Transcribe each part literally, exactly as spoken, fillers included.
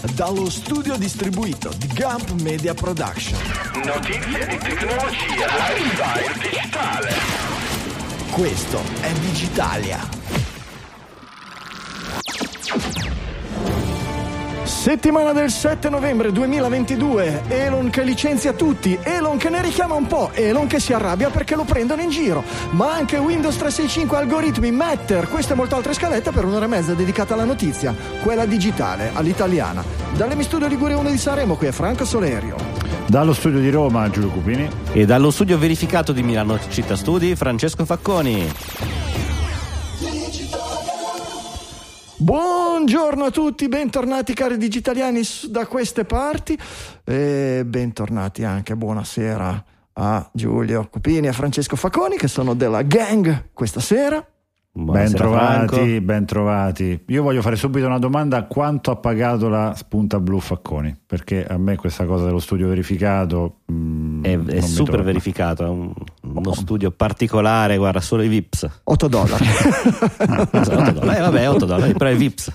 dallo studio distribuito di Gump Media Production. Notizie di tecnologia, lifestyle digitale. Questo è Digitalia. Settimana del sette novembre duemilaventidue, Elon che licenzia tutti, Elon che ne richiama un po', Elon che si arrabbia perché lo prendono in giro, ma anche Windows trecentosessantacinque algoritmi, Matter, queste e molte altre scalette per un'ora e mezza dedicata alla notizia, quella digitale, all'italiana. Dalle Studio Liguria uno di Sanremo, qui è Franco Solerio. Dallo studio di Roma, Giulio Cupini. E dallo studio verificato di Milano Città Studi, Francesco Facconi. Buongiorno a tutti, bentornati cari digitaliani da queste parti e bentornati anche, buonasera a Giulio Cupini e a Francesco Facconi che sono della gang questa sera. Ben trovati, ben trovati. Io voglio fare subito una domanda: quanto ha pagato la spunta blu Facconi? Perché a me questa cosa dello studio verificato mh, è, è super torna. verificato, è un, uno studio particolare, guarda, solo i V I Ps. otto dollari. otto dollari, eh, vabbè, otto dollari, però i V I Ps.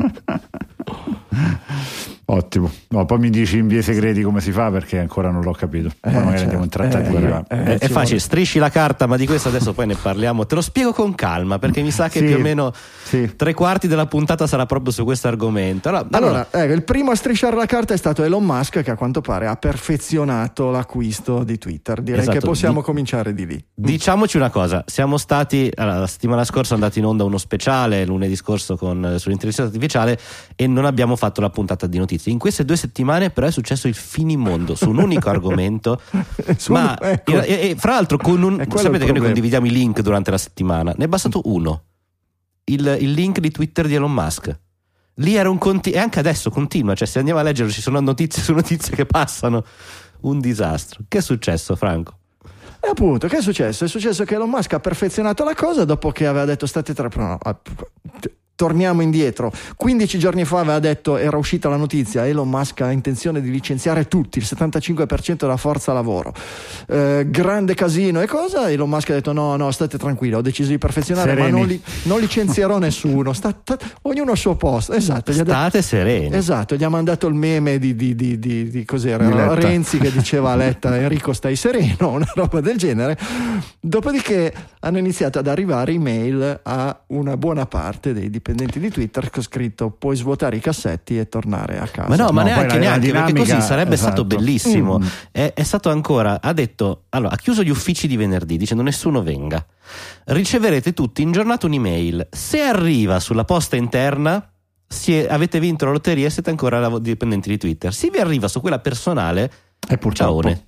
Ottimo. No, poi mi dici in vie segreti come si fa, perché ancora non l'ho capito. Poi eh, magari certo. andiamo in trattativa. Eh, eh, è, è facile, strisci la carta, ma di questo adesso poi ne parliamo. Te lo spiego con calma, perché mi sa che sì, più o meno sì. tre quarti della puntata sarà proprio su questo argomento. Allora, allora, allora eh, il primo a strisciare la carta è stato Elon Musk, che a quanto pare ha perfezionato l'acquisto di Twitter. Direi esatto, che possiamo di, cominciare di lì. Diciamoci una cosa: siamo stati allora, la settimana scorsa è andato in onda uno speciale lunedì scorso con, sull'intelligenza artificiale e non abbiamo fatto la puntata di notizie. In queste due settimane però è successo il finimondo su un unico argomento. Ma ecco. e, e, fra l'altro con un sapete che noi condividiamo i link durante la settimana, ne è bastato uno, il, il link di Twitter di Elon Musk. Lì era un conti- e anche adesso continua, cioè se andiamo a leggere ci sono notizie su notizie che passano, un disastro. Che è successo, Franco? E appunto, che è successo? È successo che Elon Musk ha perfezionato la cosa dopo che aveva detto state tre no, torniamo indietro. quindici giorni fa aveva detto, era uscita la notizia, Elon Musk ha intenzione di licenziare tutti, il settantacinque per cento della forza lavoro, eh, grande casino e cosa. Elon Musk ha detto no no state tranquilli, ho deciso di perfezionare, sereni. Ma non, li, non licenzierò nessuno, sta, sta, ognuno al suo posto. Esatto, gli state ha sereni. Esatto, gli ha mandato il meme di, di, di, di, di cos'era, di Renzi che diceva a Letta Enrico stai sereno, una roba del genere. Dopodiché hanno iniziato ad arrivare email a una buona parte dei dipendenti di Twitter che ho scritto puoi svuotare i cassetti e tornare a casa. Ma no, ma no, neanche, la, neanche la perché così sarebbe esatto. stato bellissimo. mm. è, è stato ancora, ha detto, allora ha chiuso gli uffici di venerdì dicendo nessuno venga, riceverete tutti in giornata un'email, se arriva sulla posta interna si è, avete vinto la lotteria e siete ancora dipendenti di Twitter. Se vi arriva su quella personale e purtroppo ciaone.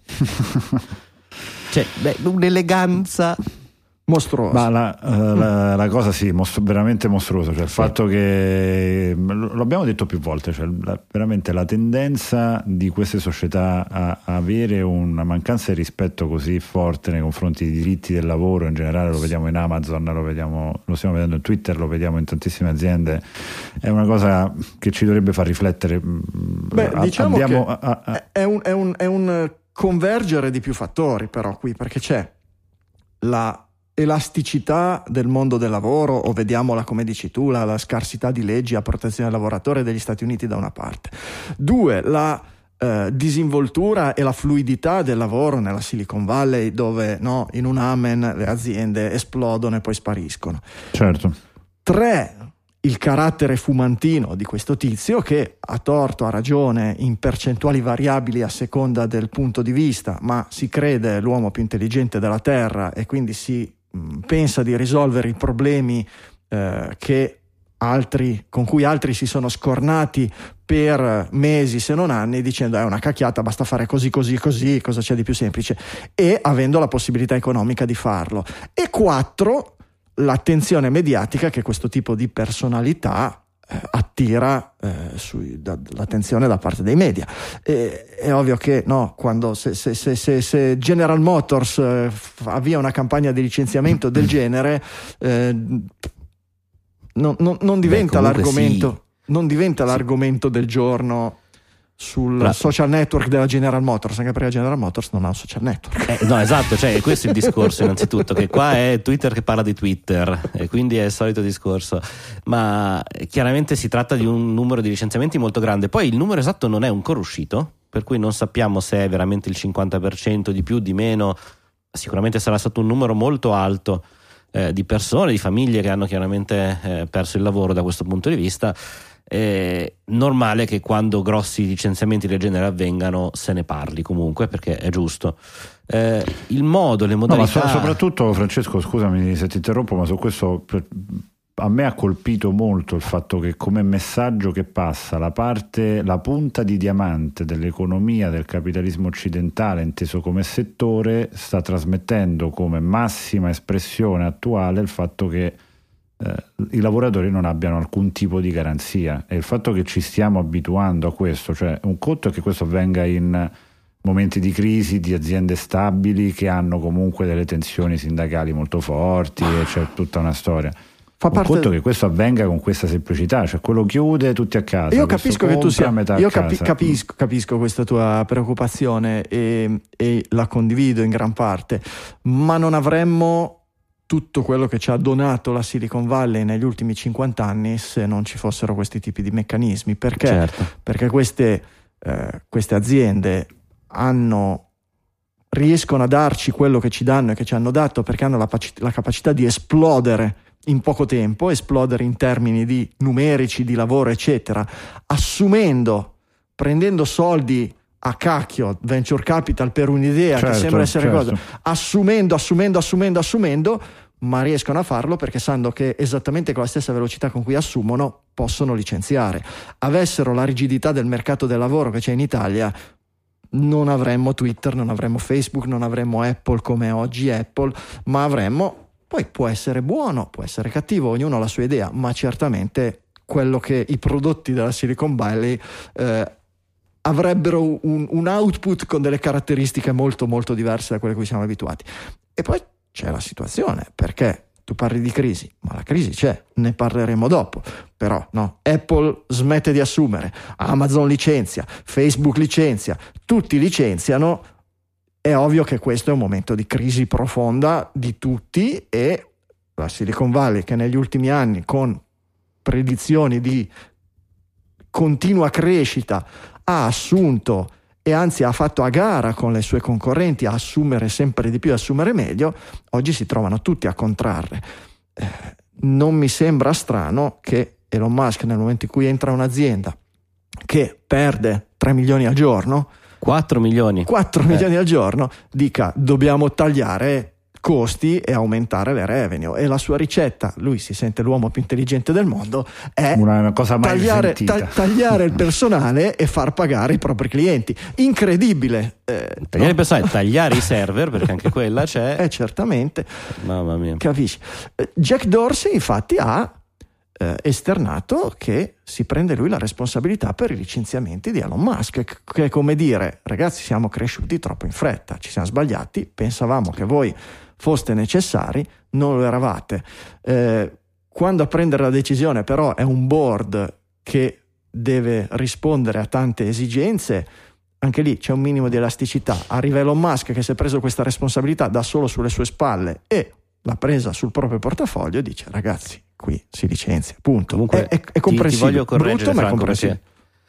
Cioè beh, un'eleganza mostruosa. Ma la, uh, la, la cosa sì, mostro, veramente mostruosa, cioè il sì. fatto che lo abbiamo detto più volte, cioè la, veramente la tendenza di queste società a, a avere una mancanza di rispetto così forte nei confronti dei diritti del lavoro in generale, lo vediamo in Amazon, lo vediamo, lo stiamo vedendo in Twitter, lo vediamo in tantissime aziende, è una cosa che ci dovrebbe far riflettere. Beh, a, diciamo abbiamo, che a, a, è, un, è, un, è un convergere di più fattori però qui, perché c'è la elasticità del mondo del lavoro, o vediamola come dici tu, la, la scarsità di leggi a protezione del lavoratore degli Stati Uniti da una parte, due la eh, disinvoltura e la fluidità del lavoro nella Silicon Valley, dove no, in un amen le aziende esplodono e poi spariscono. Certo. Tre il carattere fumantino di questo tizio che a torto, a ragione, in percentuali variabili a seconda del punto di vista, ma si crede l'uomo più intelligente della Terra e quindi si mh, pensa di risolvere i problemi eh, che altri, con cui altri si sono scornati per mesi se non anni, dicendo è una cacchiata, basta fare così così così, cosa c'è di più semplice, e avendo la possibilità economica di farlo. E quattro l'attenzione mediatica che questo tipo di personalità eh, attira eh, sui, da, l'attenzione da parte dei media. E, è ovvio che no, quando se, se, se, se, se General Motors eh, avvia una campagna di licenziamento del genere eh, non, non, non diventa Beh, l'argomento sì. non diventa sì. l'argomento del giorno sul La... social network della General Motors, anche perché General Motors non ha un social network. Eh, no, esatto, cioè questo è il discorso innanzitutto, che qua è Twitter che parla di Twitter e quindi è il solito discorso, ma chiaramente si tratta di un numero di licenziamenti molto grande. Poi il numero esatto non è ancora uscito, per cui non sappiamo se è veramente il cinquanta per cento di più, di meno. Sicuramente sarà stato un numero molto alto eh, di persone, di famiglie che hanno chiaramente eh, perso il lavoro da questo punto di vista. È normale che quando grossi licenziamenti del genere avvengano se ne parli comunque, perché è giusto. Eh, il modo, le modalità. No, ma so, soprattutto, Francesco, scusami se ti interrompo, ma su questo a me ha colpito molto il fatto che come messaggio che passa la parte, la punta di diamante dell'economia del capitalismo occidentale inteso come settore sta trasmettendo come massima espressione attuale il fatto che Eh, i lavoratori non abbiano alcun tipo di garanzia, e il fatto che ci stiamo abituando a questo, cioè un conto è che questo avvenga in momenti di crisi di aziende stabili che hanno comunque delle tensioni sindacali molto forti e c'è tutta una storia. Fa parte... Un conto che questo avvenga con questa semplicità, cioè quello chiude tutti a casa. Io capisco che tu sia metà io capi- capisco, capisco questa tua preoccupazione e, e la condivido in gran parte, ma non avremmo tutto quello che ci ha donato la Silicon Valley negli ultimi cinquanta anni se non ci fossero questi tipi di meccanismi. Perché? Certo. Perché queste, eh, queste aziende hanno, riescono a darci quello che ci danno e che ci hanno dato perché hanno la, la capacità di esplodere in poco tempo, esplodere in termini di numerici, di lavoro, eccetera, assumendo, prendendo soldi a cacchio, venture capital per un'idea, certo, che sembra essere certo. cosa, assumendo, assumendo, assumendo, assumendo, ma riescono a farlo perché sanno che esattamente con la stessa velocità con cui assumono possono licenziare. Avessero la rigidità del mercato del lavoro che c'è in Italia, non avremmo Twitter, non avremmo Facebook, non avremmo Apple come oggi Apple, ma avremmo, poi può essere buono, può essere cattivo, ognuno ha la sua idea, ma certamente quello che i prodotti della Silicon Valley eh, avrebbero un, un output con delle caratteristiche molto molto diverse da quelle a cui siamo abituati. E poi c'è la situazione, perché tu parli di crisi, ma la crisi c'è, ne parleremo dopo, però no, Apple smette di assumere, Amazon licenzia, Facebook licenzia, tutti licenziano, è ovvio che questo è un momento di crisi profonda di tutti, e la Silicon Valley, che negli ultimi anni con predizioni di continua crescita ha assunto e anzi ha fatto a gara con le sue concorrenti a assumere sempre di più, assumere meglio, oggi si trovano tutti a contrarre. Eh, non mi sembra strano che Elon Musk, nel momento in cui entra un'azienda che perde tre milioni al giorno, quattro milioni quattro eh. milioni al giorno, dica diamo tagliare costi e aumentare le revenue, e la sua ricetta, lui si sente l'uomo più intelligente del mondo, è una cosa mai tagliare, ta- tagliare il personale e far pagare i propri clienti. Incredibile. Eh, tagliare no? il personale, tagliare i server, perché anche quella c'è. Eh, certamente. Mamma mia. Capisci? Jack Dorsey infatti ha eh, esternato che si prende lui la responsabilità per i licenziamenti di Elon Musk, che è come dire: ragazzi, siamo cresciuti troppo in fretta, ci siamo sbagliati, pensavamo che voi foste necessari, non lo eravate. Eh, quando a prendere la decisione però è un board che deve rispondere a tante esigenze, anche lì c'è un minimo di elasticità. Arriva Elon Musk che si è preso questa responsabilità da solo sulle sue spalle e l'ha presa sul proprio portafoglio, e dice: ragazzi, qui si licenzia, punto. Comunque è, è, è comprensibile, ti, ti voglio correggere, brutto, ma Franco, è comprensibile.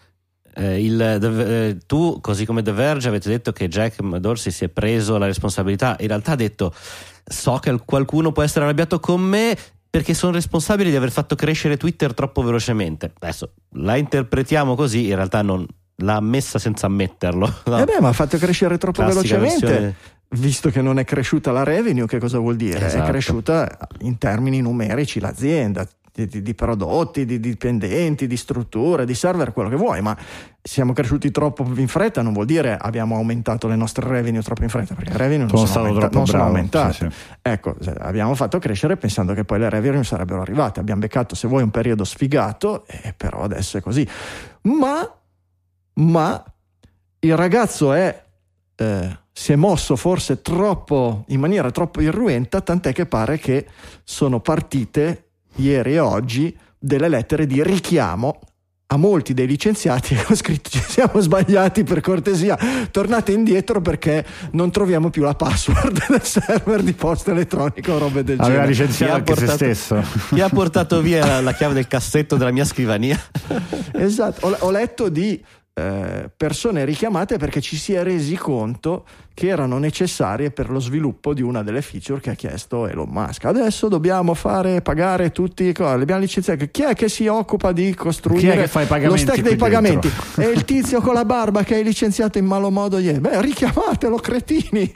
Eh, il, eh, tu, così come The Verge, avete detto che Jack Dorsey si è preso la responsabilità. In realtà ha detto: so che qualcuno può essere arrabbiato con me perché sono responsabile di aver fatto crescere Twitter troppo velocemente. Adesso la interpretiamo così, in realtà non l'ha ammessa senza ammetterlo, no? Eh beh, ma ha fatto crescere troppo Classica velocemente versione... visto che non è cresciuta la revenue, che cosa vuol dire? Esatto. È cresciuta in termini numerici l'azienda, Di, di, di prodotti, di dipendenti, di strutture, di server, quello che vuoi, ma siamo cresciuti troppo in fretta non vuol dire abbiamo aumentato le nostre revenue troppo in fretta, perché le revenue non sono, sono, aumenta- non sono aumentate. Sì, sì. Ecco, abbiamo fatto crescere pensando che poi le revenue sarebbero arrivate, abbiamo beccato, se vuoi, un periodo sfigato, e però adesso è così. Ma, ma il ragazzo è eh, si è mosso forse troppo, in maniera troppo irruenta, tant'è che pare che sono partite ieri e oggi delle lettere di richiamo a molti dei licenziati ho scritto: ci siamo sbagliati, per cortesia tornate indietro perché non troviamo più la password del server di posta elettronica o robe del aveva genere. licenziato anche portato, se stesso. Chi ha portato via la chiave del cassetto della mia scrivania? Esatto, ho, ho letto di eh, persone richiamate perché ci si è resi conto che erano necessarie per lo sviluppo di una delle feature che ha chiesto Elon Musk. Adesso dobbiamo fare pagare tutti, le abbiamo licenziati. Chi è che si occupa di costruire Chi è che fa i pagamenti lo stack dei pagamenti? dentro? È il tizio con la barba che hai licenziato in malo modo ieri. Beh, richiamatelo, cretini.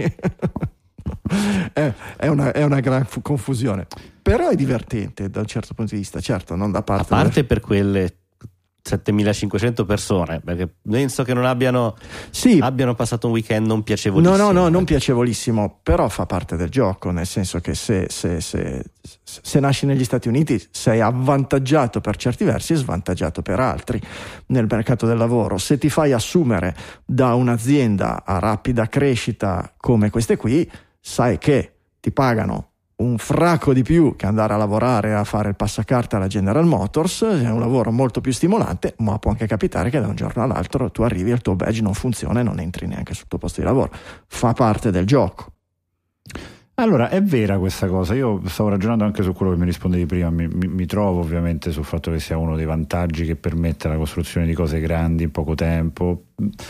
è, è, una, è una gran fu- confusione, però è divertente da un certo punto di vista, certo, non da parte a parte delle... per quelle settemilacinquecento persone, perché penso che non abbiano sì. abbiano passato un weekend non piacevolissimo. No, no, no, non piacevolissimo, però fa parte del gioco, nel senso che se, se, se, se nasci negli Stati Uniti sei avvantaggiato per certi versi e svantaggiato per altri nel mercato del lavoro. Se ti fai assumere da un'azienda a rapida crescita come queste qui, sai che ti pagano un fracco di più che andare a lavorare a fare il passacarte alla General Motors. È un lavoro molto più stimolante, ma può anche capitare che da un giorno all'altro tu arrivi e il tuo badge non funziona e non entri neanche sul tuo posto di lavoro. Fa parte del gioco. Allora, è vera questa cosa. Io stavo ragionando anche su quello che mi rispondevi prima. Mi, mi, mi trovo ovviamente sul fatto che sia uno dei vantaggi che permette la costruzione di cose grandi in poco tempo.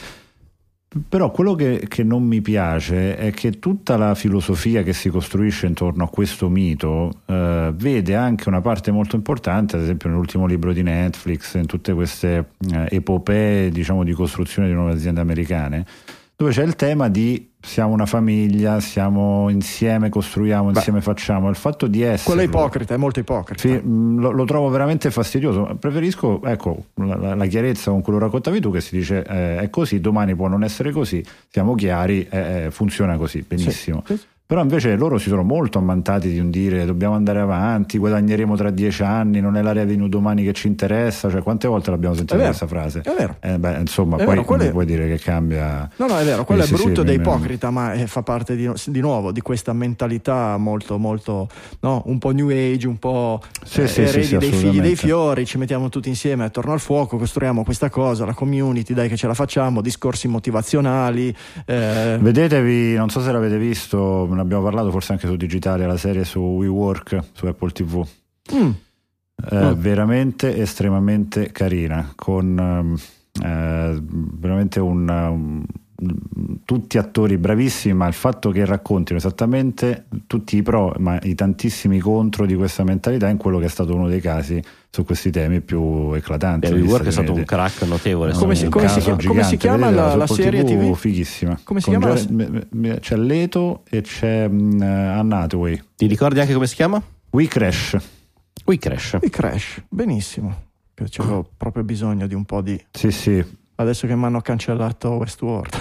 Però quello che, che non mi piace è che tutta la filosofia che si costruisce intorno a questo mito eh, vede anche una parte molto importante, ad esempio nell'ultimo libro di Netflix, in tutte queste eh, epopee, diciamo, di costruzione di nuove aziende americane, dove c'è il tema di siamo una famiglia, siamo insieme, costruiamo, insieme Beh, facciamo. Il fatto di essere quello è ipocrita, è molto ipocrita. Sì, lo, lo trovo veramente fastidioso. Preferisco, ecco, la, la chiarezza con cui lo raccontavi tu, che si dice eh, è così, domani può non essere così, siamo chiari, eh, funziona così, benissimo. Sì, sì. Però invece loro si sono molto ammantati di un dire dobbiamo andare avanti, guadagneremo tra dieci anni, non è la revenue domani che ci interessa. Cioè, quante volte l'abbiamo sentita questa frase? È vero. Eh, beh, insomma, è poi vero, non è... puoi dire che cambia. No, no, è vero, quello sì, è brutto sì, ed è sì, ipocrita, ma è, fa parte di, di nuovo di questa mentalità molto, molto, no, un po' new age, un po' sì, eh, sì, eredi sì, sì, dei figli dei fiori, ci mettiamo tutti insieme attorno al fuoco, costruiamo questa cosa, la community, dai che ce la facciamo, discorsi motivazionali. Eh... Vedetevi, non so se l'avete visto, ne abbiamo parlato forse anche su Digitalia, la serie su WeWork su Apple tivù. Mm. Eh, oh. Veramente estremamente carina, con eh, veramente un, un tutti attori bravissimi, ma il fatto che raccontino esattamente tutti i pro ma i tantissimi contro di questa mentalità in quello che è stato uno dei casi su questi temi più eclatanti. WeWork è stato un crack notevole. Come si, come si, come si chiama Vedete, la, la serie tivù? Fighissima. Come si chiama? Jared, c'è Leto e c'è uh, Anne Hathaway. Ti ricordi anche come si chiama? We Crash. We Crash. We Crash, benissimo. C'avevo proprio bisogno di un po' di... Sì, sì. Adesso che mi hanno cancellato Westworld.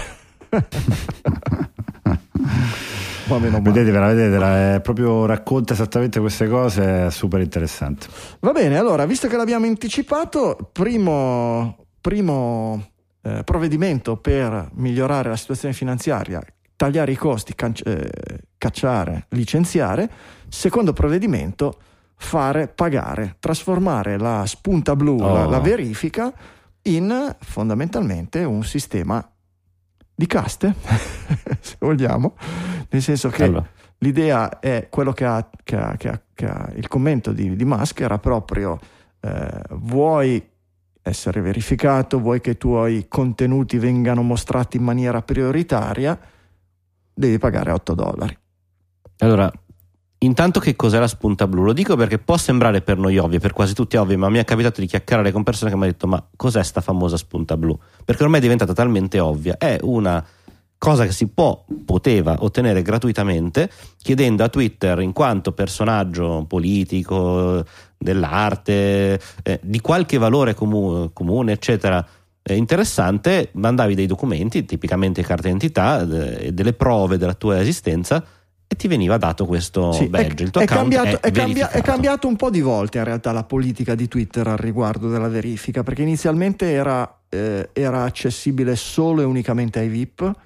Vedete, ve la vedete, è proprio racconta esattamente queste cose, è super interessante. Va bene, allora, visto che l'abbiamo anticipato, primo, primo eh, provvedimento per migliorare la situazione finanziaria, tagliare i costi, canc- eh, cacciare, licenziare. Secondo provvedimento, fare pagare, trasformare la spunta blu, oh. la, la verifica, in fondamentalmente un sistema di caste, se vogliamo, nel senso che allora. l'idea è quello che ha, che ha, che ha, che ha il commento di, di Musk era proprio eh, vuoi essere verificato, vuoi che i tuoi contenuti vengano mostrati in maniera prioritaria, devi pagare otto dollari. Allora, intanto, che cos'è la spunta blu? Lo dico perché può sembrare per noi ovvio, per quasi tutti ovvio, ma mi è capitato di chiacchierare con persone che mi hanno detto ma cos'è sta famosa spunta blu? Perché ormai è diventata talmente ovvia. È una cosa che si può, poteva ottenere gratuitamente chiedendo a Twitter, in quanto personaggio politico, dell'arte, eh, di qualche valore comune, comune eccetera, eh, interessante, mandavi dei documenti, tipicamente carta d'identità e eh, delle prove della tua esistenza, e ti veniva dato questo sì, badge. Il tuo è, account cambiato, è, è, cambia, è cambiato un po' di volte in realtà la politica di Twitter al riguardo della verifica, perché inizialmente era, eh, era accessibile solo e unicamente ai V I P,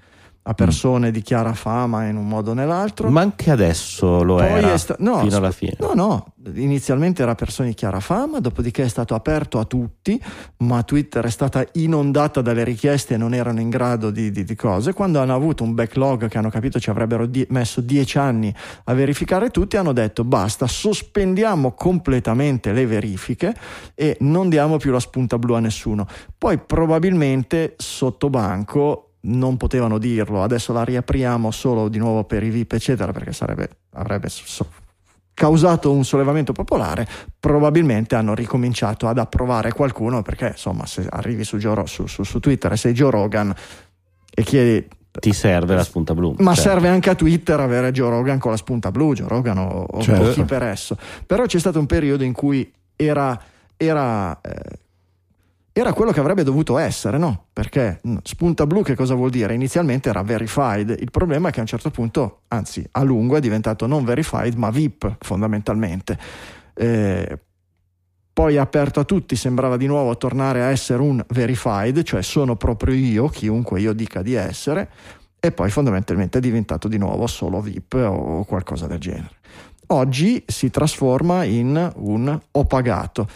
a persone mm. di chiara fama in un modo o nell'altro. Ma anche adesso lo Poi era è sta- no, fino alla fine. No, no, inizialmente era persone di chiara fama, dopodiché è stato aperto a tutti, ma Twitter è stata inondata dalle richieste e non erano in grado di, di, di cose. Quando hanno avuto un backlog che hanno capito ci avrebbero di- messo dieci anni a verificare tutti, hanno detto basta, sospendiamo completamente le verifiche e non diamo più la spunta blu a nessuno. Poi probabilmente sotto banco non potevano dirlo, adesso la riapriamo solo di nuovo per i V I P eccetera, perché sarebbe avrebbe so, causato un sollevamento popolare. Probabilmente hanno ricominciato ad approvare qualcuno, perché insomma se arrivi su, Joe, su, su, su Twitter e sei Joe Rogan e chiedi ti serve la spunta blu, ma certo. serve anche a Twitter avere Joe Rogan con la spunta blu, Joe Rogan o, o certo. chi per esso. Però c'è stato un periodo in cui era era eh, era quello che avrebbe dovuto essere, no? Perché spunta blu che cosa vuol dire? Inizialmente era verified, il problema è che a un certo punto, anzi a lungo, è diventato non verified ma V I P fondamentalmente. Eh, poi aperto a tutti sembrava di nuovo tornare a essere un verified, cioè sono proprio io, chiunque io dica di essere, e poi fondamentalmente è diventato di nuovo solo V I P o qualcosa del genere. Oggi si trasforma in un ho pagato.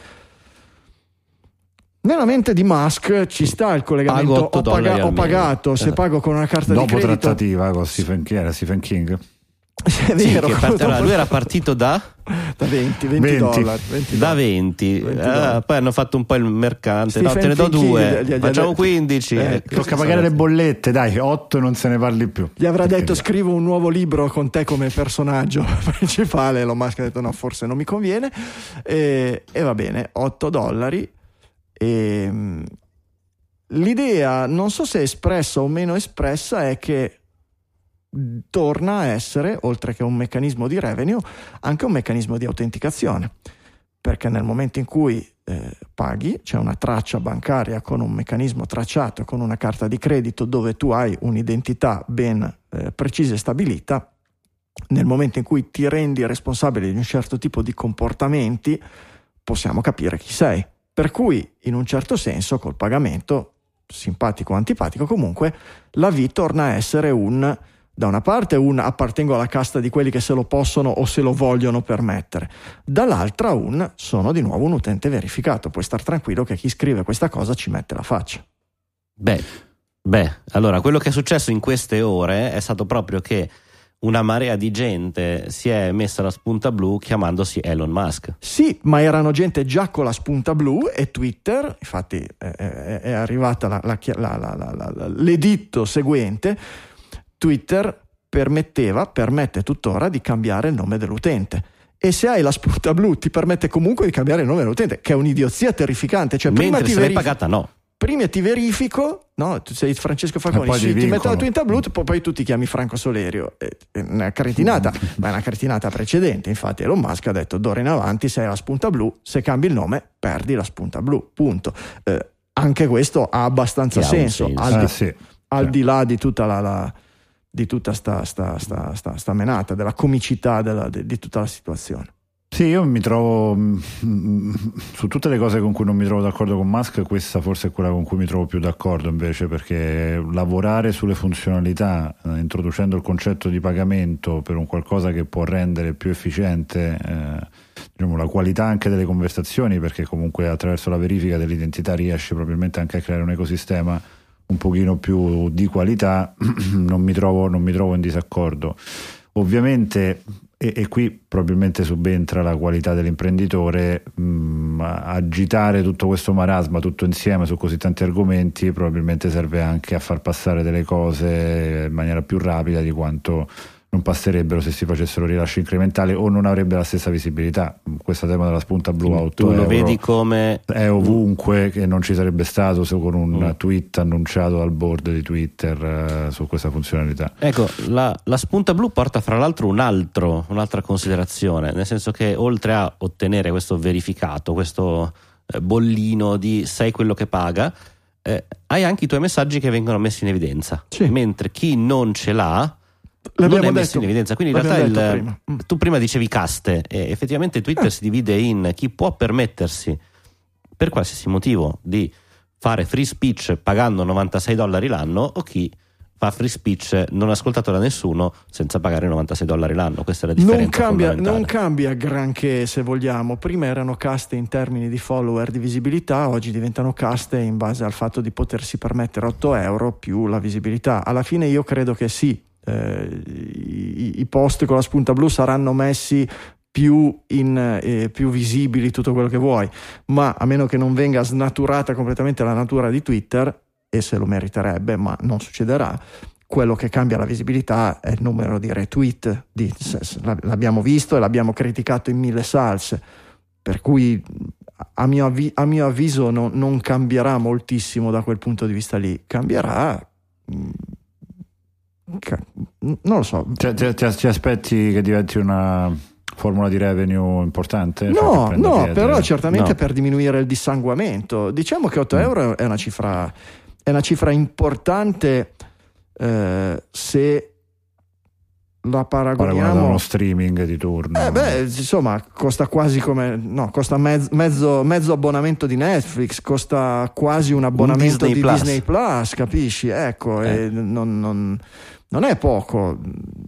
Nella mente di Musk ci sta il collegamento ho, paga- ho pagato, se pago con una carta dopo di credito. Dopo trattativa con Stephen King, era Stephen King? È vero, sì, che parte, allora, lui era partito da da venti, venti, venti. dollari venti da venti, venti ah, poi hanno fatto un po' il mercante. Stephen no te ne do King due gli, gli, facciamo gli, quindici eh, tocca pagare le bollette, dai, otto non se ne parli più. Gli avrà perché detto scrivo un nuovo libro con te come personaggio principale. Elon Musk ha detto no, forse non mi conviene, e, e va bene, otto dollari. E l'idea, non so se espressa o meno espressa, è che torna a essere, oltre che un meccanismo di revenue, anche un meccanismo di autenticazione, perché nel momento in cui eh, paghi c'è una traccia bancaria con un meccanismo tracciato, con una carta di credito dove tu hai un'identità ben eh, precisa e stabilita. Nel momento in cui ti rendi responsabile di un certo tipo di comportamenti, possiamo capire chi sei. Per cui, in un certo senso, col pagamento, simpatico o antipatico, comunque, la V torna a essere un, da una parte, un appartengo alla casta di quelli che se lo possono o se lo vogliono permettere, dall'altra un sono di nuovo un utente verificato, puoi star tranquillo che chi scrive questa cosa ci mette la faccia. Beh, beh, allora, quello che è successo in queste ore è stato proprio che una marea di gente si è messa la spunta blu chiamandosi Elon Musk. Sì, ma erano gente già con la spunta blu, e Twitter, infatti è, è, è arrivata la, la, la, la, la, la, l'editto seguente. Twitter permetteva, permette tuttora di cambiare il nome dell'utente. E se hai la spunta blu ti permette comunque di cambiare il nome dell'utente, che è un'idiozia terrificante. Cioè, mentre prima ti se l'hai verific- pagata no. Prima ti verifico, no? Tu sei Francesco Falconi, sì, ti metto la tua blu, poi, poi tu ti chiami Franco Solerio. È una cretinata, ma è una cretinata precedente. Infatti Elon Musk ha detto d'ora in avanti sei la spunta blu, se cambi il nome perdi la spunta blu, punto. Eh, anche questo ha abbastanza senso, senso. Al, di, ah, sì. al eh. di là di tutta la, la di tutta sta, sta, sta, sta, sta menata, della comicità della, di, di tutta la situazione. Sì, io mi trovo su tutte le cose con cui non mi trovo d'accordo con Musk, questa forse è quella con cui mi trovo più d'accordo invece, perché lavorare sulle funzionalità eh, introducendo il concetto di pagamento per un qualcosa che può rendere più efficiente eh, diciamo, la qualità anche delle conversazioni, perché comunque attraverso la verifica dell'identità riesce probabilmente anche a creare un ecosistema un pochino più di qualità, non mi trovo, non mi trovo in disaccordo. Ovviamente, e, e qui probabilmente subentra la qualità dell'imprenditore, mh, agitare tutto questo marasma tutto insieme su così tanti argomenti probabilmente serve anche a far passare delle cose in maniera più rapida di quanto non passerebbero se si facessero rilasci incrementali, o non avrebbe la stessa visibilità. Questo tema della spunta blu a otto tu lo euro vedi come è ovunque, che non ci sarebbe stato se con un mm. tweet annunciato dal board di Twitter uh, su questa funzionalità. Ecco, la, la spunta blu porta fra l'altro un altro, un'altra considerazione, nel senso che oltre a ottenere questo verificato, questo eh, bollino di sei quello che paga, eh, hai anche i tuoi messaggi che vengono messi in evidenza, sì. Mentre chi non ce l'ha L'abbiamo non è messo detto, in evidenza, quindi in realtà il, prima. tu prima dicevi caste, e effettivamente Twitter eh. si divide in chi può permettersi per qualsiasi motivo di fare free speech pagando novantasei dollari l'anno, o chi fa free speech non ascoltato da nessuno senza pagare novantasei dollari l'anno. Questa è la differenza non cambia, fondamentale. non cambia granché, se vogliamo. Prima erano caste in termini di follower, di visibilità, oggi diventano caste in base al fatto di potersi permettere otto euro più la visibilità. Alla fine io credo che sì, eh, i, i post con la spunta blu saranno messi più, in, eh, più visibili, tutto quello che vuoi, ma a meno che non venga snaturata completamente la natura di Twitter, e se lo meriterebbe, ma non succederà, quello che cambia la visibilità è il numero di retweet. Di, l'abbiamo visto e l'abbiamo criticato in mille salse, per cui a mio, avvi, a mio avviso no, non cambierà moltissimo da quel punto di vista lì. Cambierà, non lo so. Cioè, ti, ti, ti aspetti che diventi una formula di revenue importante? No, cioè no, piede. però certamente no. per diminuire il dissanguamento. Diciamo che otto euro è una cifra è una cifra importante eh, se la paragoniamo a uno streaming di turno. Eh beh, insomma, costa quasi come no, costa mezzo, mezzo, mezzo abbonamento di Netflix, costa quasi un abbonamento un Disney di Plus. Disney Plus, capisci? Ecco, eh. e non, non, non è poco.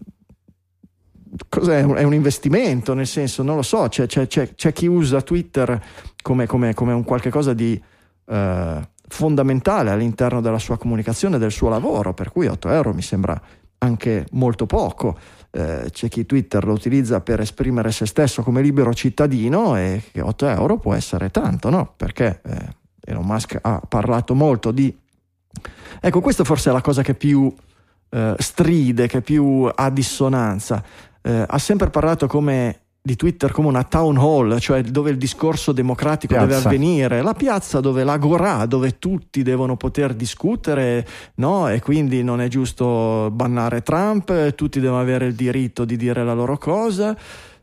Cos'è? È un investimento, nel senso, non lo so, c'è, c'è, c'è, c'è chi usa Twitter come, come, come un qualche cosa di eh, fondamentale all'interno della sua comunicazione, del suo lavoro, per cui otto euro mi sembra anche molto poco. Eh, c'è chi Twitter lo utilizza per esprimere se stesso come libero cittadino e che otto euro può essere tanto, no? Perché eh, Elon Musk ha parlato molto di... Ecco, questa forse è la cosa che più eh, stride, che più ha dissonanza. Eh, ha sempre parlato come di Twitter come una town hall, cioè dove il discorso democratico piazza. deve avvenire, la piazza dove l'agorà, dove tutti devono poter discutere, no? E quindi non è giusto bannare Trump, tutti devono avere il diritto di dire la loro cosa,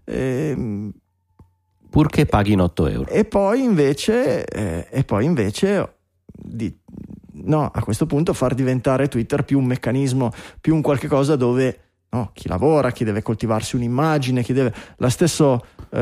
e, purché paghino otto euro. e poi invece eh, e poi invece di, no, a questo punto far diventare Twitter più un meccanismo, più un qualche cosa dove no, chi lavora, chi deve coltivarsi un'immagine, chi deve... La stesso,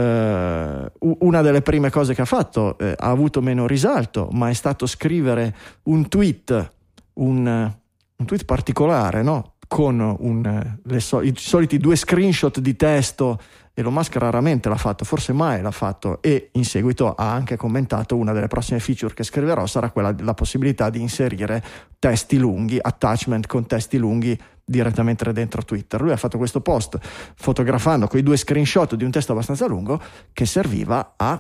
eh, una delle prime cose che ha fatto eh, ha avuto meno risalto, ma è stato scrivere un tweet, un, un tweet particolare, no? Con un, le so, i soliti due screenshot di testo. Elon Musk raramente l'ha fatto, forse mai l'ha fatto, e in seguito ha anche commentato una delle prossime feature che scriverò sarà quella della possibilità di inserire testi lunghi, attachment con testi lunghi direttamente dentro Twitter. Lui ha fatto questo post fotografando quei due screenshot di un testo abbastanza lungo che serviva a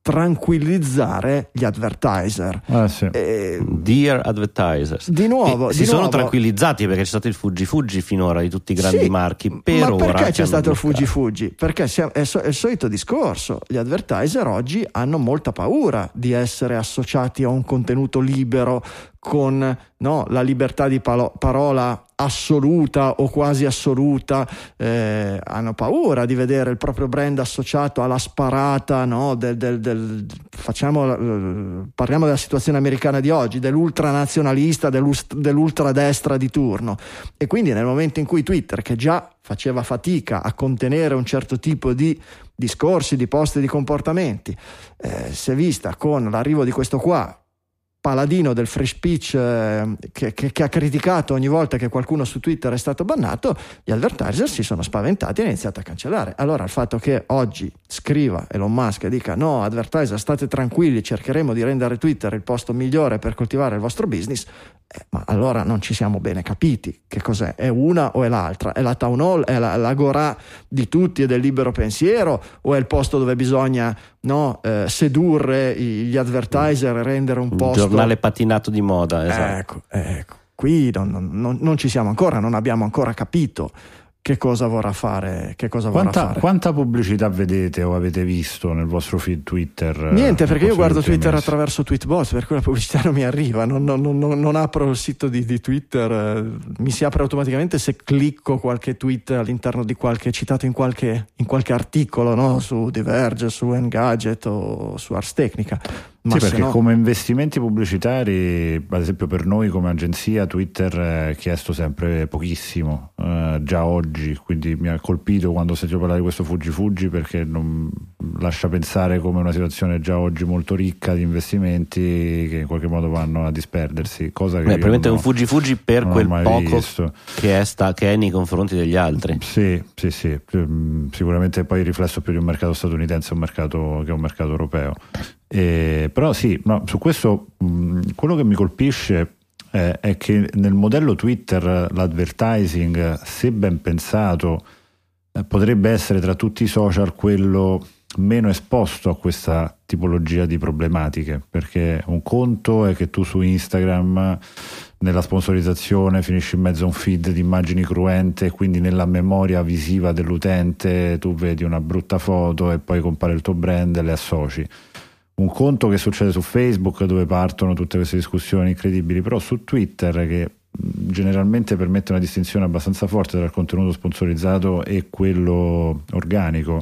tranquillizzare gli advertiser. Ah, sì. e, Dear advertisers, di nuovo e di si sono nuovo, tranquillizzati perché c'è stato il fuggi fuggi finora di tutti i grandi sì, marchi. Per ma ora perché c'è stato il bloccato. fuggi fuggi? Perché è, so, è il solito discorso, gli advertiser oggi hanno molta paura di essere associati a un contenuto libero con no, la libertà di palo- parola assoluta o quasi assoluta, eh, hanno paura di vedere il proprio brand associato alla sparata, no, del, del, del, facciamo, eh, parliamo della situazione americana di oggi, dell'ultranazionalista, dell'ultradestra di turno. E quindi nel momento in cui Twitter, che già faceva fatica a contenere un certo tipo di discorsi, di post, di comportamenti, eh, si è vista con l'arrivo di questo qua paladino del free speech eh, che, che, che ha criticato ogni volta che qualcuno su Twitter è stato bannato, gli advertiser si sono spaventati e hanno iniziato a cancellare. Allora il fatto che oggi scriva Elon Musk e dica no, advertiser state tranquilli, cercheremo di rendere Twitter il posto migliore per coltivare il vostro business, eh, ma allora non ci siamo bene capiti che cos'è, è una o è l'altra, è la town hall, è la, l'agorà di tutti e del libero pensiero, o è il posto dove bisogna no, eh, sedurre gli advertiser e rendere un posto... Un giornale patinato di moda, esatto. Ecco, ecco. Qui non, non, non ci siamo ancora, non abbiamo ancora capito che cosa vorrà fare. Che cosa quanta, vorrà fare. Quanta pubblicità vedete o avete visto nel vostro feed Twitter? Niente, perché io guardo Twitter mesi? attraverso Tweetbot, per cui la pubblicità non mi arriva, non, non, non, non apro il sito di, di Twitter, eh, mi si apre automaticamente se clicco qualche tweet all'interno di qualche, citato in qualche, in qualche articolo, no? Su Diverge, su Engadget o su Ars Technica. Ma sì, perché no... come investimenti pubblicitari, ad esempio per noi come agenzia, Twitter ha chiesto sempre pochissimo. eh, già oggi, quindi mi ha colpito quando ho sentito parlare di questo Fuggi Fuggi, perché non lascia pensare come una situazione già oggi molto ricca di investimenti che in qualche modo vanno a disperdersi, cosa che Beh, probabilmente è un Fuggi Fuggi per quel poco visto. che è, sta, che è nei confronti degli altri. Sì, sì, sì, sicuramente poi il riflesso più di un mercato statunitense un mercato, che è un mercato europeo. Eh, però sì, no, su questo mh, quello che mi colpisce eh, è che nel modello Twitter l'advertising, se ben pensato, eh, potrebbe essere tra tutti i social quello meno esposto a questa tipologia di problematiche, perché un conto è che tu su Instagram nella sponsorizzazione finisci in mezzo a un feed di immagini cruente, quindi nella memoria visiva dell'utente tu vedi una brutta foto e poi compare il tuo brand e le associ. Un conto che succede su Facebook, dove partono tutte queste discussioni incredibili, però su Twitter, che generalmente permette una distinzione abbastanza forte tra il contenuto sponsorizzato e quello organico,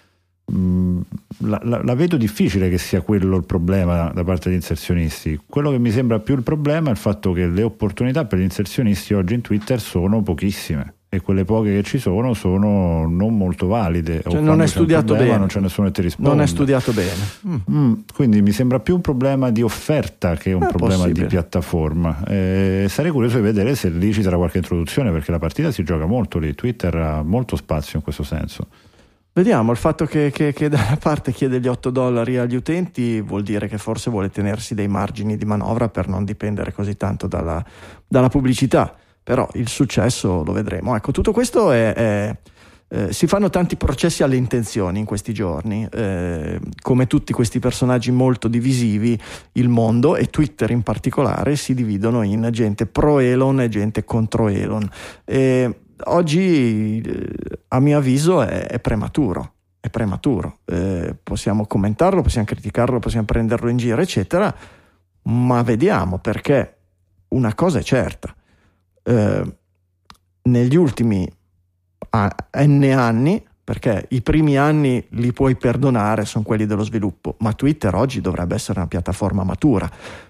La, la, la vedo difficile che sia quello il problema da parte degli inserzionisti. Quello che mi sembra più il problema è il fatto che le opportunità per gli inserzionisti oggi in Twitter sono pochissime, e quelle poche che ci sono sono non molto valide, cioè, non è studiato problema, bene, non c'è nessuno che ti risponde, non è studiato bene. Mm. Mm, quindi mi sembra più un problema di offerta che un è problema possibile. Di piattaforma. Eh, sarei curioso di vedere se lì ci sarà qualche introduzione, perché la partita si gioca molto lì. Twitter ha molto spazio in questo senso. Vediamo, il fatto che, che, che da una parte chiede gli otto dollari agli utenti vuol dire che forse vuole tenersi dei margini di manovra per non dipendere così tanto dalla, dalla pubblicità, però il successo lo vedremo. Ecco, tutto questo è, è eh, si fanno tanti processi alle intenzioni in questi giorni, eh, come tutti questi personaggi molto divisivi, il mondo e Twitter in particolare si dividono in gente pro Elon e gente contro Elon. E oggi, a mio avviso, è, è prematuro, è prematuro. Eh, possiamo commentarlo, possiamo criticarlo, possiamo prenderlo in giro, eccetera, ma vediamo, perché una cosa è certa: eh, negli ultimi a, n anni, perché i primi anni li puoi perdonare, sono quelli dello sviluppo, ma Twitter oggi dovrebbe essere una piattaforma matura,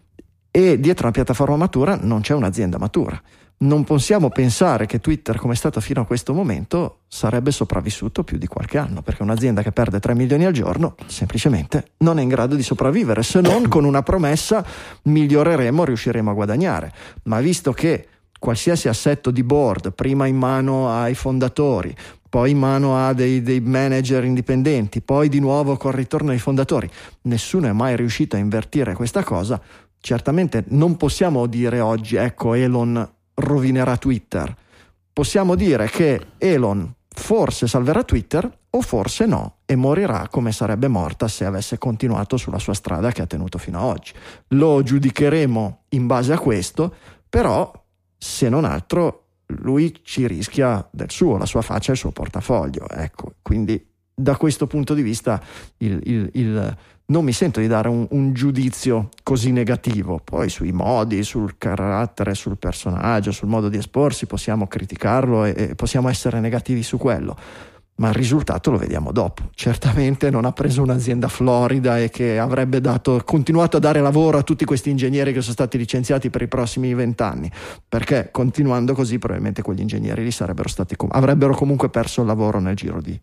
e dietro una piattaforma matura non c'è un'azienda matura. Non possiamo pensare che Twitter, come è stato fino a questo momento, sarebbe sopravvissuto più di qualche anno, perché un'azienda che perde tre milioni al giorno semplicemente non è in grado di sopravvivere, se non con una promessa: miglioreremo, riusciremo a guadagnare. Ma visto che qualsiasi assetto di board, prima in mano ai fondatori, poi in mano a dei, dei manager indipendenti, poi di nuovo col ritorno ai fondatori, nessuno è mai riuscito a invertire questa cosa, certamente non possiamo dire oggi, ecco, Elon rovinerà Twitter. Possiamo dire che Elon forse salverà Twitter o forse no, e morirà come sarebbe morta se avesse continuato sulla sua strada che ha tenuto fino ad oggi. Lo giudicheremo in base a questo, però se non altro lui ci rischia del suo, la sua faccia e il suo portafoglio, ecco. Quindi da questo punto di vista il, il, il non mi sento di dare un, un giudizio così negativo. Poi sui modi, sul carattere, sul personaggio, sul modo di esporsi possiamo criticarlo e, e possiamo essere negativi su quello, ma il risultato lo vediamo dopo. Certamente non ha preso un'azienda florida e che avrebbe dato, continuato a dare lavoro a tutti questi ingegneri che sono stati licenziati per i prossimi vent'anni, perché continuando così probabilmente quegli ingegneri li sarebbero stati, avrebbero comunque perso il lavoro nel giro di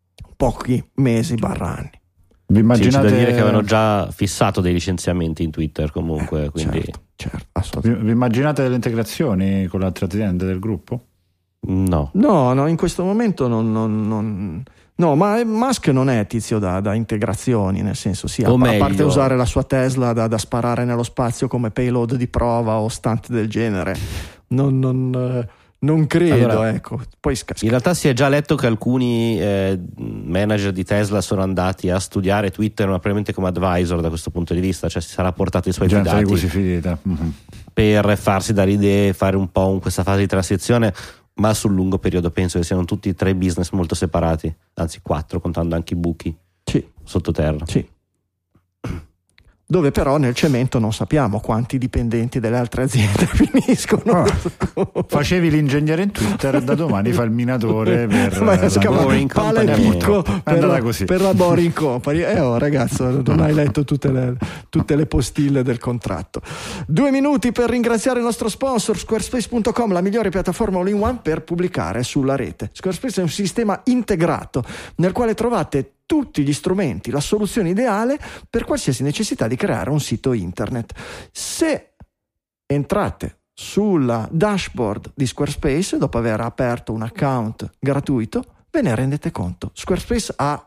pochi mesi barra anni. Vi immaginate... Sì, c'è da dire che avevano già fissato dei licenziamenti in Twitter comunque, eh, quindi... certo, certo, assolutamente. Vi, vi immaginate delle integrazioni con le altre aziende del gruppo? No. No, no, in questo momento non... non, non... No, ma Musk non è tizio da, da integrazioni, nel senso, sì, a, a parte usare la sua Tesla da, da sparare nello spazio come payload di prova o stunt del genere, non... non Non credo, allora, ecco. Poi sc- in realtà si è già letto che alcuni eh, manager di Tesla sono andati a studiare Twitter, ma probabilmente come advisor da questo punto di vista, cioè si sarà portato i suoi dati mm-hmm. per farsi dare idee, fare un po' in questa fase di transizione, ma sul lungo periodo penso che siano tutti tre business molto separati, anzi quattro, contando anche i buchi sì. sottoterra. Sì. dove però nel cemento non sappiamo quanti dipendenti delle altre aziende finiscono. Oh, facevi l'ingegnere in Twitter, da domani fa il minatore per Ma la Boring Company, per, la, così. per la Boring Company. Eh oh ragazzo, non hai letto tutte le, tutte le postille del contratto. Due minuti per ringraziare il nostro sponsor Squarespace punto com, la migliore piattaforma all-in-one per pubblicare sulla rete. Squarespace è un sistema integrato nel quale trovate tutti gli strumenti, la soluzione ideale per qualsiasi necessità di creare un sito internet. Se entrate sulla dashboard di Squarespace dopo aver aperto un account gratuito, ve ne rendete conto. Squarespace ha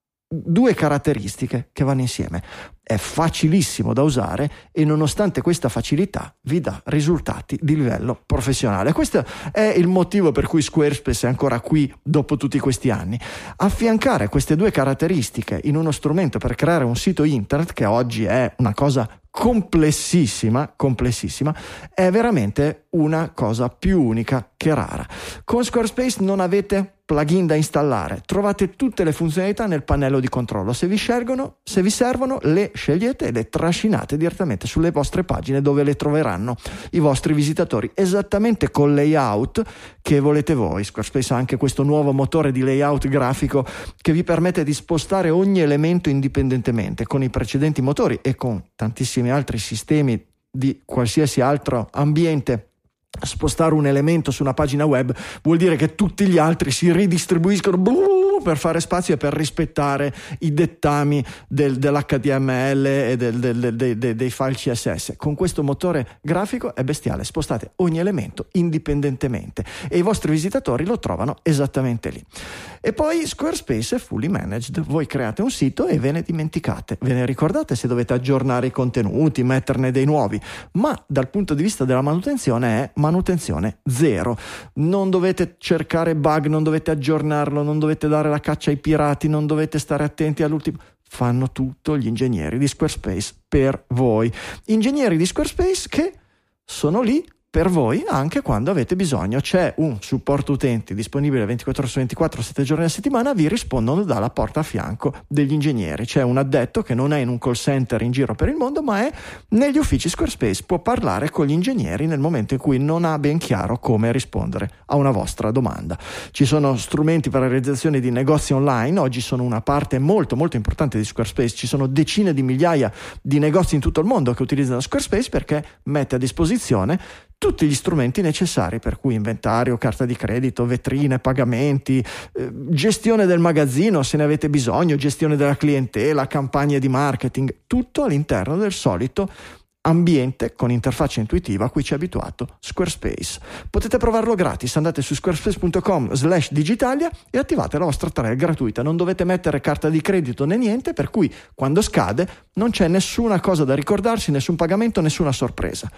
due caratteristiche che vanno insieme: è facilissimo da usare e nonostante questa facilità vi dà risultati di livello professionale. Questo è il motivo per cui Squarespace è ancora qui dopo tutti questi anni. Affiancare queste due caratteristiche in uno strumento per creare un sito internet, che oggi è una cosa complessissima, complessissima, è veramente una cosa più unica che rara. Con Squarespace non avete plugin da installare, trovate tutte le funzionalità nel pannello di controllo. Se vi scelgono, se vi servono, le scegliete e le trascinate direttamente sulle vostre pagine dove le troveranno i vostri visitatori, esattamente col layout che volete voi. Squarespace ha anche questo nuovo motore di layout grafico che vi permette di spostare ogni elemento indipendentemente. Con i precedenti motori e con tantissimi altri sistemi di qualsiasi altro ambiente, spostare un elemento su una pagina web vuol dire che tutti gli altri si ridistribuiscono per fare spazio e per rispettare i dettami del, dell'H T M L e del, del, del, dei, dei file C S S. Con questo motore grafico è bestiale, spostate ogni elemento indipendentemente e i vostri visitatori lo trovano esattamente lì. E poi Squarespace è fully managed, voi create un sito e ve ne dimenticate, ve ne ricordate se dovete aggiornare i contenuti, metterne dei nuovi, ma dal punto di vista della manutenzione è manutenzione zero. Non dovete cercare bug, non dovete aggiornarlo, non dovete dare la caccia ai pirati, non dovete stare attenti all'ultimo. Fanno tutto gli ingegneri di Squarespace per voi. Ingegneri di Squarespace che sono lì per voi anche quando avete bisogno. C'è un supporto utenti disponibile ventiquattro ore su ventiquattro, sette giorni a settimana, vi rispondono dalla porta a fianco degli ingegneri. C'è un addetto che non è in un call center in giro per il mondo, ma è negli uffici Squarespace, può parlare con gli ingegneri nel momento in cui non ha ben chiaro come rispondere a una vostra domanda. Ci sono strumenti per la realizzazione di negozi online, oggi sono una parte molto molto importante di Squarespace. Ci sono decine di migliaia di negozi in tutto il mondo che utilizzano Squarespace perché mette a disposizione tutti gli strumenti necessari, per cui inventario, carta di credito, vetrine, pagamenti, eh, gestione del magazzino se ne avete bisogno, gestione della clientela, campagne di marketing, tutto all'interno del solito ambiente con interfaccia intuitiva a cui ci è abituato Squarespace. Potete provarlo gratis, andate su squarespace punto com slash digitalia e attivate la vostra trial gratuita. Non dovete mettere carta di credito né niente, per cui quando scade non c'è nessuna cosa da ricordarsi, nessun pagamento, nessuna sorpresa.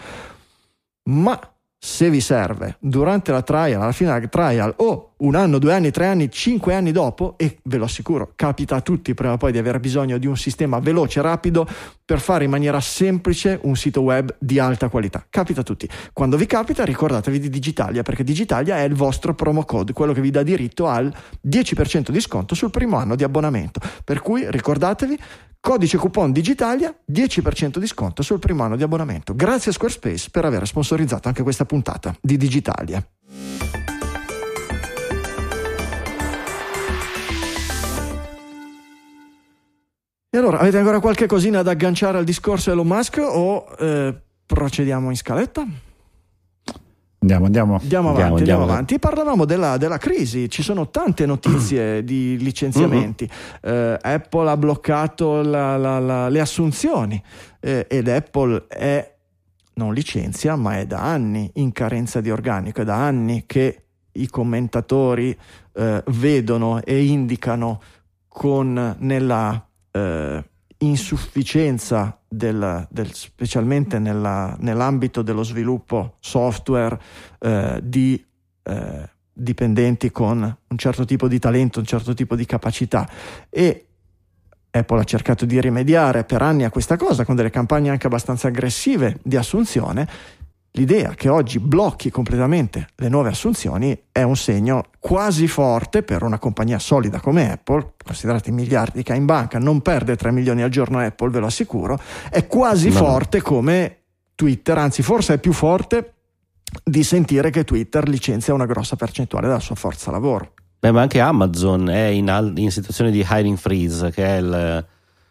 Ma se vi serve durante la trial, alla fine della trial, o un anno, due anni, tre anni, cinque anni dopo, e ve lo assicuro, capita a tutti prima o poi di aver bisogno di un sistema veloce e rapido per fare in maniera semplice un sito web di alta qualità. Capita a tutti. Quando vi capita, ricordatevi di Digitalia, perché Digitalia è il vostro promo code, quello che vi dà diritto al dieci per cento di sconto sul primo anno di abbonamento. Per cui ricordatevi, codice coupon Digitalia, dieci per cento di sconto sul primo anno di abbonamento. Grazie a Squarespace per aver sponsorizzato anche questa puntata di Digitalia. E allora, avete ancora qualche cosina da agganciare al discorso Elon Musk o eh, procediamo in scaletta? Andiamo, andiamo. Andiamo avanti, andiamo, andiamo avanti. Parlavamo della, della crisi, ci sono tante notizie di licenziamenti. Uh-huh. Eh, Apple ha bloccato la, la, la, le assunzioni eh, ed Apple è, non licenzia, ma è da anni in carenza di organico, è da anni che i commentatori eh, vedono e indicano con nella eh, insufficienza del, del, specialmente nella, nell'ambito dello sviluppo software eh, di eh, dipendenti con un certo tipo di talento, un certo tipo di capacità, e Apple ha cercato di rimediare per anni a questa cosa con delle campagne anche abbastanza aggressive di assunzione. l'idea che oggi blocchi completamente le nuove assunzioni è un segno quasi forte per una compagnia solida come Apple, considerati i miliardi che ha in banca, non perde tre milioni al giorno Apple, ve lo assicuro, è quasi no. forte come Twitter, anzi forse è più forte di sentire che Twitter licenzia una grossa percentuale della sua forza lavoro. Beh, ma anche Amazon è in, al- in situazione di hiring freeze, che è la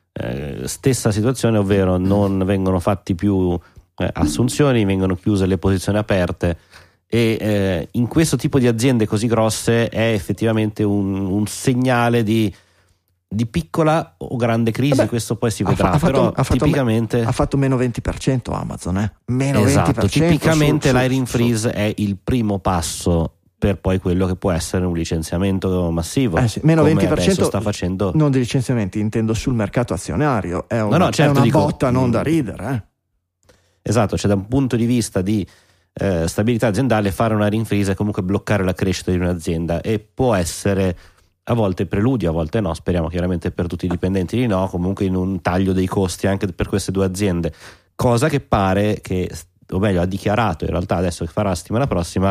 eh, stessa situazione, ovvero non vengono fatti più eh, assunzioni, vengono chiuse le posizioni aperte, e eh, in questo tipo di aziende così grosse è effettivamente un, un segnale di di piccola o grande crisi. Vabbè, questo poi si vedrà, ha fatto, però ha fatto, tipicamente ha fatto meno venti per cento Amazon, eh? meno esatto, venti per cento tipicamente su, l'hiring su, freeze su. è il primo passo per poi quello che può essere un licenziamento massivo, eh sì, meno come venti per cento sta facendo, non di licenziamenti, intendo sul mercato azionario, è una, no, no, certo, è una dico, botta non da ridere, eh? Esatto, cioè da un punto di vista di eh, stabilità aziendale, fare una hiring freeze è comunque bloccare la crescita di un'azienda, e può essere a volte preludio, a volte no, speriamo chiaramente per tutti i dipendenti di no, comunque in un taglio dei costi anche per queste due aziende, cosa che pare che, o meglio ha dichiarato in realtà adesso che farà la settimana prossima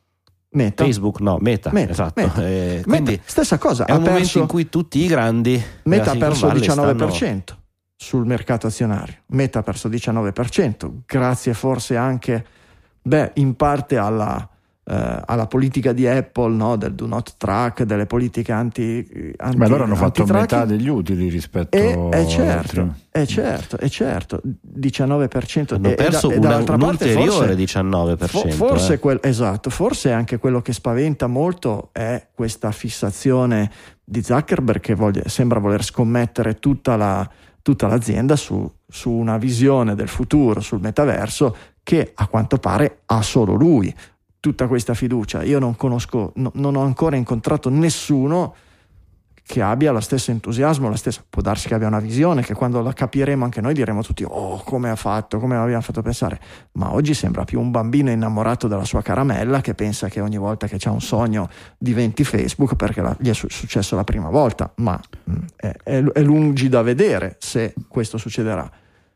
Meta. Facebook, no, Meta, Meta esatto. Meta. Eh, Meta. Quindi Stessa cosa, è ha un momento perso, in cui tutti i grandi Meta ha perso il diciannove per cento stanno... sul mercato azionario, Meta ha perso il diciannove per cento, grazie forse anche, beh, in parte alla Uh, alla politica di Apple, no? Del do not track, delle politiche anti, anti ma loro hanno fatto tracking. Metà degli utili rispetto e, è certo, altri. è certo, è certo, diciannove per cento hanno e, perso e, una, e un ulteriore forse, diciannove per cento. For, forse eh. quel, esatto, forse anche quello che spaventa molto è questa fissazione di Zuckerberg, che voglia, sembra voler scommettere tutta la tutta l'azienda su, su una visione del futuro, sul metaverso, che a quanto pare ha solo lui. Tutta questa fiducia, io non conosco, no, non ho ancora incontrato nessuno che abbia lo stesso entusiasmo, la stessa, può darsi che abbia una visione che quando la capiremo anche noi diremo tutti oh come ha fatto, come l'abbiamo fatto pensare, ma oggi sembra più un bambino innamorato della sua caramella che pensa che ogni volta che c'ha un sogno diventi Facebook perché la, gli è su- successo la prima volta, ma mh, è, è, è lungi da vedere se questo succederà.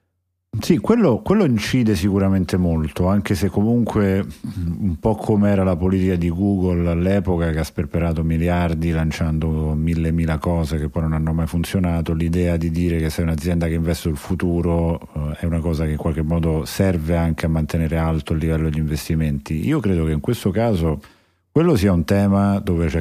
Sì, quello, quello incide sicuramente molto, anche se comunque un po' come era la politica di Google all'epoca, che ha sperperato miliardi lanciando mille mila cose che poi non hanno mai funzionato, l'idea di dire che sei un'azienda che investe sul futuro eh, è una cosa che in qualche modo serve anche a mantenere alto il livello di investimenti. Io credo che in questo caso quello sia un tema dove c'è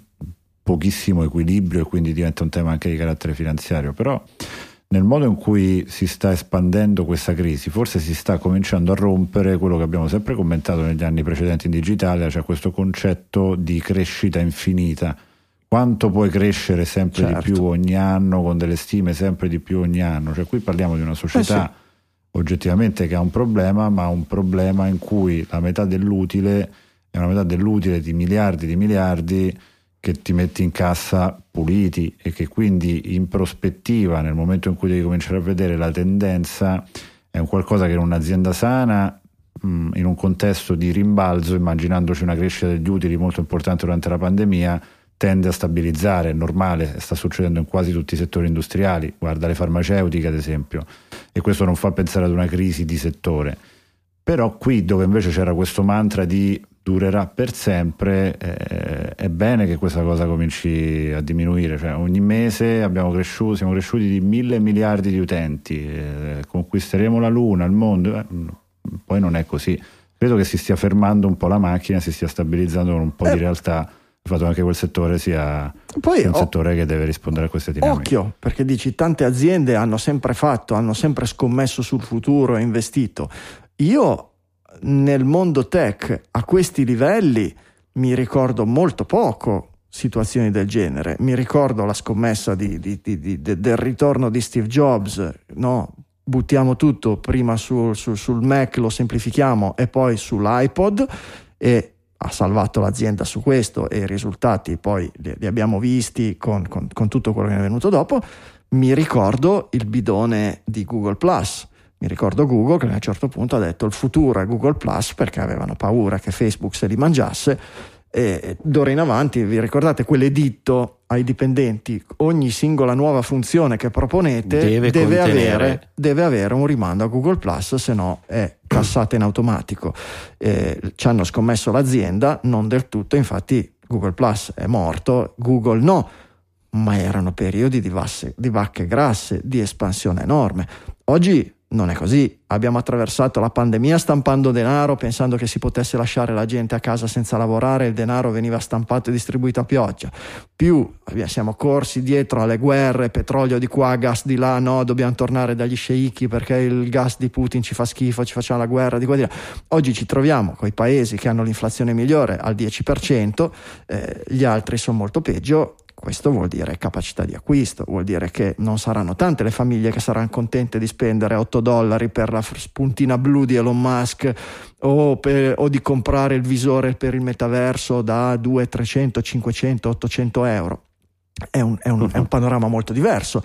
pochissimo equilibrio e quindi diventa un tema anche di carattere finanziario, però nel modo in cui si sta espandendo questa crisi forse si sta cominciando a rompere quello che abbiamo sempre commentato negli anni precedenti in digitale, cioè questo concetto di crescita infinita. Quanto puoi crescere sempre certo. di più ogni anno, con delle stime sempre di più ogni anno, cioè qui parliamo di una società eh sì. oggettivamente che ha un problema, ma un problema in cui la metà dell'utile è una metà dell'utile di miliardi di miliardi che ti metti in cassa puliti, e che quindi in prospettiva, nel momento in cui devi cominciare a vedere la tendenza, è un qualcosa che in un'azienda sana, mh, in un contesto di rimbalzo, immaginandoci una crescita degli utili molto importante durante la pandemia, tende a stabilizzare. È normale, sta succedendo in quasi tutti i settori industriali, guarda le farmaceutiche ad esempio, e questo non fa pensare ad una crisi di settore. Però qui, dove invece c'era questo mantra di durerà per sempre, eh, è bene che questa cosa cominci a diminuire, cioè ogni mese abbiamo cresciuto, siamo cresciuti di mille miliardi di utenti, eh, conquisteremo la luna, il mondo, eh, poi non è così. Credo che si stia fermando un po' la macchina, si stia stabilizzando con un po' eh. di realtà, il fatto che anche quel settore sia poi, un oh, settore che deve rispondere a queste dinamiche. Occhio, perché dici tante aziende hanno sempre fatto, hanno sempre scommesso sul futuro e investito. Io nel mondo tech a questi livelli mi ricordo molto poco situazioni del genere. Mi ricordo la scommessa di, di, di, di, del ritorno di Steve Jobs, no? Buttiamo tutto prima sul, sul, sul Mac, lo semplifichiamo, e poi sull'iPod, e ha salvato l'azienda su questo, e i risultati poi li, li abbiamo visti con, con, con tutto quello che è venuto dopo. Mi ricordo il bidone di Google Plus. Mi ricordo Google che a un certo punto ha detto il futuro è Google Plus, perché avevano paura che Facebook se li mangiasse, e d'ora in avanti vi ricordate quell'editto ai dipendenti ogni singola nuova funzione che proponete deve, deve, avere, deve avere un rimando a Google Plus, se no è cassata in automatico. Eh, ci hanno scommesso l'azienda, non del tutto, infatti Google Plus è morto, Google no, ma erano periodi di, vasse, di vacche grasse, di espansione enorme. Oggi non è così, abbiamo attraversato la pandemia stampando denaro pensando che si potesse lasciare la gente a casa senza lavorare, il denaro veniva stampato e distribuito a pioggia, più siamo corsi dietro alle guerre, petrolio di qua, gas di là, no, dobbiamo tornare dagli sceicchi perché il gas di Putin ci fa schifo, ci facciamo la guerra di qua di là. Oggi ci troviamo con i paesi che hanno l'inflazione migliore al dieci per cento, eh, gli altri sono molto peggio. Questo vuol dire capacità di acquisto, vuol dire che non saranno tante le famiglie che saranno contente di spendere otto dollari per la spuntina blu di Elon Musk o, per, o di comprare il visore per il metaverso da duecento, trecento, cinquecento, ottocento euro. È un, è un, uh-huh. è un panorama molto diverso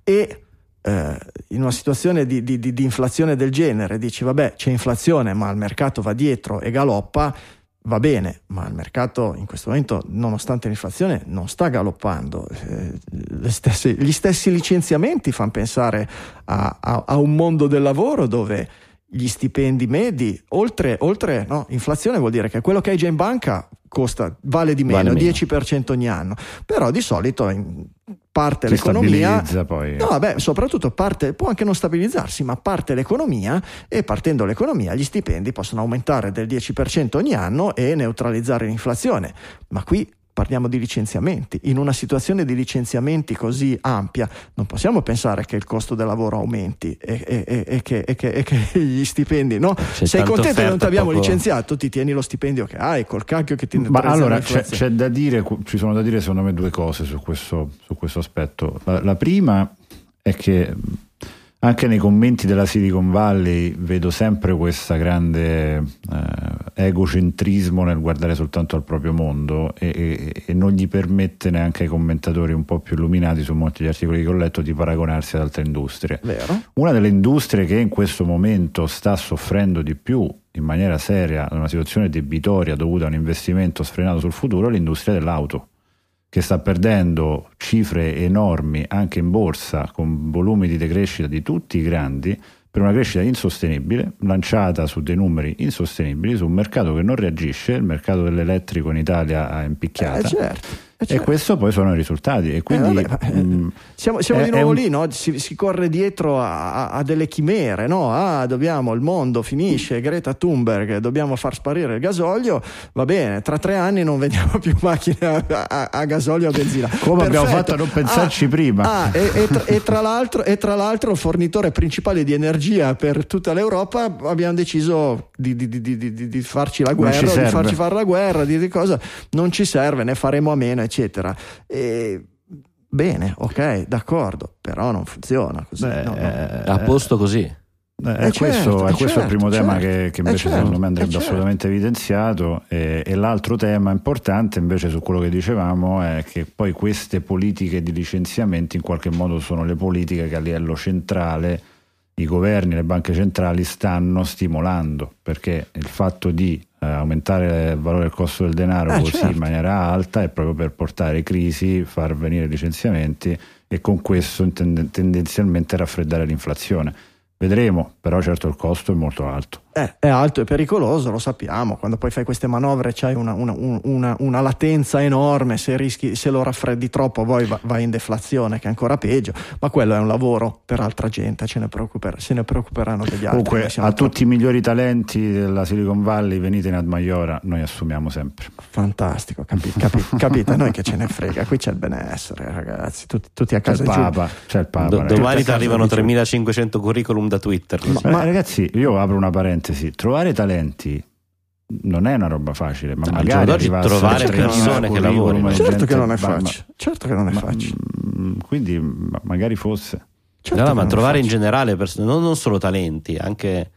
e eh, in una situazione di, di, di, di inflazione del genere dici vabbè, c'è inflazione ma il mercato va dietro e galoppa. Va bene, ma il mercato in questo momento, nonostante l'inflazione, non sta galoppando. Eh, le stesse, gli stessi licenziamenti fanno pensare a, a, a un mondo del lavoro dove gli stipendi medi, oltre, oltre no, inflazione vuol dire che quello che hai già in banca costa, vale di meno, vale meno. dieci per cento ogni anno, però di solito in parte si l'economia poi. No, vabbè, soprattutto parte, può anche non stabilizzarsi, ma parte l'economia e partendo l'economia gli stipendi possono aumentare del dieci per cento ogni anno e neutralizzare l'inflazione. Ma qui parliamo di licenziamenti. In una situazione di licenziamenti così ampia non possiamo pensare che il costo del lavoro aumenti e, e, e, e, che, e, che, e che gli stipendi, no? C'è sei contento che non ti abbiamo poco... licenziato, ti tieni lo stipendio che hai, col cacchio che ti ma allora c'è, c'è da dire, ci sono da dire secondo me due cose su questo, su questo aspetto. La, la prima è che anche nei commenti della Silicon Valley vedo sempre questa grande eh, egocentrismo nel guardare soltanto al proprio mondo e, e, e non gli permette neanche ai commentatori un po' più illuminati su molti degli articoli che ho letto di paragonarsi ad altre industrie. Vero. Una delle industrie che in questo momento sta soffrendo di più in maniera seria da una situazione debitoria dovuta a un investimento sfrenato sul futuro è l'industria dell'auto, che sta perdendo cifre enormi anche in borsa, con volumi di decrescita di tutti i grandi, per una crescita insostenibile, lanciata su dei numeri insostenibili, su un mercato che non reagisce. Il mercato dell'elettrico in Italia ha impicchiata. Eh, certo. E certo. questo poi sono i risultati e quindi eh, vabbè, mh, siamo, siamo è, di nuovo un... lì, no? si, si corre dietro a, a, a delle chimere, no? Ah, dobbiamo, il mondo finisce, Greta Thunberg, dobbiamo far sparire il gasolio, va bene, tra tre anni non vendiamo più macchine a, a, a gasolio o a benzina. Come Perfetto. Abbiamo fatto a non pensarci ah, prima ah, e, e, tra, e, tra l'altro, e tra l'altro il fornitore principale di energia per tutta l'Europa abbiamo deciso di, di, di, di, di, di farci la guerra, di farci fare la guerra, di, di cosa non ci serve, ne faremo a meno, eccetera. E bene, ok, d'accordo, però non funziona così. Beh, no, no. Eh, a posto così. Eh, eh, questo, certo, è questo certo, il primo certo, tema che, che invece certo, secondo me andrebbe certo. assolutamente evidenziato e, e l'altro tema importante invece su quello che dicevamo è che poi queste politiche di licenziamenti in qualche modo sono le politiche che a livello centrale i governi, le banche centrali stanno stimolando, perché il fatto di eh, aumentare il valore del costo del denaro eh, così certo. in maniera alta è proprio per portare crisi, far venire licenziamenti e con questo tend- tendenzialmente raffreddare l'inflazione. Vedremo, però certo il costo è molto alto. Eh, è alto e pericoloso, lo sappiamo. Quando poi fai queste manovre c'hai una, una, una, una latenza enorme, se rischi, se lo raffreddi troppo poi va, vai in deflazione, che è ancora peggio, ma quello è un lavoro per altra gente, ce ne preoccuper- se ne preoccuperanno degli altri. Comunque a troppo... tutti i migliori talenti della Silicon Valley venite in Admaiora, noi assumiamo sempre. Fantastico, capi- capi- capite, noi che ce ne frega, qui c'è il benessere ragazzi, tutti, tutti a casa. C'è il Papa, c'è il Papa. Do- domani ti arrivano tremilacinquecento curriculum da Twitter. Ma, ma ragazzi, io apro una parentesi, trovare talenti non è una roba facile, ma no, magari oggi trovare persone che lavorano, certo che non è facile, certo che non è facile, quindi ma magari fosse certo no, ma trovare in generale pers- non, non solo talenti, anche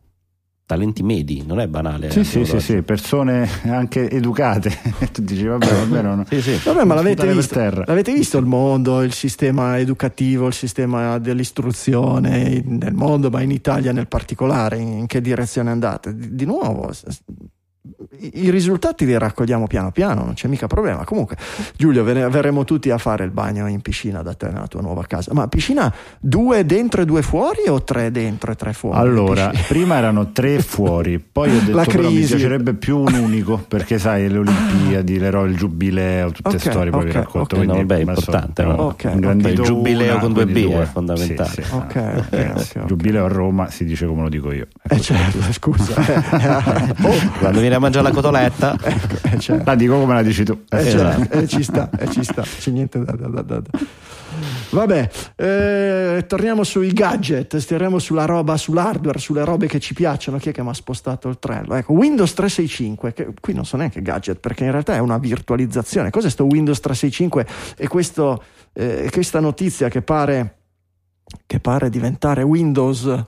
talenti medi, non è banale. Sì, sì, sì, sì, persone anche educate. Tu dici, vabbè, almeno no. sì, sì. Vabbè, ma l'avete visto, l'avete visto il mondo, il sistema educativo, il sistema dell'istruzione nel mondo, ma in Italia nel particolare, in che direzione andate? Di, di nuovo, i, i risultati li raccogliamo piano piano, non c'è mica problema. Comunque Giulio, ve ne verremo tutti a fare il bagno in piscina da te nella tua nuova casa. Ma piscina due dentro e due fuori o tre dentro e tre fuori? Allora, prima erano tre fuori, poi ho detto La però mi crisi. piacerebbe più un unico, perché sai le Olimpiadi, l'ero, il giubileo, tutte Ok, storie poi ok, vi racconto. ok. quindi, No, beh, è ma so, importante, no, no? Ok, un ok. grandito Il giubileo una, con due quindi B è due. fondamentale. Sì, sì. Ok, ok, ok, ok. Giubileo a Roma si dice come lo dico io. Eh, certo, scusa. Oh, Quando viene a mangiare la cotoletta, ecco, eh, certo. La dico come la dici tu. Eh, Esatto. certo, eh, ci sta, eh, ci sta, c'è niente da, da, da, da. Vabbè, eh, torniamo sui gadget, stiamo sulla roba, sull'hardware, sulle robe che ci piacciono. Chi è che mi ha spostato il trello? Ecco, Windows trecentosessantacinque, che qui non so neanche gadget, perché in realtà è una virtualizzazione. Cos'è sto Windows trecentosessantacinque e questo, eh, questa notizia che pare, che pare diventare Windows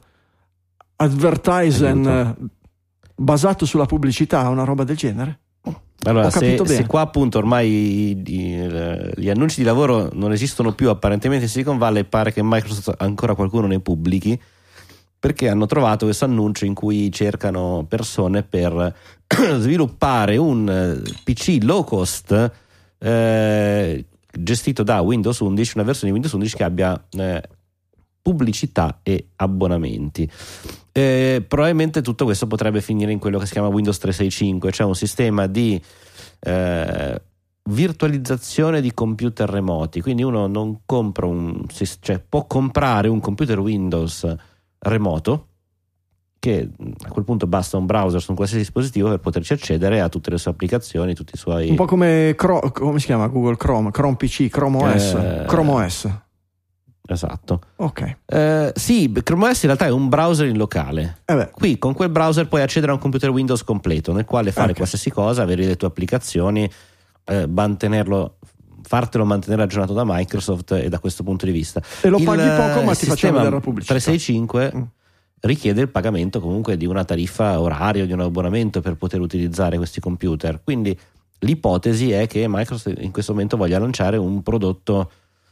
Advertising eh, basato sulla pubblicità, una roba del genere? allora Ho se, capito bene. se qua appunto ormai i- i- gli annunci di lavoro non esistono più apparentemente in Silicon Valley, pare che Microsoft ancora qualcuno ne pubblichi, perché hanno trovato questo annuncio in cui cercano persone per sviluppare un eh, P C low cost eh, gestito da Windows undici, una versione di Windows undici che abbia eh, pubblicità e abbonamenti. Eh, probabilmente tutto questo potrebbe finire in quello che si chiama Windows trecentosessantacinque, cioè un sistema di eh, virtualizzazione di computer remoti. Quindi uno non compra un, cioè può comprare un computer Windows remoto, che a quel punto basta un browser su un qualsiasi dispositivo per poterci accedere a tutte le sue applicazioni, tutti i suoi Un po' come Cro- come si chiama Google Chrome, Chrome P C, Chrome O S, Eh, Chrome O S. esatto. Ok. Eh, sì, Chrome O S in realtà è un browser in locale. Eh beh, Qui con quel browser puoi accedere a un computer Windows completo nel quale fare Ok. qualsiasi cosa, avere le tue applicazioni, eh, mantenerlo, fartelo mantenere aggiornato da Microsoft, e da questo punto di vista e lo il, paghi poco, ma il ti facciamo sistema vedere la pubblicità. trecentosessantacinque Mm. richiede il pagamento comunque di una tariffa oraria, di un abbonamento per poter utilizzare questi computer. Quindi l'ipotesi è che Microsoft in questo momento voglia lanciare un prodotto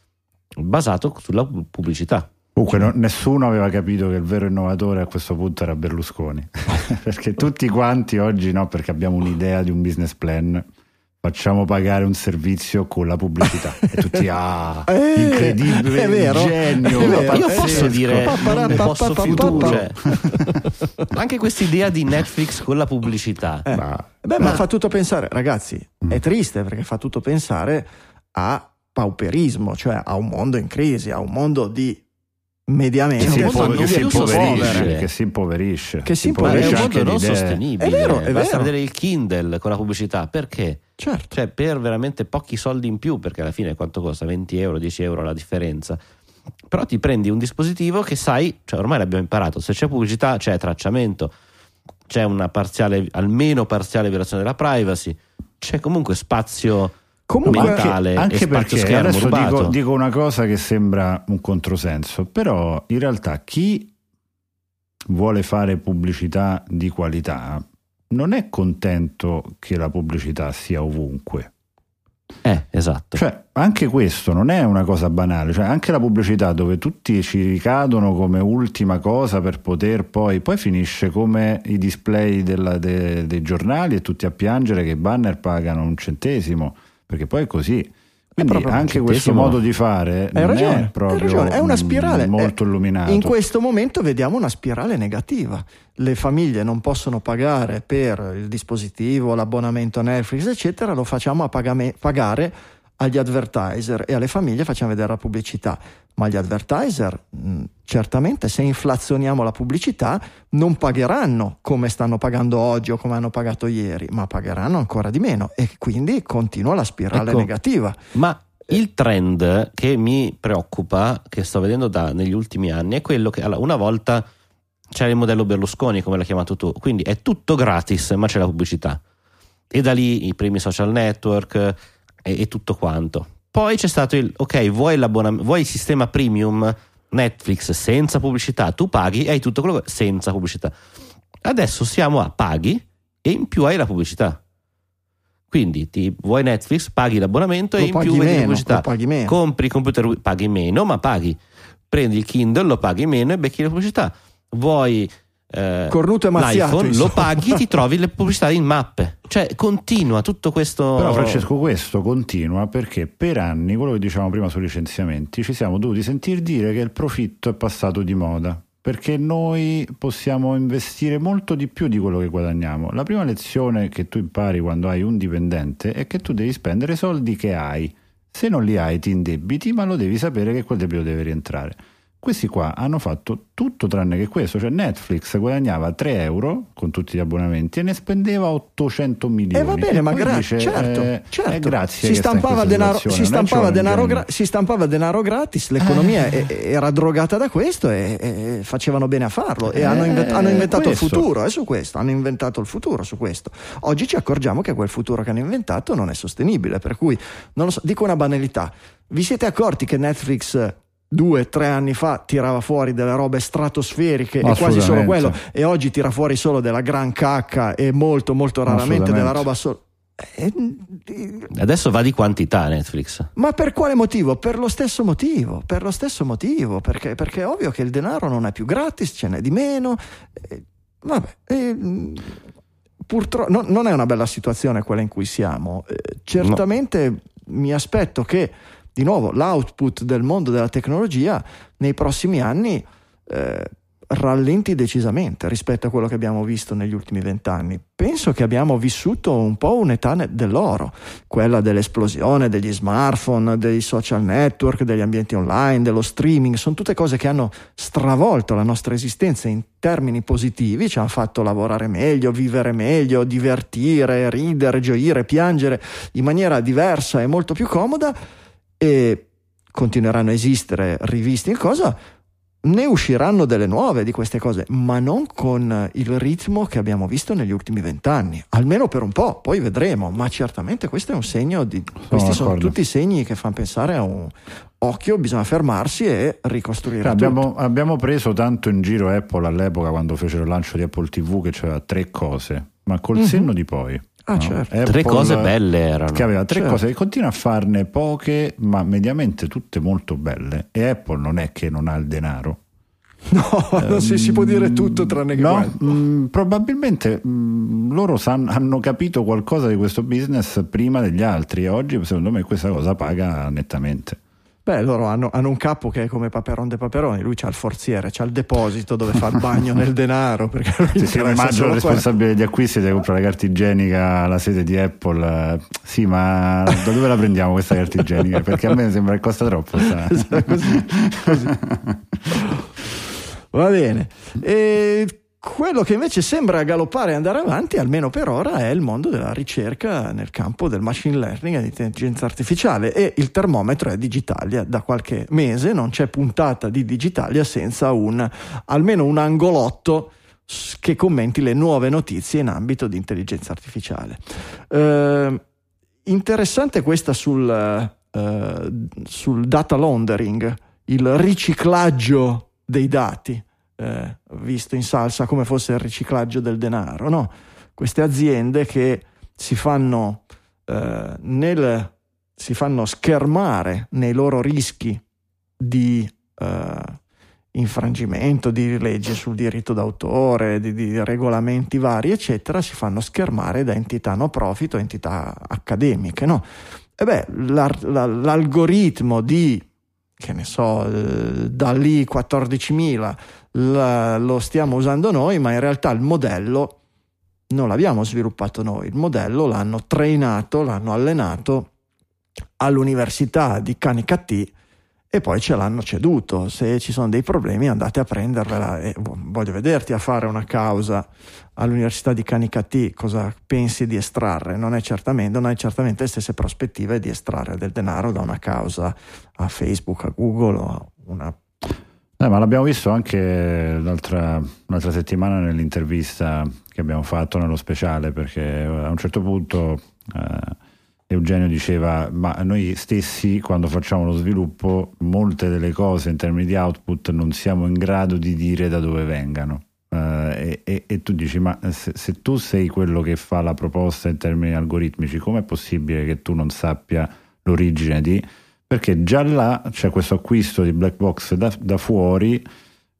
basato sulla pubblicità. Comunque no- nessuno aveva capito che il vero innovatore a questo punto era Berlusconi. Perché tutti quanti oggi no, perché abbiamo un'idea di un business plan, facciamo pagare un servizio con la pubblicità e tutti ah Eh, incredibile, è vero, genio, è vero. Io pazzesco. posso dire, non posso Pa- pa- pa- fiducia. pa- Anche questa idea di Netflix con la pubblicità. Eh. Ma- Beh, ma fa tutto pensare, ragazzi, è triste perché fa tutto pensare a pauperismo, cioè a un mondo in crisi, a un mondo di che mediamente si, un mondo impo- non che si più impoverisce, sostenibile. che si impoverisce, Che si Ma è impoverisce un anche mondo non di idee. sostenibile. È vero, è Basta vero. vedere il Kindle con la pubblicità. Perché? Certo. Cioè, per veramente pochi soldi in più, perché alla fine quanto costa? venti euro, dieci euro la differenza. Però ti prendi un dispositivo che sai, cioè ormai l'abbiamo imparato, se c'è pubblicità c'è tracciamento, c'è una parziale, almeno parziale violazione della privacy, c'è comunque spazio Comunque, mentale anche e spazio perché schermo adesso rubato. dico, dico una cosa che sembra un controsenso, però in realtà chi vuole fare pubblicità di qualità non è contento che la pubblicità sia ovunque. Eh, esatto. Cioè, anche questo non è una cosa banale, cioè anche la pubblicità dove tutti ci ricadono come ultima cosa per poter poi, poi finisce come i display della- de- dei giornali e tutti a piangere che i banner pagano un centesimo, perché poi è così. Quindi proprio un anche questo centesimo. modo di fare Hai non ragione, è proprio hai ragione, è una spirale mm, molto È- illuminato. In questo momento vediamo una spirale negativa. Le famiglie non possono pagare per il dispositivo, l'abbonamento a Netflix, eccetera, lo facciamo a pagame- pagare agli advertiser e alle famiglie facciamo vedere la pubblicità. Ma gli advertiser mh, certamente se inflazioniamo la pubblicità non pagheranno come stanno pagando oggi o come hanno pagato ieri, ma pagheranno ancora di meno e quindi continua la spirale Ecco. negativa. Ma il trend che mi preoccupa, che sto vedendo da, negli ultimi anni, è quello che allora, una volta c'era il modello Berlusconi, come l'hai chiamato tu, quindi è tutto gratis, ma c'è la pubblicità. E da lì i primi social network e, e tutto quanto. Poi c'è stato il ok, vuoi, vuoi il sistema premium Netflix senza pubblicità, tu paghi e hai tutto quello che senza pubblicità. Adesso siamo a paghi e in più hai la pubblicità. Quindi ti vuoi Netflix, paghi l'abbonamento Lo e in paghi più vedi la meno, pubblicità. lo paghi meno. Compri il computer, paghi meno, ma paghi. Prendi il Kindle, lo paghi meno e becchi la pubblicità. Vuoi eh, cornuto e mazziato, l'iPhone, insomma. lo paghi, ti trovi le pubblicità in mappe, cioè continua tutto questo. Però Francesco, questo continua perché per anni, quello che dicevamo prima sui licenziamenti, ci siamo dovuti sentir dire che il profitto è passato di moda, perché noi possiamo investire molto di più di quello che guadagniamo. La prima lezione che tu impari quando hai un dipendente è che tu devi spendere soldi che hai. Se non li hai ti indebiti, ma lo devi sapere che quel debito deve rientrare. Questi qua hanno fatto tutto tranne che questo, cioè Netflix guadagnava tre euro con tutti gli abbonamenti e ne spendeva ottocento milioni. E va bene, ma gra- dice, certo, eh, certo. È grazie si che stampava, denaro, si, stampava denaro gra- si stampava denaro gratis, l'economia eh. era drogata da questo e, e facevano bene a farlo e eh, hanno, invent- hanno inventato questo. il futuro, è su questo, hanno inventato il futuro su questo. Oggi ci accorgiamo che quel futuro che hanno inventato non è sostenibile, per cui, non lo so, dico una banalità, vi siete accorti che Netflix due, tre anni fa tirava fuori delle robe stratosferiche e quasi solo quello, e oggi tira fuori solo della gran cacca e molto molto raramente della roba solo. Adesso va di quantità Netflix. Ma per quale motivo? Per lo stesso motivo, per lo stesso motivo, perché, perché è ovvio che il denaro non è più gratis, ce n'è di meno. Eh, vabbè, eh, purtroppo no, non è una bella situazione quella in cui siamo. Eh, certamente no. Mi aspetto che di nuovo l'output del mondo della tecnologia nei prossimi anni eh, rallenti decisamente rispetto a quello che abbiamo visto negli ultimi vent'anni. Penso che abbiamo vissuto un po' un'età dell'oro, quella dell'esplosione degli smartphone, dei social network, degli ambienti online, dello streaming. Sono tutte cose che hanno stravolto la nostra esistenza in termini positivi, ci hanno fatto lavorare meglio, vivere meglio, divertire, ridere, gioire, piangere in maniera diversa e molto più comoda, e continueranno a esistere riviste in cosa, ne usciranno delle nuove di queste cose, ma non con il ritmo che abbiamo visto negli ultimi vent'anni, almeno per un po', poi vedremo, ma certamente questo è un segno di sono questi d'accordo. Sono tutti segni che fanno pensare a un occhio, bisogna fermarsi e ricostruire. Cioè, abbiamo, abbiamo preso tanto in giro Apple all'epoca quando fecero il lancio di Apple tivù, che c'aveva tre cose, ma col mm-hmm. senno di poi Ah, no? certo. Apple, tre cose belle erano, che aveva tre certo. cose, e continua a farne poche ma mediamente tutte molto belle, e Apple non è che non ha il denaro. No, um, non si, si può dire tutto tranne che no, mh, probabilmente mh, loro san, hanno capito qualcosa di questo business prima degli altri, e oggi secondo me questa cosa paga nettamente. Beh, loro hanno, hanno un capo che è come Paperon de Paperoni, lui c'ha il forziere, c'ha il deposito dove fa il bagno nel denaro, perché lui sì, immagino il responsabile degli acquisti deve comprare la carta igienica alla sede di Apple. Sì, ma da dove la prendiamo questa carta igienica? Perché a me sembra che costa troppo. così, così. Va bene. E quello che invece sembra galoppare e andare avanti, almeno per ora, è il mondo della ricerca nel campo del machine learning e dell'intelligenza artificiale, e il termometro è Digitalia. Da qualche mese non c'è puntata di Digitalia senza un almeno un angolotto che commenti le nuove notizie in ambito di intelligenza artificiale. Eh, interessante questa sul, eh, sul data laundering, il riciclaggio dei dati. Eh, visto in salsa come fosse il riciclaggio del denaro, no? Queste aziende che si fanno eh, nel si fanno schermare nei loro rischi di eh, infrangimento di legge sul diritto d'autore, di, di regolamenti vari, eccetera, si fanno schermare da entità no profit o entità accademiche, no? E beh, la, la, l'algoritmo di, che ne so, eh, da lì quattordicimila La, lo stiamo usando noi, ma in realtà il modello non l'abbiamo sviluppato noi, il modello l'hanno trainato, l'hanno allenato all'università di Canicattì e poi ce l'hanno ceduto. Se ci sono dei problemi andate a prendervela, e voglio vederti a fare una causa all'università di Canicattì, cosa pensi di estrarre? Non è certamente, non hai certamente le stesse prospettive di estrarre del denaro da una causa a Facebook, a Google o a una. Eh, ma l'abbiamo visto anche l'altra, l'altra settimana nell'intervista che abbiamo fatto nello speciale, perché a un certo punto eh, Eugenio diceva: ma noi stessi quando facciamo lo sviluppo molte delle cose in termini di output non siamo in grado di dire da dove vengano, eh, e, e, e tu dici: ma se, se tu sei quello che fa la proposta in termini algoritmici, com'è possibile che tu non sappia l'origine di... Perché già là c'è questo acquisto di black box da, da fuori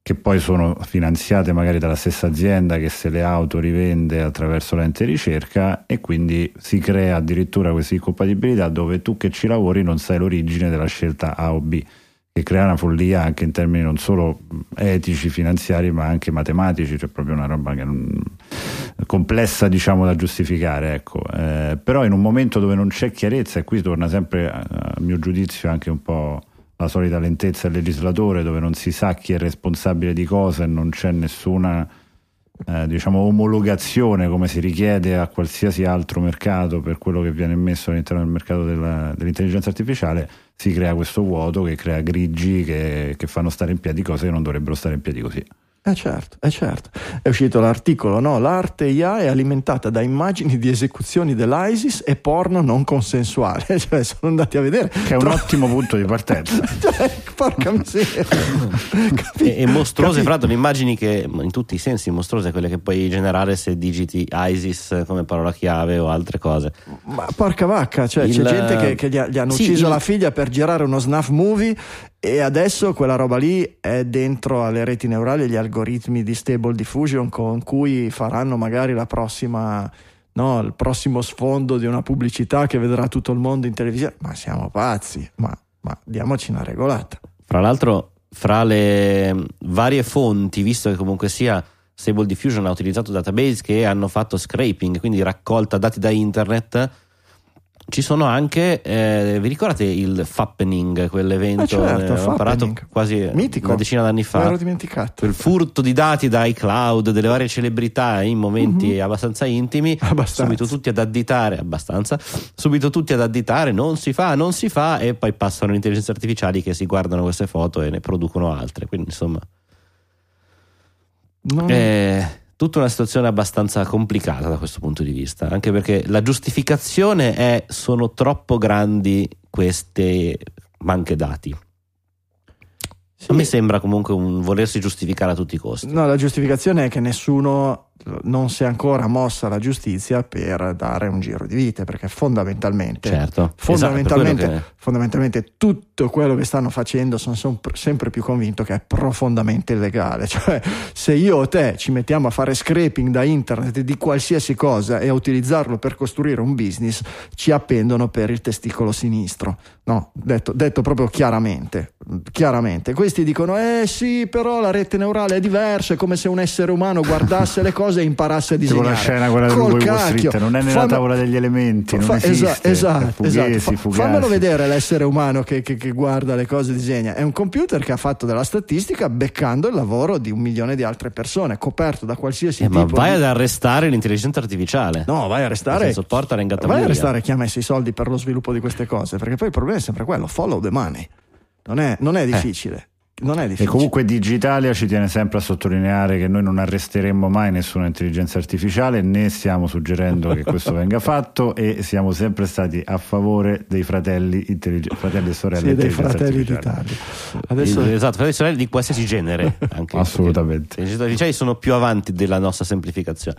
che poi sono finanziate magari dalla stessa azienda che se le auto rivende attraverso l'ente ricerca, e quindi si crea addirittura questa incompatibilità dove tu che ci lavori non sai l'origine della scelta A o B, che crea una follia anche in termini non solo etici, finanziari, ma anche matematici, cioè proprio una roba che non, complessa, diciamo, da giustificare, ecco. Eh, però in un momento dove non c'è chiarezza, e qui torna sempre a, a mio giudizio anche un po' la solita lentezza del legislatore, dove non si sa chi è responsabile di cosa e non c'è nessuna eh, diciamo omologazione come si richiede a qualsiasi altro mercato per quello che viene messo all'interno del mercato della, dell'intelligenza artificiale, si crea questo vuoto che crea grigi che, che fanno stare in piedi cose che non dovrebbero stare in piedi così. Eh certo, è certo. È uscito l'articolo, no? L'arte I A è alimentata da immagini di esecuzioni dell'ISIS e porno non consensuale. Cioè, sono andati a vedere. Che è un Tro- ottimo punto di partenza. Cioè, porca miseria. e, e mostruose, fra l'altro, le immagini che in tutti i sensi mostruose, quelle che puoi generare se digiti ISIS come parola chiave o altre cose. Ma porca vacca, cioè il... c'è gente che, che gli, ha, gli hanno sì, ucciso il... la figlia per girare uno snuff movie, e adesso quella roba lì è dentro alle reti neurali e gli algoritmi di Stable Diffusion con cui faranno magari la prossima, no, il prossimo sfondo di una pubblicità che vedrà tutto il mondo in televisione. Ma siamo pazzi, ma, ma diamoci una regolata. Fra l'altro, fra le varie fonti, visto che comunque sia Stable Diffusion ha utilizzato database che hanno fatto scraping, quindi raccolta dati da internet, ci sono anche, eh, vi ricordate il Fappening, quell'evento? Eh certo, eh, imparato quasi mitico, una decina d'anni fa. Mi ero dimenticato. Il furto di dati da iCloud delle varie celebrità in momenti mm-hmm. abbastanza intimi, abbastanza. subito tutti ad additare, abbastanza, subito tutti ad additare, non si fa, non si fa, e poi passano le intelligenze artificiali che si guardano queste foto e ne producono altre, quindi insomma non... è tutta una situazione abbastanza complicata da questo punto di vista, anche perché la giustificazione è: sono troppo grandi queste banche dati. Sì. A me sembra comunque un volersi giustificare a tutti i costi. No, la giustificazione è che nessuno, non si è ancora mossa la giustizia per dare un giro di vite, perché fondamentalmente certo, fondamentalmente, esatto, che... fondamentalmente tutto quello che stanno facendo sono, sono sempre più convinto che è profondamente illegale. Cioè, se io o te ci mettiamo a fare scraping da internet di qualsiasi cosa e a utilizzarlo per costruire un business, ci appendono per il testicolo sinistro. No, detto, detto proprio chiaramente chiaramente questi dicono eh sì, però la rete neurale è diversa, è come se un essere umano guardasse le cose e imparasse a disegnare. Con la scena quella del Wall Street, non è nella Fammi... tavola degli elementi, non fa... esiste. Esatto, fughesi, esatto. Fa... fammelo vedere l'essere umano che, che, che guarda le cose e disegna. È un computer che ha fatto della statistica beccando il lavoro di un milione di altre persone, coperto da qualsiasi eh, tipo ma vai di... ad arrestare l'intelligenza artificiale. No, vai a arrestare vai a arrestare chi ha messo i soldi per lo sviluppo di queste cose, perché poi il problema è sempre quello: follow the money. Non è, non è difficile. Eh. Non è difficile. E comunque Digitalia ci tiene sempre a sottolineare che noi non arresteremmo mai nessuna intelligenza artificiale, né stiamo suggerendo che questo venga fatto, e siamo sempre stati a favore dei fratelli, intellig- fratelli e sorelle sì, dei fratelli d'Italia. Adesso... Esatto, fratelli e sorelle di qualsiasi genere. Anche assolutamente. Le intelligenze artificiali sono più avanti della nostra semplificazione.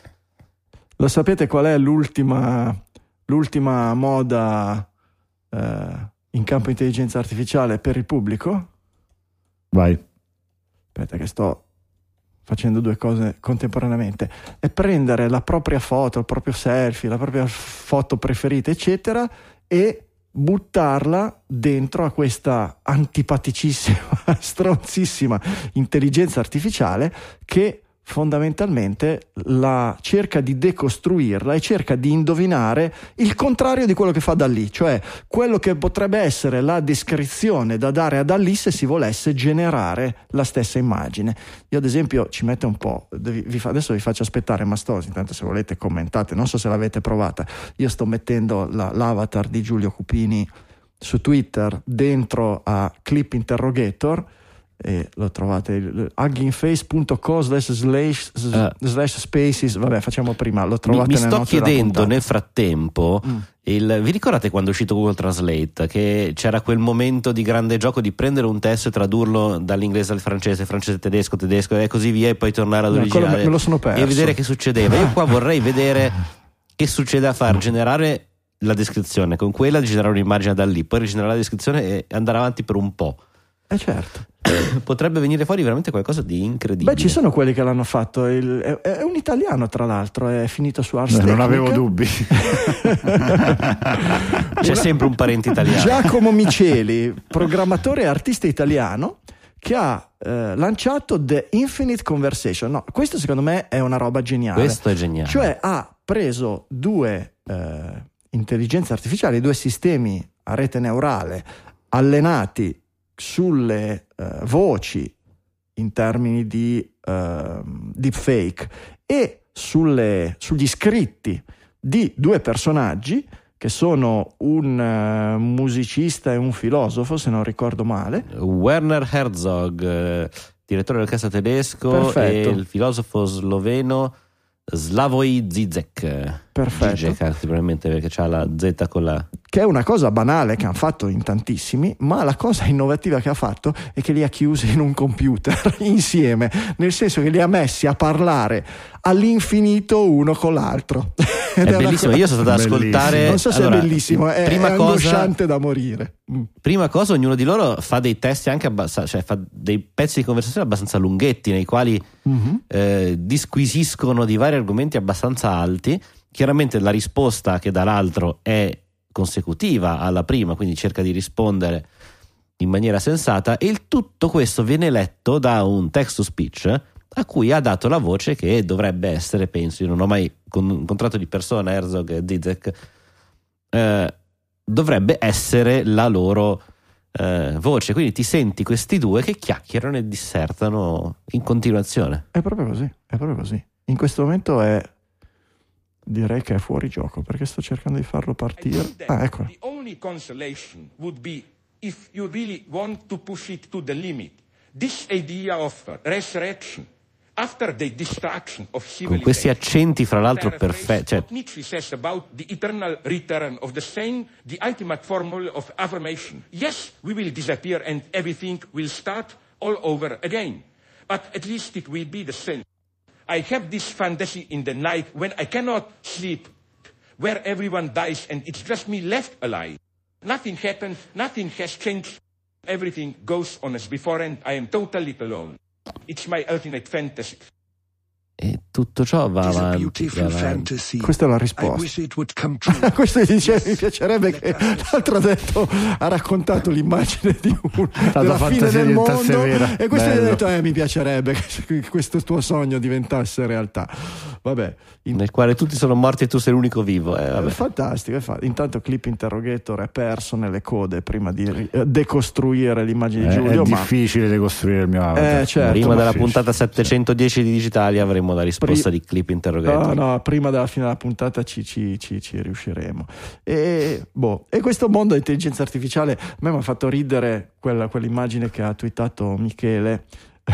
Lo sapete qual è l'ultima, l'ultima moda eh, in campo intelligenza artificiale per il pubblico? Vai. Aspetta che sto facendo due cose contemporaneamente. È prendere la propria foto, il proprio selfie, la propria foto preferita, eccetera, e buttarla dentro a questa antipaticissima, stronzissima intelligenza artificiale che fondamentalmente la cerca di decostruirla e cerca di indovinare il contrario di quello che fa Dalì, cioè quello che potrebbe essere la descrizione da dare a Dalì se si volesse generare la stessa immagine. Io ad esempio ci metto un po', vi fa, adesso vi faccio aspettare Mastosi, intanto se volete commentate, non so se l'avete provata. Io sto mettendo la, l'avatar di Giulio Cupini su Twitter dentro a Clip Interrogator, e lo trovate huggingface punto co slash slash slash spaces. Vabbè, facciamo prima, lo trovate. Mi, mi sto chiedendo nel puntata. frattempo mm. il, vi ricordate quando è uscito Google Translate che c'era quel momento di grande gioco di prendere un testo e tradurlo dall'inglese al francese, francese tedesco, tedesco e così via, e poi tornare all'originale, no, me lo sono perso. E vedere che succedeva. Io qua vorrei vedere che succede a far generare la descrizione con quella di generare un'immagine da lì, poi rigenerare la descrizione e andare avanti per un po'. Eh certo. Potrebbe venire fuori veramente qualcosa di incredibile. Beh, ci sono quelli che l'hanno fatto. Il, è, è un italiano, tra l'altro, è finito su Ars Beh, Technica. non avevo dubbi. C'è sempre un parente italiano. Giacomo Miceli, programmatore e artista italiano, che ha eh, lanciato The Infinite Conversation. No, questo secondo me è una roba geniale. Questo è geniale. Cioè ha preso due eh, intelligenze artificiali, due sistemi a rete neurale allenati sulle eh, voci in termini di eh, deepfake e sulle, sugli scritti di due personaggi che sono un uh, musicista e un filosofo, se non ricordo male. Werner Herzog, eh, direttore dell'orchestra tedesco, Perfetto. e il filosofo sloveno Slavoj Zizek. Perfetto. Zizek, probabilmente perché c'ha la Z con la... Che è una cosa banale che hanno fatto in tantissimi, ma la cosa innovativa che ha fatto è che li ha chiusi in un computer insieme, nel senso che li ha messi a parlare all'infinito uno con l'altro. È bellissimo, io sono stato ad ascoltare... Non so se allora, è bellissimo, è, prima è cosa, angosciante da morire. Prima cosa, ognuno di loro fa dei testi anche abbastanza, cioè fa dei pezzi di conversazione abbastanza lunghetti, nei quali mm-hmm. eh, disquisiscono di vari argomenti abbastanza alti. Chiaramente la risposta che dà l'altro è consecutiva alla prima, quindi cerca di rispondere in maniera sensata, e il tutto questo viene letto da un text to speech a cui ha dato la voce che dovrebbe essere, penso, io non ho mai incontrato di persona Herzog e Zizek, eh, dovrebbe essere la loro eh, voce, quindi ti senti questi due che chiacchierano e dissertano in continuazione. È proprio così, è proprio così. In questo momento è, direi che è fuori gioco, perché sto cercando di farlo partire. Ah, eccolo. The only consolation would be if you really want to push it to the limit. This idea of resurrection after the destruction of civilization. Con questi accenti, fra l'altro, perfetti. Cioè... What Nietzsche says about the eternal return of the same, the ultimate formula of affirmation. Yes, we will disappear and everything will start all over again. But at least it will be the same. I have this fantasy in the night when I cannot sleep, where everyone dies and it's just me left alive. Nothing happened, nothing has changed. Everything goes on as before and I am totally alone. It's my ultimate fantasy. E tutto ciò va avanti, va avanti. Questa è la risposta. Questo dice, mi piacerebbe che l'altro ha detto, ha raccontato l'immagine di un, della fine del mondo vera. E questo gli ha detto eh, mi piacerebbe che questo tuo sogno diventasse realtà. Vabbè, in... nel quale tutti sono morti e tu sei l'unico vivo. Eh, vabbè. È fantastico, è fa... Intanto Clip Interrogator è perso nelle code prima di decostruire l'immagine di Giulio. È ma... difficile decostruire il mio avatar. Eh, certo, prima della puntata settecentodieci di Digitali avremo la risposta Pri... di Clip Interrogator. No, no, prima della fine della puntata ci, ci, ci, ci riusciremo. E, boh. e questo mondo dell'intelligenza artificiale a me mi ha fatto ridere quella, quell'immagine che ha twittato Michele.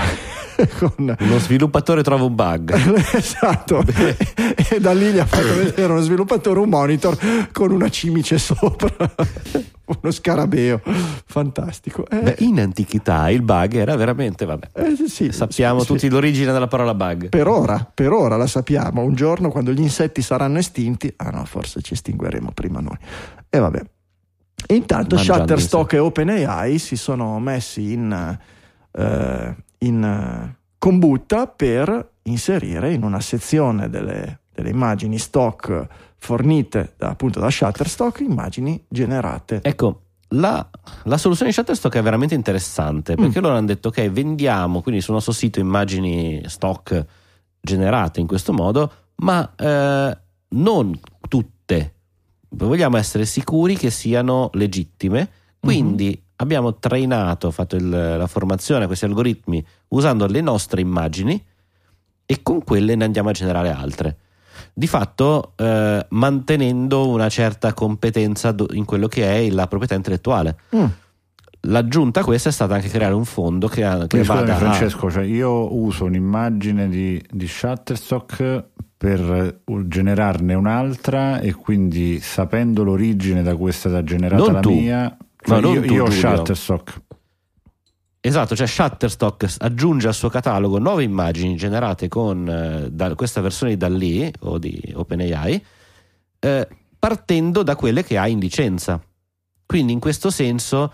Con... uno sviluppatore trova un bug. Esatto. e, e da lì gli ha fatto vedere uno sviluppatore un monitor con una cimice sopra. Uno scarabeo fantastico. Eh, Beh, in antichità il bug era veramente, vabbè, eh, sì, sappiamo sì, tutti sì. l'origine della parola bug. Per ora, per ora la sappiamo. Un giorno, quando gli insetti saranno estinti, ah no, forse ci estingueremo prima noi. E vabbè. E intanto Mangiando Shutterstock e OpenAI si sono messi in, uh, in uh, combutta per inserire in una sezione delle, delle immagini stock fornite da, appunto da Shutterstock immagini generate. Ecco, la, la soluzione di Shutterstock è veramente interessante, perché mm. loro hanno detto ok, vendiamo quindi sul nostro sito immagini stock generate in questo modo, ma eh, non tutte. Vogliamo essere sicuri che siano legittime, quindi mm-hmm. abbiamo trainato, fatto il, la formazione a questi algoritmi usando le nostre immagini e con quelle ne andiamo a generare altre. Di fatto eh, mantenendo una certa competenza in quello che è la proprietà intellettuale. Mm. L'aggiunta a questa è stata anche creare un fondo che, ha, che Scusami, vada Francesco, a... cioè io uso un'immagine di, di Shutterstock per generarne un'altra e quindi sapendo l'origine da cui è stata generata non la tu. mia, cioè no, io, tu, io ho Giulio. Shutterstock. Esatto, cioè Shutterstock aggiunge al suo catalogo nuove immagini generate con eh, da, questa versione di DALL-E o di OpenAI, eh, partendo da quelle che ha in licenza. Quindi in questo senso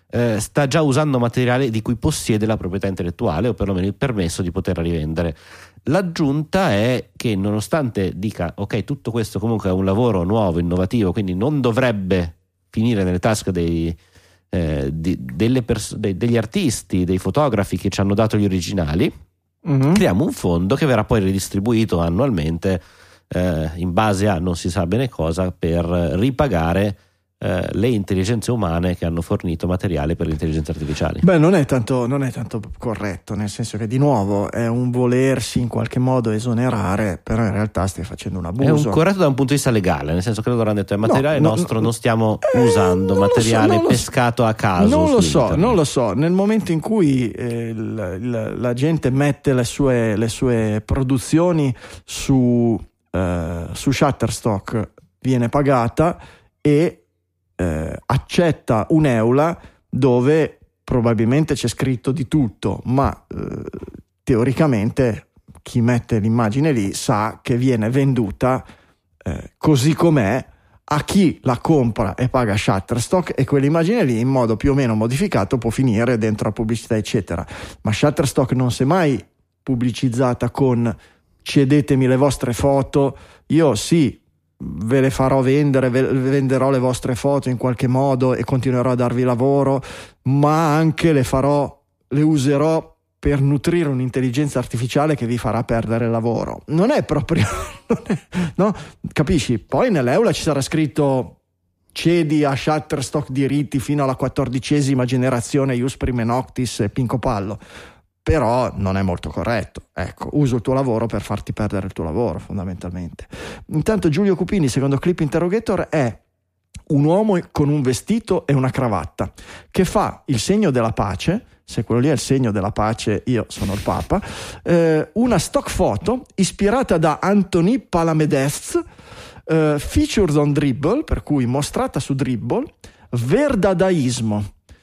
eh, sta già usando materiale di cui possiede la proprietà intellettuale o perlomeno il permesso di poterla rivendere. L'aggiunta è che nonostante dica ok, tutto questo comunque è un lavoro nuovo, innovativo, quindi non dovrebbe finire nelle tasche dei, eh, di, delle pers- de- degli artisti, dei fotografi che ci hanno dato gli originali, mm-hmm. creiamo un fondo che verrà poi ridistribuito annualmente eh, in base a non si sa bene cosa, per ripagare Eh, le intelligenze umane che hanno fornito materiale per le intelligenze artificiali. Beh, non è tanto, non è tanto corretto, nel senso che di nuovo è un volersi in qualche modo esonerare, però in realtà stai facendo un abuso. È un corretto da un punto di vista legale, nel senso che loro hanno detto è materiale no, nostro, no, non stiamo eh, usando non materiale so, pescato so. a caso. Non lo so, internet. non lo so. Nel momento in cui eh, la, la, la gente mette le sue, le sue produzioni su, eh, su Shutterstock, viene pagata e Eh, accetta un'eula dove probabilmente c'è scritto di tutto, ma eh, teoricamente chi mette l'immagine lì sa che viene venduta eh, così com'è a chi la compra e paga Shutterstock, e quell'immagine lì in modo più o meno modificato può finire dentro la pubblicità eccetera, ma Shutterstock non si è mai pubblicizzata con cedetemi le vostre foto, io sì ve le farò vendere, ve venderò le vostre foto in qualche modo e continuerò a darvi lavoro, ma anche le farò, le userò per nutrire un'intelligenza artificiale che vi farà perdere il lavoro. Non è proprio non è, no? Capisci? Poi nell'eula ci sarà scritto cedi a Shutterstock diritti fino alla quattordicesima generazione Ius Prime Noctis e Pinco Pallo, però non è molto corretto. Ecco, uso il tuo lavoro per farti perdere il tuo lavoro, fondamentalmente. Intanto Giulio Cupini, secondo Clip Interrogator, è un uomo con un vestito e una cravatta che fa il segno della pace. Se quello lì è il segno della pace, io sono il Papa. Eh, una stock photo ispirata da Anthony Palamedez, eh, featured on Dribbble, per cui mostrata su Dribbble, verdadaismo,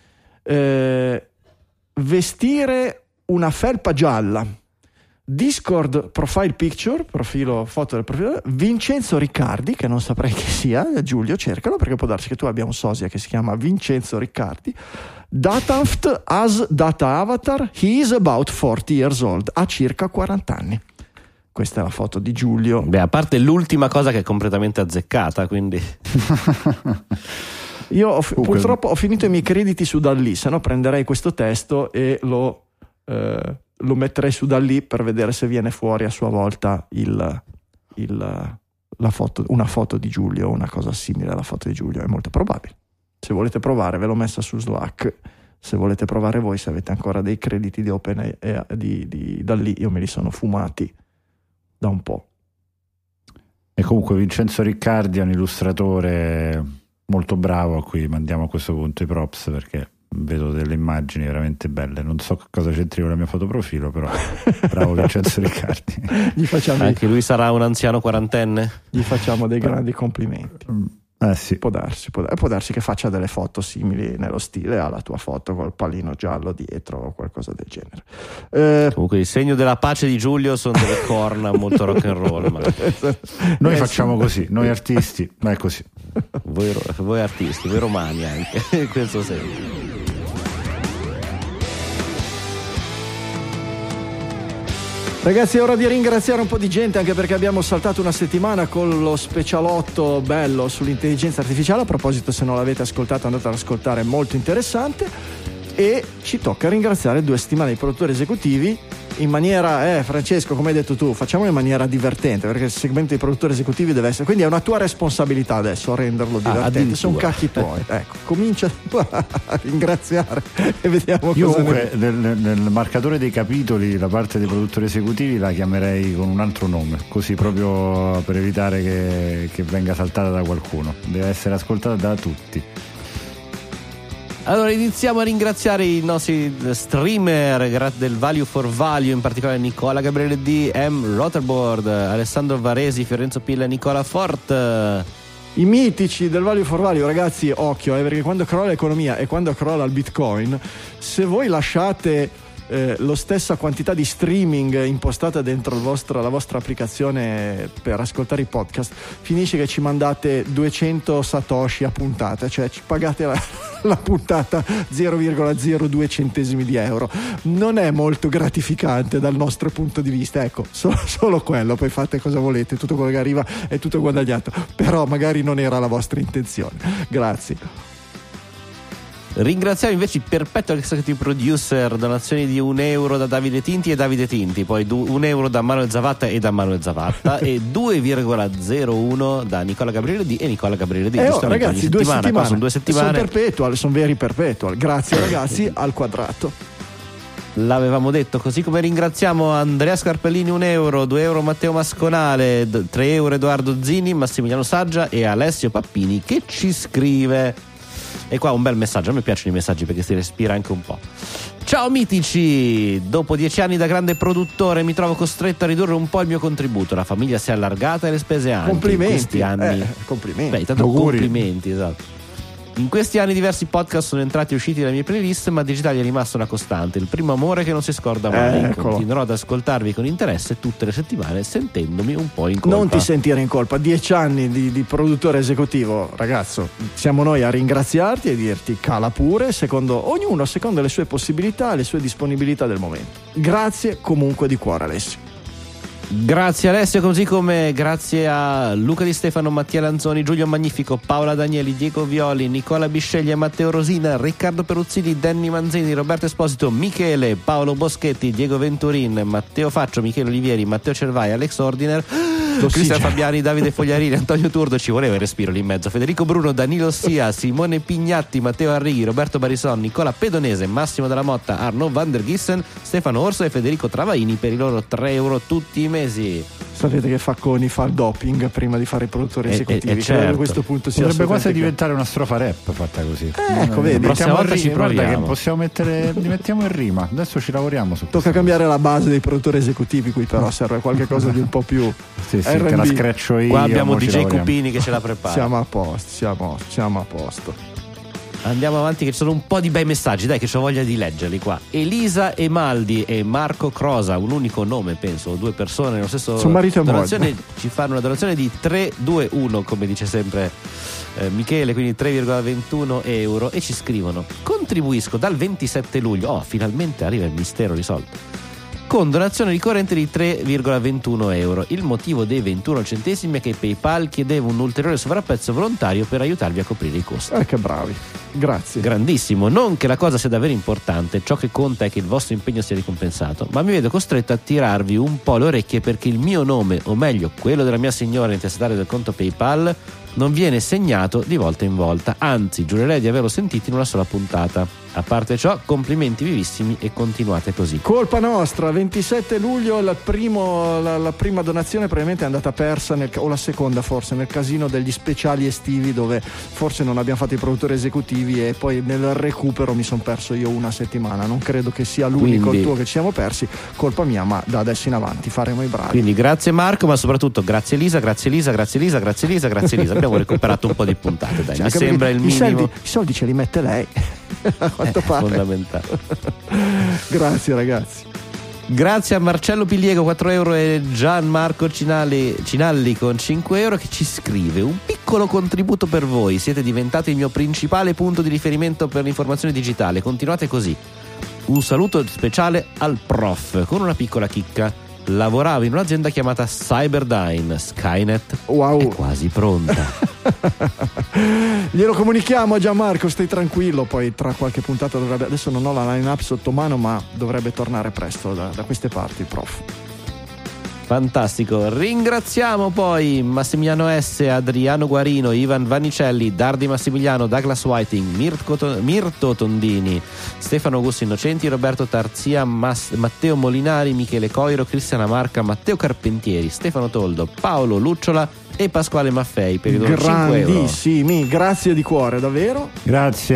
eh, vestire una felpa gialla, Discord profile picture, profilo foto del profilo, Vincenzo Riccardi, che non saprei chi sia, Giulio cercalo perché può darsi che tu abbia un sosia che si chiama Vincenzo Riccardi, Dataft as data avatar, he is about forty years old, ha circa quaranta anni. Questa è la foto di Giulio. Beh, a parte l'ultima cosa che è completamente azzeccata, quindi io ho, uh, purtroppo ho finito i miei crediti su Dalì, se no prenderei questo testo e lo eh, lo metterei su Dalì per vedere se viene fuori a sua volta il, il, la foto, una foto di Giulio, una cosa simile alla foto di Giulio. È molto probabile. Se volete provare, ve l'ho messa su Slack. Se volete provare voi, se avete ancora dei crediti di Open e di, di Dalì, io me li sono fumati da un po'. E comunque Vincenzo Riccardi è un illustratore molto bravo, a cui mandiamo a questo punto i props, perché vedo delle immagini veramente belle. Non so cosa c'entri con la mia fotoprofilo, però bravo Vincenzo Riccardi. Gli facciamo anche lui sarà un anziano quarantenne? Gli facciamo dei grandi complimenti. Eh sì. Può darsi, può, può darsi che faccia delle foto simili nello stile alla tua foto col pallino giallo dietro o qualcosa del genere. Eh, Comunque il segno della pace di Giulio sono delle corna molto rock and roll, ma noi eh, facciamo sì. così, noi artisti, ma è così. Voi, voi artisti, voi romani anche in questo senso. Ragazzi, è ora di ringraziare un po' di gente, anche perché abbiamo saltato una settimana con lo specialotto bello sull'intelligenza artificiale. A proposito, se non l'avete ascoltato, andate ad ascoltare, è molto interessante. E ci tocca ringraziare due settimane di produttori esecutivi in maniera, eh Francesco, come hai detto tu, facciamolo in maniera divertente, perché il segmento dei produttori esecutivi deve essere, quindi è una tua responsabilità adesso renderlo divertente. Ah, sono cacchi tuoi. Ecco, comincia a ringraziare e vediamo. Io cosa comunque ne... nel, nel marcatore dei capitoli la parte dei produttori esecutivi la chiamerei con un altro nome, così proprio per evitare che, che venga saltata da qualcuno. Deve essere ascoltata da tutti. Allora iniziamo a ringraziare i nostri streamer del Value for Value, in particolare Nicola Gabriele D, M Rotterboard, Alessandro Varesi, Fiorenzo Pilla e Nicola Fort. I mitici del Value for Value, ragazzi, occhio, eh, perché quando crolla l'economia e quando crolla il Bitcoin, se voi lasciate eh, lo stessa quantità di streaming impostata dentro il vostro, la vostra applicazione per ascoltare i podcast, finisce che ci mandate duecento satoshi a puntata, cioè ci pagate la, la puntata zero virgola zero due centesimi di euro. Non è molto gratificante dal nostro punto di vista, ecco, solo, solo quello, poi fate cosa volete, tutto quello che arriva è tutto guadagnato, però magari non era la vostra intenzione. Grazie. Ringraziamo invece i Perpetual Executive Producer, donazioni di un euro da Davide Tinti e Davide Tinti, poi du- un euro da Manuel Zavatta e da Manuel Zavatta e due virgola zero uno da Nicola Gabriele D e Nicola Gabriele D. Eh, oh, ragazzi, due settimane. Sono due settimane. Sono perpetual, sono veri perpetual. Grazie ragazzi, al quadrato. L'avevamo detto, così come ringraziamo Andrea Scarpellini un euro, due euro Matteo Masconale, tre euro Edoardo Zini, Massimiliano Saggia e Alessio Pappini che ci scrive. E qua un bel messaggio, a me piacciono i messaggi perché si respira anche un po'. Ciao mitici, dopo dieci anni da grande produttore mi trovo costretto a ridurre un po' il mio contributo, la famiglia si è allargata e le spese anche. Complimenti, in questi anni. Eh, complimenti. Beh, tanto complimenti, esatto. In questi anni diversi podcast sono entrati e usciti dalle mie playlist, ma Digitalia è rimasto una costante, il primo amore che non si scorda mai. Eccolo. Continuerò ad ascoltarvi con interesse tutte le settimane, sentendomi un po' in colpa. Non ti sentire in colpa, dieci anni di, di produttore esecutivo, ragazzo, siamo noi a ringraziarti e dirti cala pure, secondo ognuno, secondo le sue possibilità, le sue disponibilità del momento. Grazie comunque di cuore, Alessio. Grazie Alessio, così come grazie a Luca Di Stefano, Mattia Lanzoni, Giulio Magnifico, Paola Danieli, Diego Violi, Nicola Bisceglia, Matteo Rosina, Riccardo Peruzzini, Danny Manzini, Roberto Esposito, Michele, Paolo Boschetti, Diego Venturin, Matteo Faccio, Michele Olivieri, Matteo Cervai, Alex Ordiner, Cristian Fabiani, Davide Fogliarini, Antonio Turdo, ci voleva il respiro lì in mezzo, Federico Bruno, Danilo Sia, Simone Pignatti, Matteo Arrighi, Roberto Barison, Nicola Pedonese, Massimo Della Motta, Arno Van der Gissen, Stefano Orso e Federico Travaini per i loro tre euro tutti i mesi. Sapete che Facconi fa il doping prima di fare i produttori esecutivi, eh, eh, certo. A questo punto sia potrebbe quasi che... diventare una strofa rap fatta così. Eh, ecco, vedi, la prossima volta ci guarda proviamo. che possiamo mettere, li mettiamo in rima. Adesso ci lavoriamo su Tocca questo. cambiare la base dei produttori esecutivi, qui però serve qualche cosa di un po' più sì, sì, R and B. Che la screccio io. Qua abbiamo mo D ci J lavoriamo. Cupini che ce la prepara. Siamo a posto, siamo, siamo a posto. Andiamo avanti che ci sono un po' di bei messaggi, dai che ho voglia di leggerli qua. Elisa Emaldi e Marco Crosa, un unico nome penso, due persone nello stesso Suo marito e donazione, moglie. ci fanno una donazione di tre due uno come dice sempre eh, Michele, quindi tre virgola ventuno euro e ci scrivono: contribuisco dal ventisette luglio, oh finalmente arriva il mistero risolto, con donazione ricorrente di tre virgola ventuno euro. Il motivo dei ventuno centesimi è che PayPal chiedeva un ulteriore sovrapprezzo volontario per aiutarvi a coprire i costi. Eh, che bravi, grazie. Grandissimo, non che la cosa sia davvero importante, ciò che conta è che il vostro impegno sia ricompensato, ma mi vedo costretto a tirarvi un po' le orecchie perché il mio nome, o meglio quello della mia signora intestataria del conto PayPal, non viene segnato di volta in volta, anzi giurerei di averlo sentito in una sola puntata. A parte ciò, complimenti vivissimi e continuate così. Colpa nostra, ventisette luglio il primo, la, la prima donazione probabilmente è andata persa nel, o la seconda forse nel casino degli speciali estivi dove forse non abbiamo fatto i produttori esecutivi e poi nel recupero mi sono perso io una settimana. Non credo che sia l'unico Quindi, il tuo che ci siamo persi, colpa mia, ma da adesso in avanti faremo i bravi. Quindi grazie Marco, ma soprattutto grazie Elisa, grazie Elisa, grazie Elisa, grazie Elisa, grazie Elisa. Abbiamo recuperato un po' di puntate, dai, Cioè, mi sembra il i minimo. soldi, I soldi ce li mette lei. A quanto È pare. fondamentale. Grazie ragazzi. Grazie a Marcello Piliego quattro euro e Gianmarco Cinalli, Cinalli con cinque euro che ci scrive: un piccolo contributo per voi, siete diventati il mio principale punto di riferimento per l'informazione digitale, continuate così. Un saluto speciale al prof con una piccola chicca. Lavoravo in un'azienda chiamata Cyberdyne. Skynet Wow. è quasi pronta. Glielo comunichiamo a Gianmarco, stai tranquillo, poi tra qualche puntata dovrebbe, adesso non ho la line up sotto mano, ma dovrebbe tornare presto da, da queste parti il prof. Fantastico, ringraziamo poi Massimiliano S, Adriano Guarino, Ivan Vanicelli, Dardi Massimiliano, Douglas Whiting, Mirko, Mirto Tondini, Stefano Augusto Innocenti, Roberto Tarzia, Mas, Matteo Molinari, Michele Coiro, Cristiana Marca, Matteo Carpentieri, Stefano Toldo, Paolo Lucciola e Pasquale Maffei per i loro cinque euro. Grandissimi, grazie di cuore davvero. Grazie.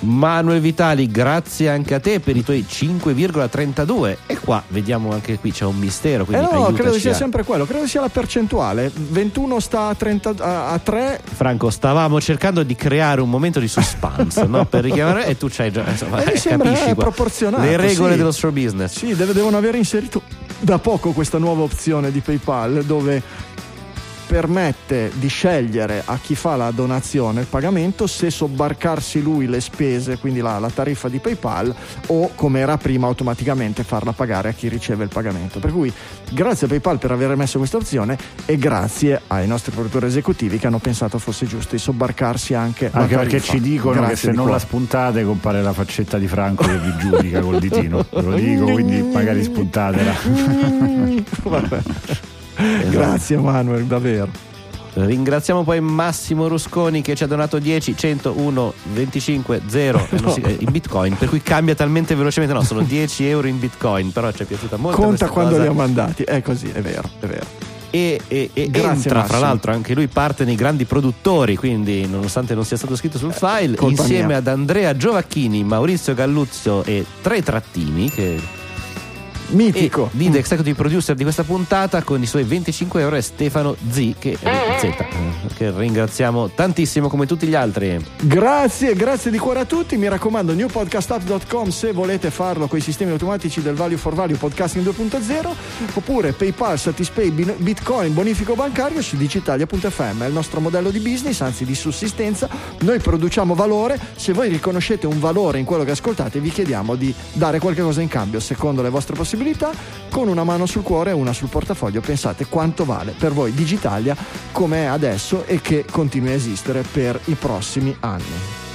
Manuel Vitali, grazie anche a te per i tuoi cinque virgola trentadue. E qua vediamo anche qui c'è un mistero, quindi eh no, aiutaci credo sia a... sempre quello, credo sia la percentuale. ventuno sta a, trenta, a, a tre. Franco, stavamo cercando di creare un momento di suspense, no? Per richiamare, e tu c'hai già, insomma, eh, mi sembra capisci è qua. proporzionato, le regole sì. dello show business. Sì, deve, devono aver inserito da poco questa nuova opzione di PayPal dove permette di scegliere a chi fa la donazione, il pagamento, se sobbarcarsi lui le spese, quindi la, la tariffa di PayPal, o come era prima automaticamente farla pagare a chi riceve il pagamento. Per cui grazie a PayPal per aver messo questa opzione e grazie ai nostri produttori esecutivi che hanno pensato fosse giusto di sobbarcarsi anche la anche tariffa. Perché ci dicono Grazie che se di non cuore. la spuntate compare la faccetta di Franco che vi giudica col ditino, ve lo dico, quindi magari spuntatela. Vabbè. Esatto. Grazie Manuel, davvero. Ringraziamo poi Massimo Rusconi che ci ha donato dieci, cento, uno, venticinque, zero no. in Bitcoin, per cui cambia talmente velocemente. No, sono dieci euro in Bitcoin, però ci è piaciuta molto. Conta quando cosa. li ha mandati, è così, è vero, è vero. E, e, e Grazie, entra Massimo. fra l'altro anche lui parte nei grandi produttori, quindi nonostante non sia stato scritto sul file, colpa insieme mia. ad Andrea Giovacchini, Maurizio Galluzzo e tre trattini che Mitico. e lead executive producer di questa puntata con i suoi venticinque euro è Stefano Z che, Z, che ringraziamo tantissimo come tutti gli altri. Grazie, grazie di cuore a tutti. Mi raccomando, new podcast app dot com se volete farlo con i sistemi automatici del Value for Value Podcasting due punto zero, oppure PayPal, Satispay, Bitcoin, bonifico bancario su digitalia punto effe emme. È il nostro modello di business, anzi di sussistenza. Noi produciamo valore. Se voi riconoscete un valore in quello che ascoltate, vi chiediamo di dare qualche cosa in cambio secondo le vostre possibilità. Con una mano sul cuore e una sul portafoglio pensate quanto vale per voi Digitalia come è adesso e che continui a esistere per i prossimi anni.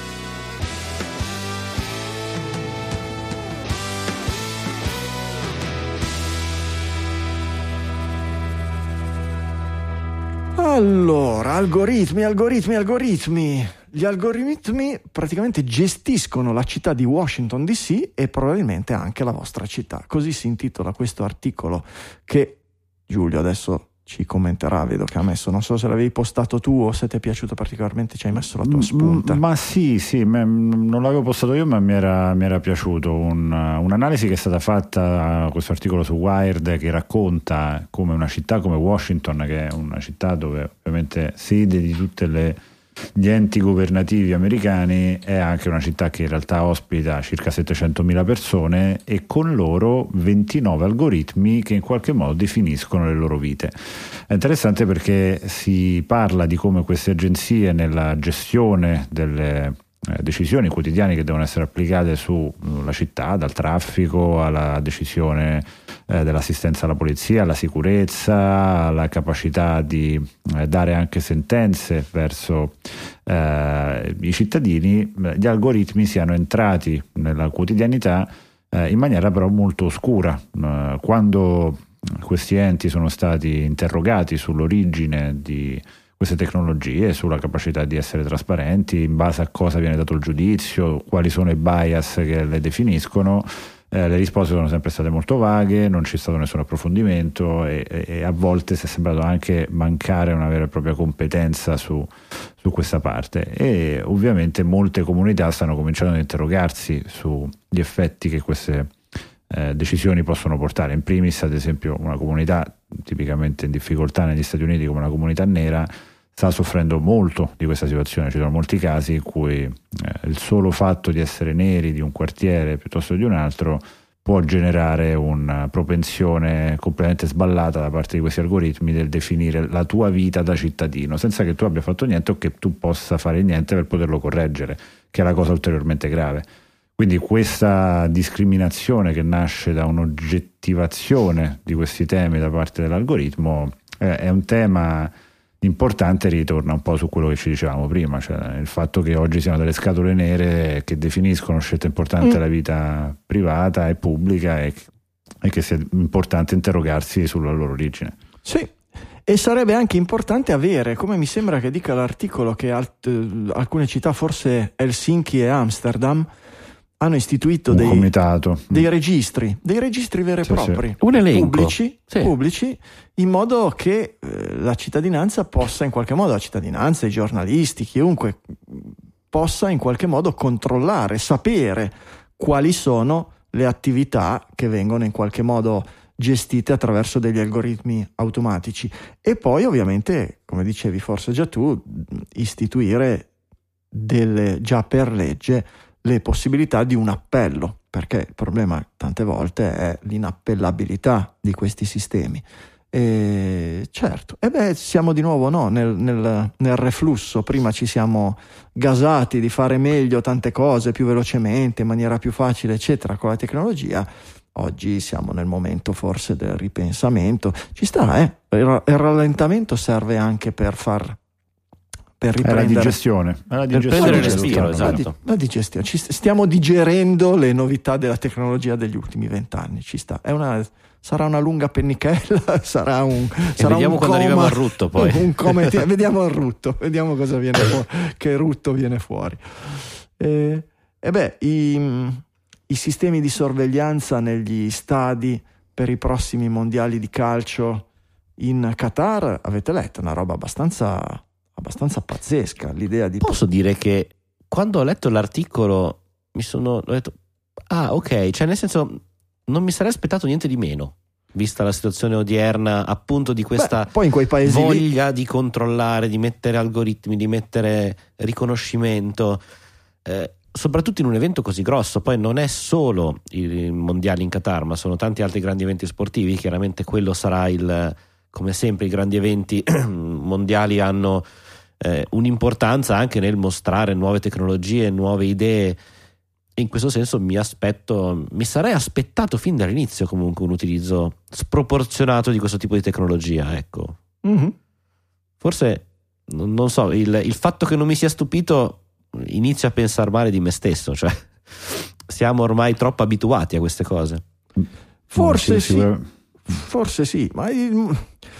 Allora, algoritmi, algoritmi, algoritmi. Gli algoritmi praticamente gestiscono la città di Washington D C e probabilmente anche la vostra città. Così si intitola questo articolo che Giulio adesso ci commenterà, vedo che ha messo, non so se l'avevi postato tu o se ti è piaciuto particolarmente, ci hai messo la tua spunta. Ma sì, sì, me, non l'avevo postato io, ma mi era, mi era piaciuto un, un'analisi che è stata fatta, questo articolo su Wired, che racconta come una città come Washington, che è una città dove ovviamente sede di tutte le gli enti governativi americani, è anche una città che in realtà ospita circa settecentomila persone e con loro ventinove algoritmi che in qualche modo definiscono le loro vite. È interessante perché si parla di come queste agenzie nella gestione delle decisioni quotidiane che devono essere applicate sulla città, dal traffico alla decisione eh, dell'assistenza alla polizia, alla sicurezza, alla capacità di eh, dare anche sentenze verso eh, i cittadini, gli algoritmi siano entrati nella quotidianità eh, in maniera però molto oscura. Eh, quando questi enti sono stati interrogati sull'origine di queste tecnologie, sulla capacità di essere trasparenti, in base a cosa viene dato il giudizio, quali sono i bias che le definiscono, eh, le risposte sono sempre state molto vaghe, non c'è stato nessun approfondimento e, e a volte si è sembrato anche mancare una vera e propria competenza su, su questa parte. E ovviamente molte comunità stanno cominciando ad interrogarsi sugli effetti che queste eh, decisioni possono portare. In primis, ad esempio, una comunità tipicamente in difficoltà negli Stati Uniti come la comunità nera sta soffrendo molto di questa situazione. Ci sono molti casi in cui eh, il solo fatto di essere neri di un quartiere piuttosto di un altro può generare una propensione completamente sballata da parte di questi algoritmi del definire la tua vita da cittadino senza che tu abbia fatto niente o che tu possa fare niente per poterlo correggere, che è la cosa ulteriormente grave. Quindi questa discriminazione che nasce da un'oggettivazione di questi temi da parte dell'algoritmo eh, è un tema importante, ritorna un po' su quello che ci dicevamo prima, cioè il fatto che oggi siano delle scatole nere che definiscono scelte importanti della mm. vita privata e pubblica e, e che sia importante interrogarsi sulla loro origine. Sì, e sarebbe anche importante avere, come mi sembra che dica l'articolo, che alt, alcune città, forse Helsinki e Amsterdam, hanno istituito dei, comitato. dei registri, dei registri veri e sì, propri, sì. Un elenco. Pubblici, sì. pubblici, in modo che eh, la cittadinanza possa in qualche modo, la cittadinanza, i giornalisti, chiunque possa in qualche modo controllare, sapere quali sono le attività che vengono in qualche modo gestite attraverso degli algoritmi automatici. E poi ovviamente, come dicevi forse già tu, istituire delle, già per legge le possibilità di un appello, perché il problema tante volte è l'inappellabilità di questi sistemi. E certo, e beh, siamo di nuovo no, nel, nel, nel reflusso. Prima ci siamo gasati di fare meglio tante cose più velocemente, in maniera più facile, eccetera, con la tecnologia. Oggi siamo nel momento forse del ripensamento. Ci sta, eh? Il, il rallentamento serve anche per far per riprendere è la digestione, è la digestione, per prendere respiro, esatto. la, di, la digestione. Ci stiamo digerendo le novità della tecnologia degli ultimi vent'anni. Ci sta, è una sarà una lunga pennichella, sarà un e sarà vediamo un quando coma, arriviamo al rutto poi un come, vediamo il rutto, vediamo cosa viene fuori, che rutto viene fuori. E, e beh, i, i sistemi di sorveglianza negli stadi per i prossimi mondiali di calcio in Qatar, avete letto, una roba abbastanza abbastanza pazzesca, l'idea di posso dire che quando ho letto l'articolo mi sono ho detto ah ok, cioè nel senso non mi sarei aspettato niente di meno, vista la situazione odierna, appunto, di questa Beh, poi in quei paesi voglia lì... di controllare, di mettere algoritmi, di mettere riconoscimento, eh, soprattutto in un evento così grosso. Poi non è solo i mondiali in Qatar, ma sono tanti altri grandi eventi sportivi. Chiaramente quello sarà il, come sempre i grandi eventi mondiali hanno eh, un'importanza anche nel mostrare nuove tecnologie, nuove idee. In questo senso mi aspetto, mi sarei aspettato fin dall'inizio comunque un utilizzo sproporzionato di questo tipo di tecnologia, ecco. Mm-hmm. Forse, non so, il, il fatto che non mi sia stupito, inizio a pensare male di me stesso, cioè siamo ormai troppo abituati a queste cose. Forse sì, sì, sì, forse sì, ma il,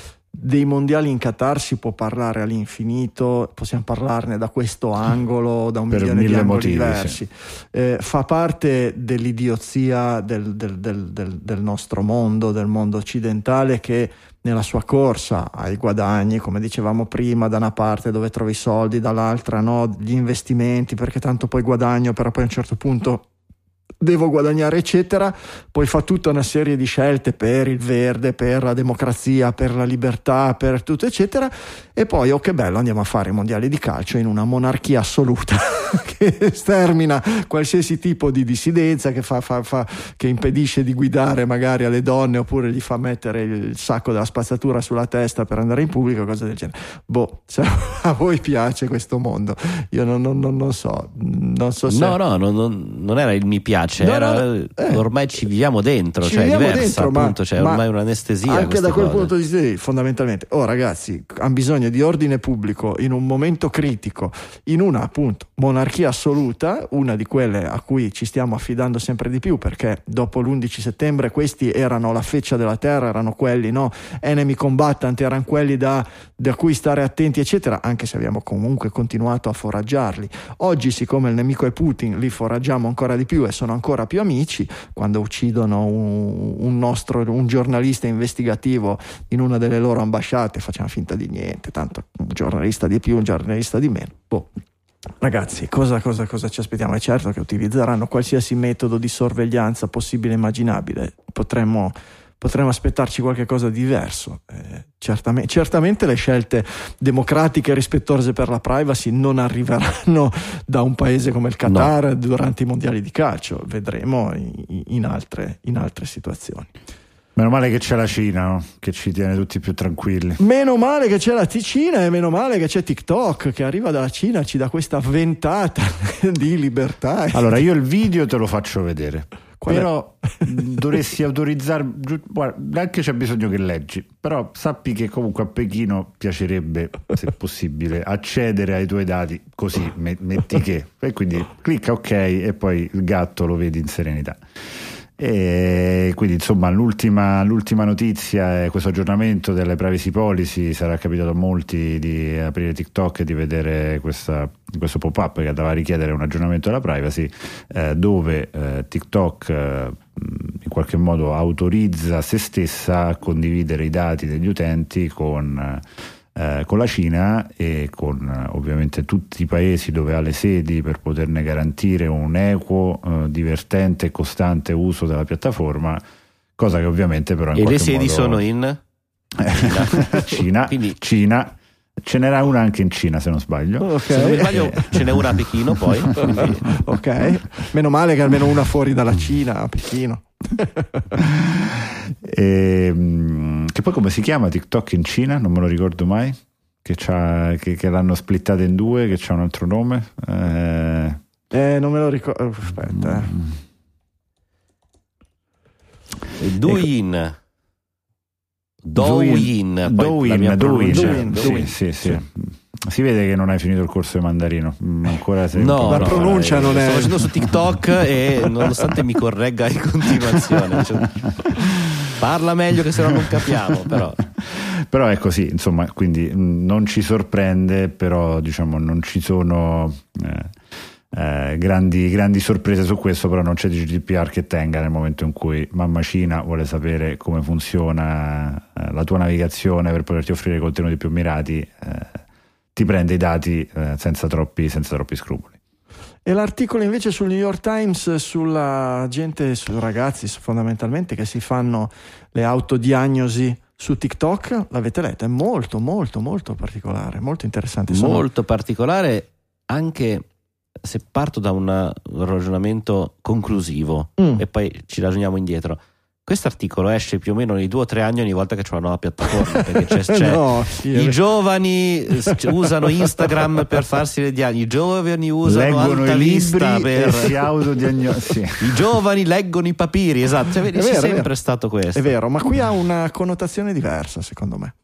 dei mondiali in Qatar si può parlare all'infinito, possiamo parlarne da questo angolo, da un per milione di angoli motivi, diversi. Sì. Eh, fa parte dell'idiozia del, del, del, del, del nostro mondo, del mondo occidentale, che nella sua corsa ai guadagni, come dicevamo prima, da una parte dove trovi i soldi, dall'altra no, gli investimenti, perché tanto poi guadagno, però poi a un certo punto devo guadagnare, eccetera. Poi fa tutta una serie di scelte per il verde, per la democrazia, per la libertà, per tutto, eccetera. E poi, oh che bello, andiamo a fare i mondiali di calcio in una monarchia assoluta che stermina qualsiasi tipo di dissidenza, che fa, fa, fa, che impedisce di guidare magari alle donne, oppure gli fa mettere il sacco della spazzatura sulla testa per andare in pubblico, cose del genere. Boh, se a voi piace questo mondo, io non, non, non, non so, non so se... No, no, non, non, non era il mi piace, no, era no, eh, ormai ci viviamo dentro, ci cioè viviamo è diversa, dentro, appunto, ma, cioè ma ormai un'anestesia. Anche da quel cose. punto di vista, fondamentalmente, oh ragazzi, hanno bisogno di ordine pubblico in un momento critico, in una appunto monarchia assoluta, una di quelle a cui ci stiamo affidando sempre di più, perché dopo l'undici settembre questi erano la feccia della terra, erano quelli, no, enemy combatant, erano quelli da, da cui stare attenti, eccetera, anche se abbiamo comunque continuato a foraggiarli. Oggi, siccome il nemico è Putin, li foraggiamo ancora di più e sono ancora più amici. Quando uccidono un, un nostro un giornalista investigativo in una delle loro ambasciate, facciamo finta di niente, tanto un giornalista di più, un giornalista di meno. Boh. Ragazzi, cosa, cosa, cosa ci aspettiamo? È certo che utilizzeranno qualsiasi metodo di sorveglianza possibile e immaginabile. Potremmo, potremmo aspettarci qualche cosa di diverso. Eh, certamente, certamente le scelte democratiche e rispettose per la privacy non arriveranno da un paese come il Qatar, no, durante i mondiali di calcio. Vedremo in, in, altre, in altre situazioni. Meno male che c'è la Cina, no? Che ci tiene tutti più tranquilli. Meno male che c'è la Cina e meno male che c'è TikTok che arriva dalla Cina, ci dà questa ventata di libertà. Allora io il video te lo faccio vedere. Qual però dovresti autorizzare, guarda, neanche c'è bisogno che leggi, però sappi che comunque a Pechino piacerebbe, se possibile, accedere ai tuoi dati, così metti che, e quindi clicca ok e poi il gatto lo vedi in serenità. E quindi insomma l'ultima, l'ultima notizia è questo aggiornamento delle privacy policy. Sarà capitato a molti di aprire TikTok e di vedere questa, questo pop-up che andava a richiedere un aggiornamento della privacy, eh, dove eh, TikTok eh, in qualche modo autorizza se stessa a condividere i dati degli utenti con eh, con la Cina e con eh, ovviamente tutti i paesi dove ha le sedi per poterne garantire un equo, eh, divertente e costante uso della piattaforma, cosa che ovviamente però in e qualche le sedi modo... sono in Cina, Cina, Quindi... Cina. Ce n'era una anche in Cina, se non sbaglio. Okay. Se non mi sbaglio, ce n'è una a Pechino poi. Quindi... Ok, meno male che almeno una fuori dalla Cina, a Pechino. e, che poi come si chiama TikTok in Cina? Non me lo ricordo mai. Che, c'ha, che, che l'hanno splittata in due, che c'ha un altro nome. Eh, eh non me lo ricordo. Aspetta. Eh. Douyin. Douyin, Douyin, Douyin, sì, sì, sì. Si vede che non hai finito il corso di mandarino. Ancora sei no, la no, pronuncia non sto è. Sto facendo su TikTok e nonostante mi corregga in continuazione, cioè, parla meglio che se no non capiamo, però. Però è così, insomma, quindi non ci sorprende, però diciamo non ci sono eh, eh, grandi, grandi sorprese su questo, però non c'è G D P R che tenga nel momento in cui mamma Cina vuole sapere come funziona eh, la tua navigazione per poterti offrire contenuti più mirati, eh, ti prende i dati eh, senza troppi, senza troppi scrupoli. E l'articolo invece sul New York Times sulla gente, sui ragazzi fondamentalmente che si fanno le autodiagnosi su TikTok, l'avete letto? È molto molto molto particolare, molto interessante. Sono... Molto particolare, anche se parto da una, un ragionamento conclusivo mm. e poi ci ragioniamo indietro. Questo articolo esce più o meno ogni due o tre anni ogni volta che c'è una nuova piattaforma, perché c'è, c'è no, sì, i giovani usano Instagram per farsi le diagnosi, i giovani usano leggono Alta i Vista libri per e si autodiagnosi. I giovani leggono i papiri, esatto, cioè, vedi, è c'è vero, sempre è vero. stato questo. È vero, ma qui ha una connotazione diversa, secondo me.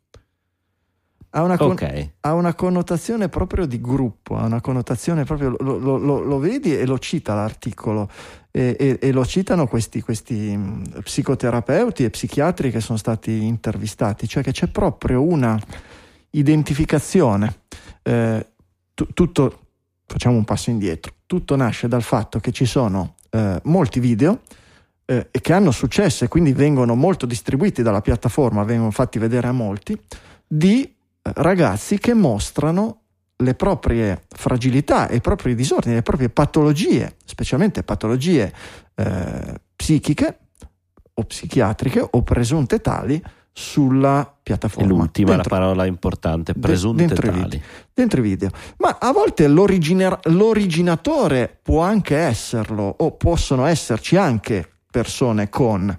Ha una, con- okay. ha una connotazione proprio di gruppo, ha una connotazione proprio, lo, lo, lo, lo vedi e lo cita l'articolo, e, e, e lo citano questi, questi psicoterapeuti e psichiatri che sono stati intervistati, cioè che c'è proprio una identificazione. Eh, t- tutto, facciamo un passo indietro, tutto nasce dal fatto che ci sono eh, molti video eh, e che hanno successo e quindi vengono molto distribuiti dalla piattaforma, vengono fatti vedere a molti, di ragazzi che mostrano le proprie fragilità e i propri disordini, le proprie patologie, specialmente patologie eh, psichiche o psichiatriche o presunte tali sulla piattaforma. E l'ultima, dentro, la parola importante, presunte dentro tali. I video, dentro i video. Ma a volte l'originer- l'originatore può anche esserlo, o possono esserci anche persone con.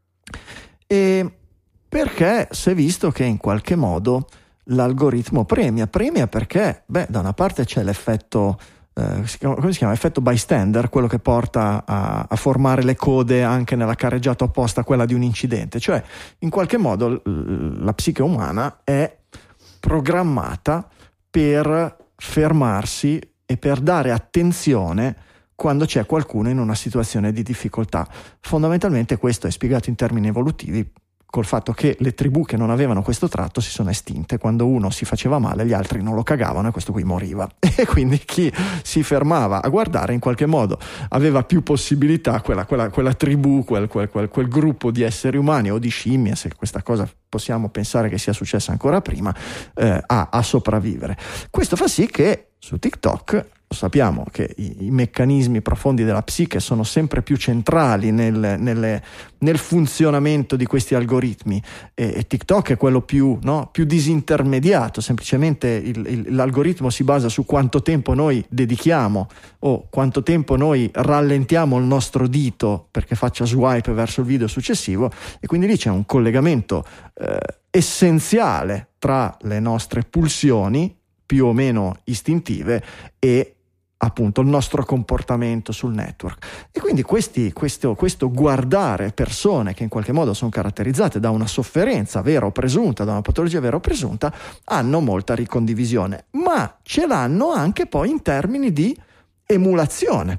E perché si è visto che in qualche modo l'algoritmo premia, premia perché, beh, da una parte c'è l'effetto, eh, come si chiama? Effetto bystander, quello che porta a, a formare le code anche nella carreggiata opposta a quella di un incidente, cioè in qualche modo l- la psiche umana è programmata per fermarsi e per dare attenzione quando c'è qualcuno in una situazione di difficoltà. Fondamentalmente questo è spiegato in termini evolutivi col fatto che le tribù che non avevano questo tratto si sono estinte. Quando uno si faceva male gli altri non lo cagavano e questo qui moriva, e quindi chi si fermava a guardare in qualche modo aveva più possibilità, quella, quella, quella tribù, quel, quel, quel, quel gruppo di esseri umani o di scimmie, se questa cosa possiamo pensare che sia successa ancora prima, eh, a, a sopravvivere. Questo fa sì che su TikTok, sappiamo che i, i meccanismi profondi della psiche sono sempre più centrali nel, nelle, nel funzionamento di questi algoritmi, e, e TikTok è quello più, no, più disintermediato. Semplicemente il, il, l'algoritmo si basa su quanto tempo noi dedichiamo o quanto tempo noi rallentiamo il nostro dito perché faccia swipe verso il video successivo, e quindi lì c'è un collegamento eh, essenziale tra le nostre pulsioni più o meno istintive e appunto il nostro comportamento sul network. E quindi questi, questo, questo guardare persone che in qualche modo sono caratterizzate da una sofferenza vera o presunta, da una patologia vera o presunta, hanno molta ricondivisione, ma ce l'hanno anche poi in termini di emulazione.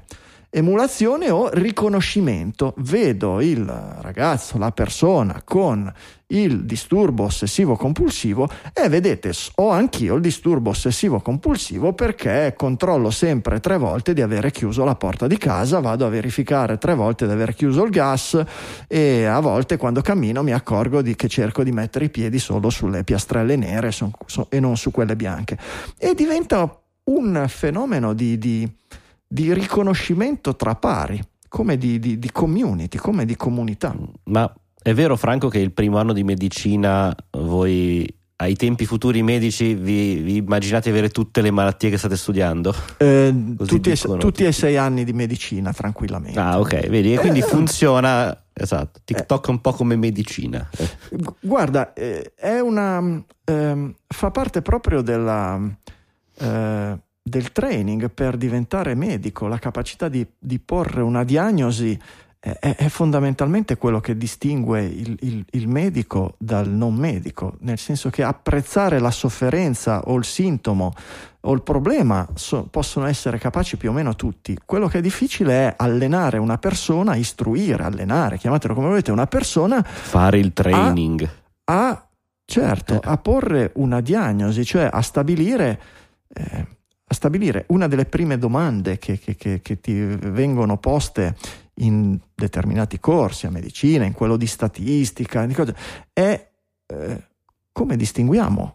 emulazione o riconoscimento. Vedo il ragazzo, la persona con il disturbo ossessivo compulsivo e vedete, ho anch'io il disturbo ossessivo compulsivo perché controllo sempre tre volte di avere chiuso la porta di casa, vado a verificare tre volte di aver chiuso il gas e a volte quando cammino mi accorgo di che cerco di mettere i piedi solo sulle piastrelle nere son, son, e non su quelle bianche, e diventa un fenomeno di, di di riconoscimento tra pari, come di, di, di community, come di comunità. Ma è vero, Franco, che il primo anno di medicina voi ai tempi futuri medici vi, vi immaginate avere tutte le malattie che state studiando? Eh, tutti, e, tutti e sei anni di medicina tranquillamente. Ah, ok, vedi, e quindi eh, funziona, esatto, TikTok è eh, un po' come medicina. Guarda, eh, è una eh, fa parte proprio della eh, del training per diventare medico. La capacità di, di porre una diagnosi è, è fondamentalmente quello che distingue il, il, il medico dal non medico, nel senso che apprezzare la sofferenza o il sintomo o il problema so, possono essere capaci più o meno tutti. Quello che è difficile è allenare una persona, istruire, allenare, chiamatelo come volete, una persona, fare il training a, a certo, eh. a porre una diagnosi, cioè a stabilire eh, a stabilire una delle prime domande che, che, che, che ti vengono poste in determinati corsi a medicina, in quello di statistica, di cose, è eh, come distinguiamo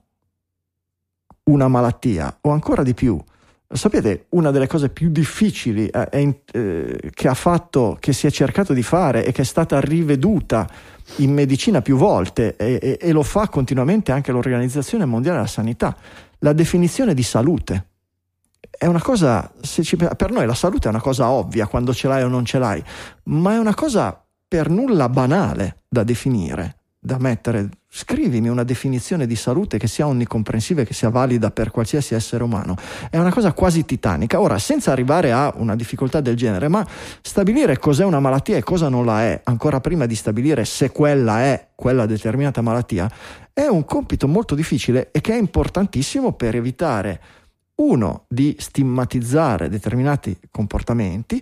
una malattia, o ancora di più. Sapete, una delle cose più difficili eh, è, eh, che ha fatto, che si è cercato di fare e che è stata riveduta in medicina più volte e, e, e lo fa continuamente anche l'Organizzazione Mondiale della Sanità, la definizione di salute. È una cosa, se ci, per noi la salute è una cosa ovvia quando ce l'hai o non ce l'hai, ma è una cosa per nulla banale da definire, da mettere. Scrivimi una definizione di salute che sia onnicomprensiva e che sia valida per qualsiasi essere umano. È una cosa quasi titanica. Ora, senza arrivare a una difficoltà del genere, ma stabilire cos'è una malattia e cosa non la è, ancora prima di stabilire se quella è quella determinata malattia, è un compito molto difficile e che è importantissimo per evitare, uno, di stigmatizzare determinati comportamenti,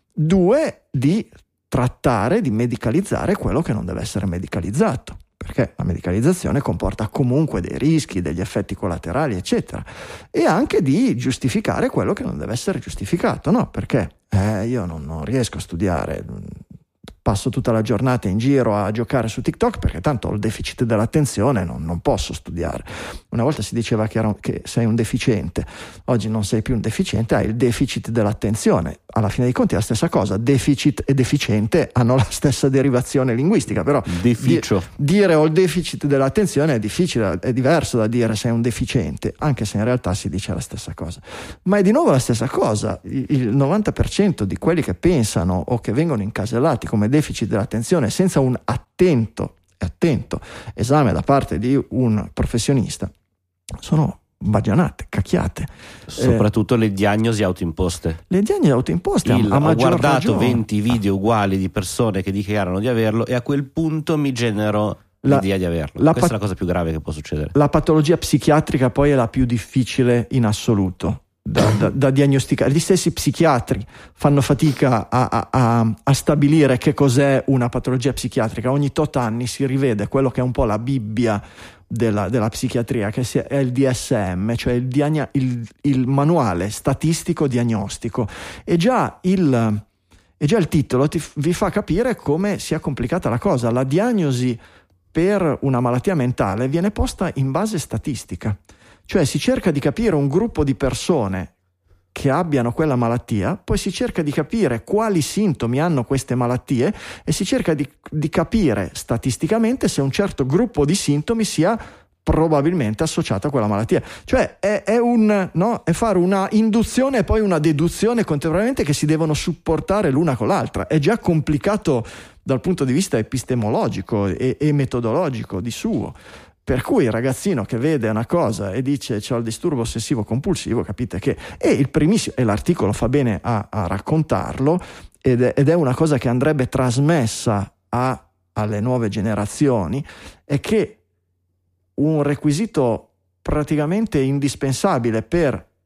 due, di trattare, di medicalizzare quello che non deve essere medicalizzato, perché la medicalizzazione comporta comunque dei rischi, degli effetti collaterali, eccetera, e anche di giustificare quello che non deve essere giustificato, no? Perché eh, io non, non riesco a studiare, passo tutta la giornata in giro a giocare su TikTok perché tanto ho il deficit dell'attenzione, non, non posso studiare. Una volta si diceva che, era un, che sei un deficiente, oggi non sei più un deficiente, hai il deficit dell'attenzione. Alla fine dei conti è la stessa cosa, deficit e deficiente hanno la stessa derivazione linguistica, però di, dire ho il deficit dell'attenzione è difficile, è diverso da dire sei un deficiente, anche se in realtà si dice la stessa cosa. Ma è di nuovo la stessa cosa, il novanta per cento di quelli che pensano o che vengono incasellati come deficit dell'attenzione senza un attento attento esame da parte di un professionista sono baggianate, cacchiate. Soprattutto eh, le diagnosi autoimposte. Le diagnosi autoimposte Il, a, a ho guardato ragione. venti video ah. uguali di persone che dichiarano di averlo e a quel punto mi genero la, l'idea di averlo. La Questa pat- è la cosa più grave che può succedere. La patologia psichiatrica poi è la più difficile in assoluto da, da, da diagnosticare. Gli stessi psichiatri fanno fatica a, a, a, a stabilire che cos'è una patologia psichiatrica. Ogni tot anni si rivede quello che è un po' la Bibbia della, della psichiatria, che è il D S M, cioè il, diagna, il, il manuale statistico diagnostico, e già il, e già il titolo ti, vi fa capire come sia complicata la cosa. La diagnosi per una malattia mentale viene posta in base statistica, cioè si cerca di capire un gruppo di persone che abbiano quella malattia, poi si cerca di capire quali sintomi hanno queste malattie e si cerca di, di capire statisticamente se un certo gruppo di sintomi sia probabilmente associato a quella malattia. Cioè è, è un no? È fare una induzione e poi una deduzione contemporaneamente che si devono supportare l'una con l'altra. È già complicato dal punto di vista epistemologico e, e metodologico di suo. Per cui il ragazzino che vede una cosa e dice c'ho il disturbo ossessivo compulsivo, capite che e il primissimo, e l'articolo fa bene a, a raccontarlo, ed è, ed è una cosa che andrebbe trasmessa a, alle nuove generazioni, è che un requisito praticamente indispensabile per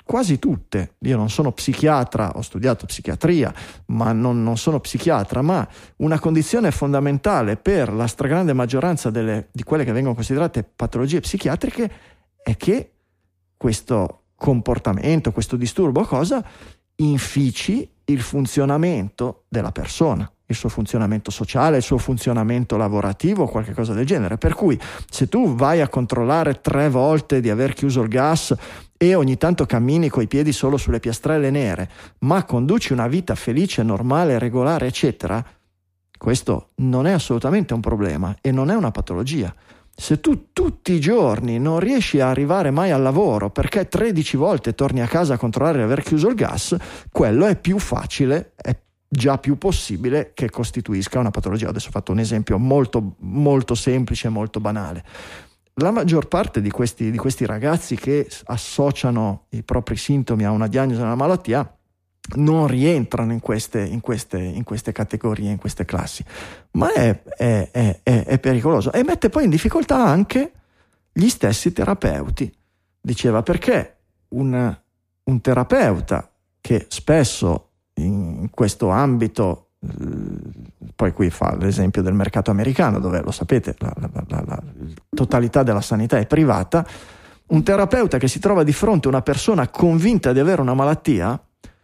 quasi tutte, io non sono psichiatra, ho studiato psichiatria, ma non, non sono psichiatra, ma una condizione fondamentale per la stragrande maggioranza delle, di quelle che vengono considerate patologie psichiatriche è che questo comportamento, questo disturbo, cosa infici il funzionamento della persona, il suo funzionamento sociale, il suo funzionamento lavorativo, qualche cosa del genere. Per cui se tu vai a controllare tre volte di aver chiuso il gas e ogni tanto cammini coi piedi solo sulle piastrelle nere, ma conduci una vita felice, normale, regolare, eccetera, questo non è assolutamente un problema e non è una patologia. Se tu tutti i giorni non riesci a arrivare mai al lavoro perché tredici volte torni a casa a controllare di aver chiuso il gas, quello è più facile, è già più possibile che costituisca una patologia. Adesso ho fatto un esempio molto, molto semplice, molto banale. La maggior parte di questi, di questi ragazzi che associano i propri sintomi a una diagnosi, a una malattia, non rientrano in queste, in queste, in queste categorie, in queste classi, ma è, è, è, è pericoloso e mette poi in difficoltà anche gli stessi terapeuti. Diceva, perché un, un terapeuta che spesso in questo ambito, poi qui fa l'esempio del mercato americano dove, lo sapete, la, la, la, la totalità della sanità è privata, un terapeuta che si trova di fronte a una persona convinta di avere una malattia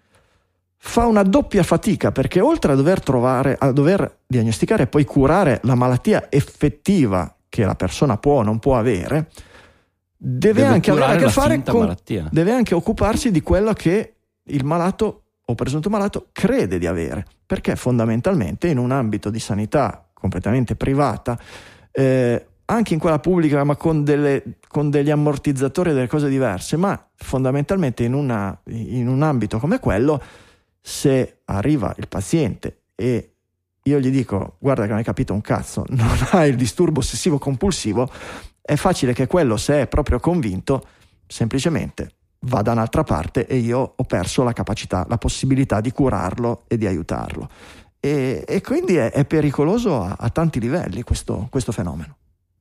fa una doppia fatica, perché oltre a dover trovare, a dover diagnosticare e poi curare la malattia effettiva che la persona può o non può avere, deve, deve anche avere a che fare con malattia. Deve anche occuparsi di quello che il malato o presunto malato crede di avere, perché fondamentalmente in un ambito di sanità completamente privata, eh, anche in quella pubblica, ma con, delle, con degli ammortizzatori e delle cose diverse, ma fondamentalmente in, una, in un ambito come quello, se arriva il paziente e io gli dico guarda che non hai capito un cazzo, non hai il disturbo ossessivo compulsivo, è facile che quello, se è proprio convinto, semplicemente va da un'altra parte e io ho perso la capacità, la possibilità di curarlo e di aiutarlo. E, e quindi è, è pericoloso a, a tanti livelli questo, questo fenomeno.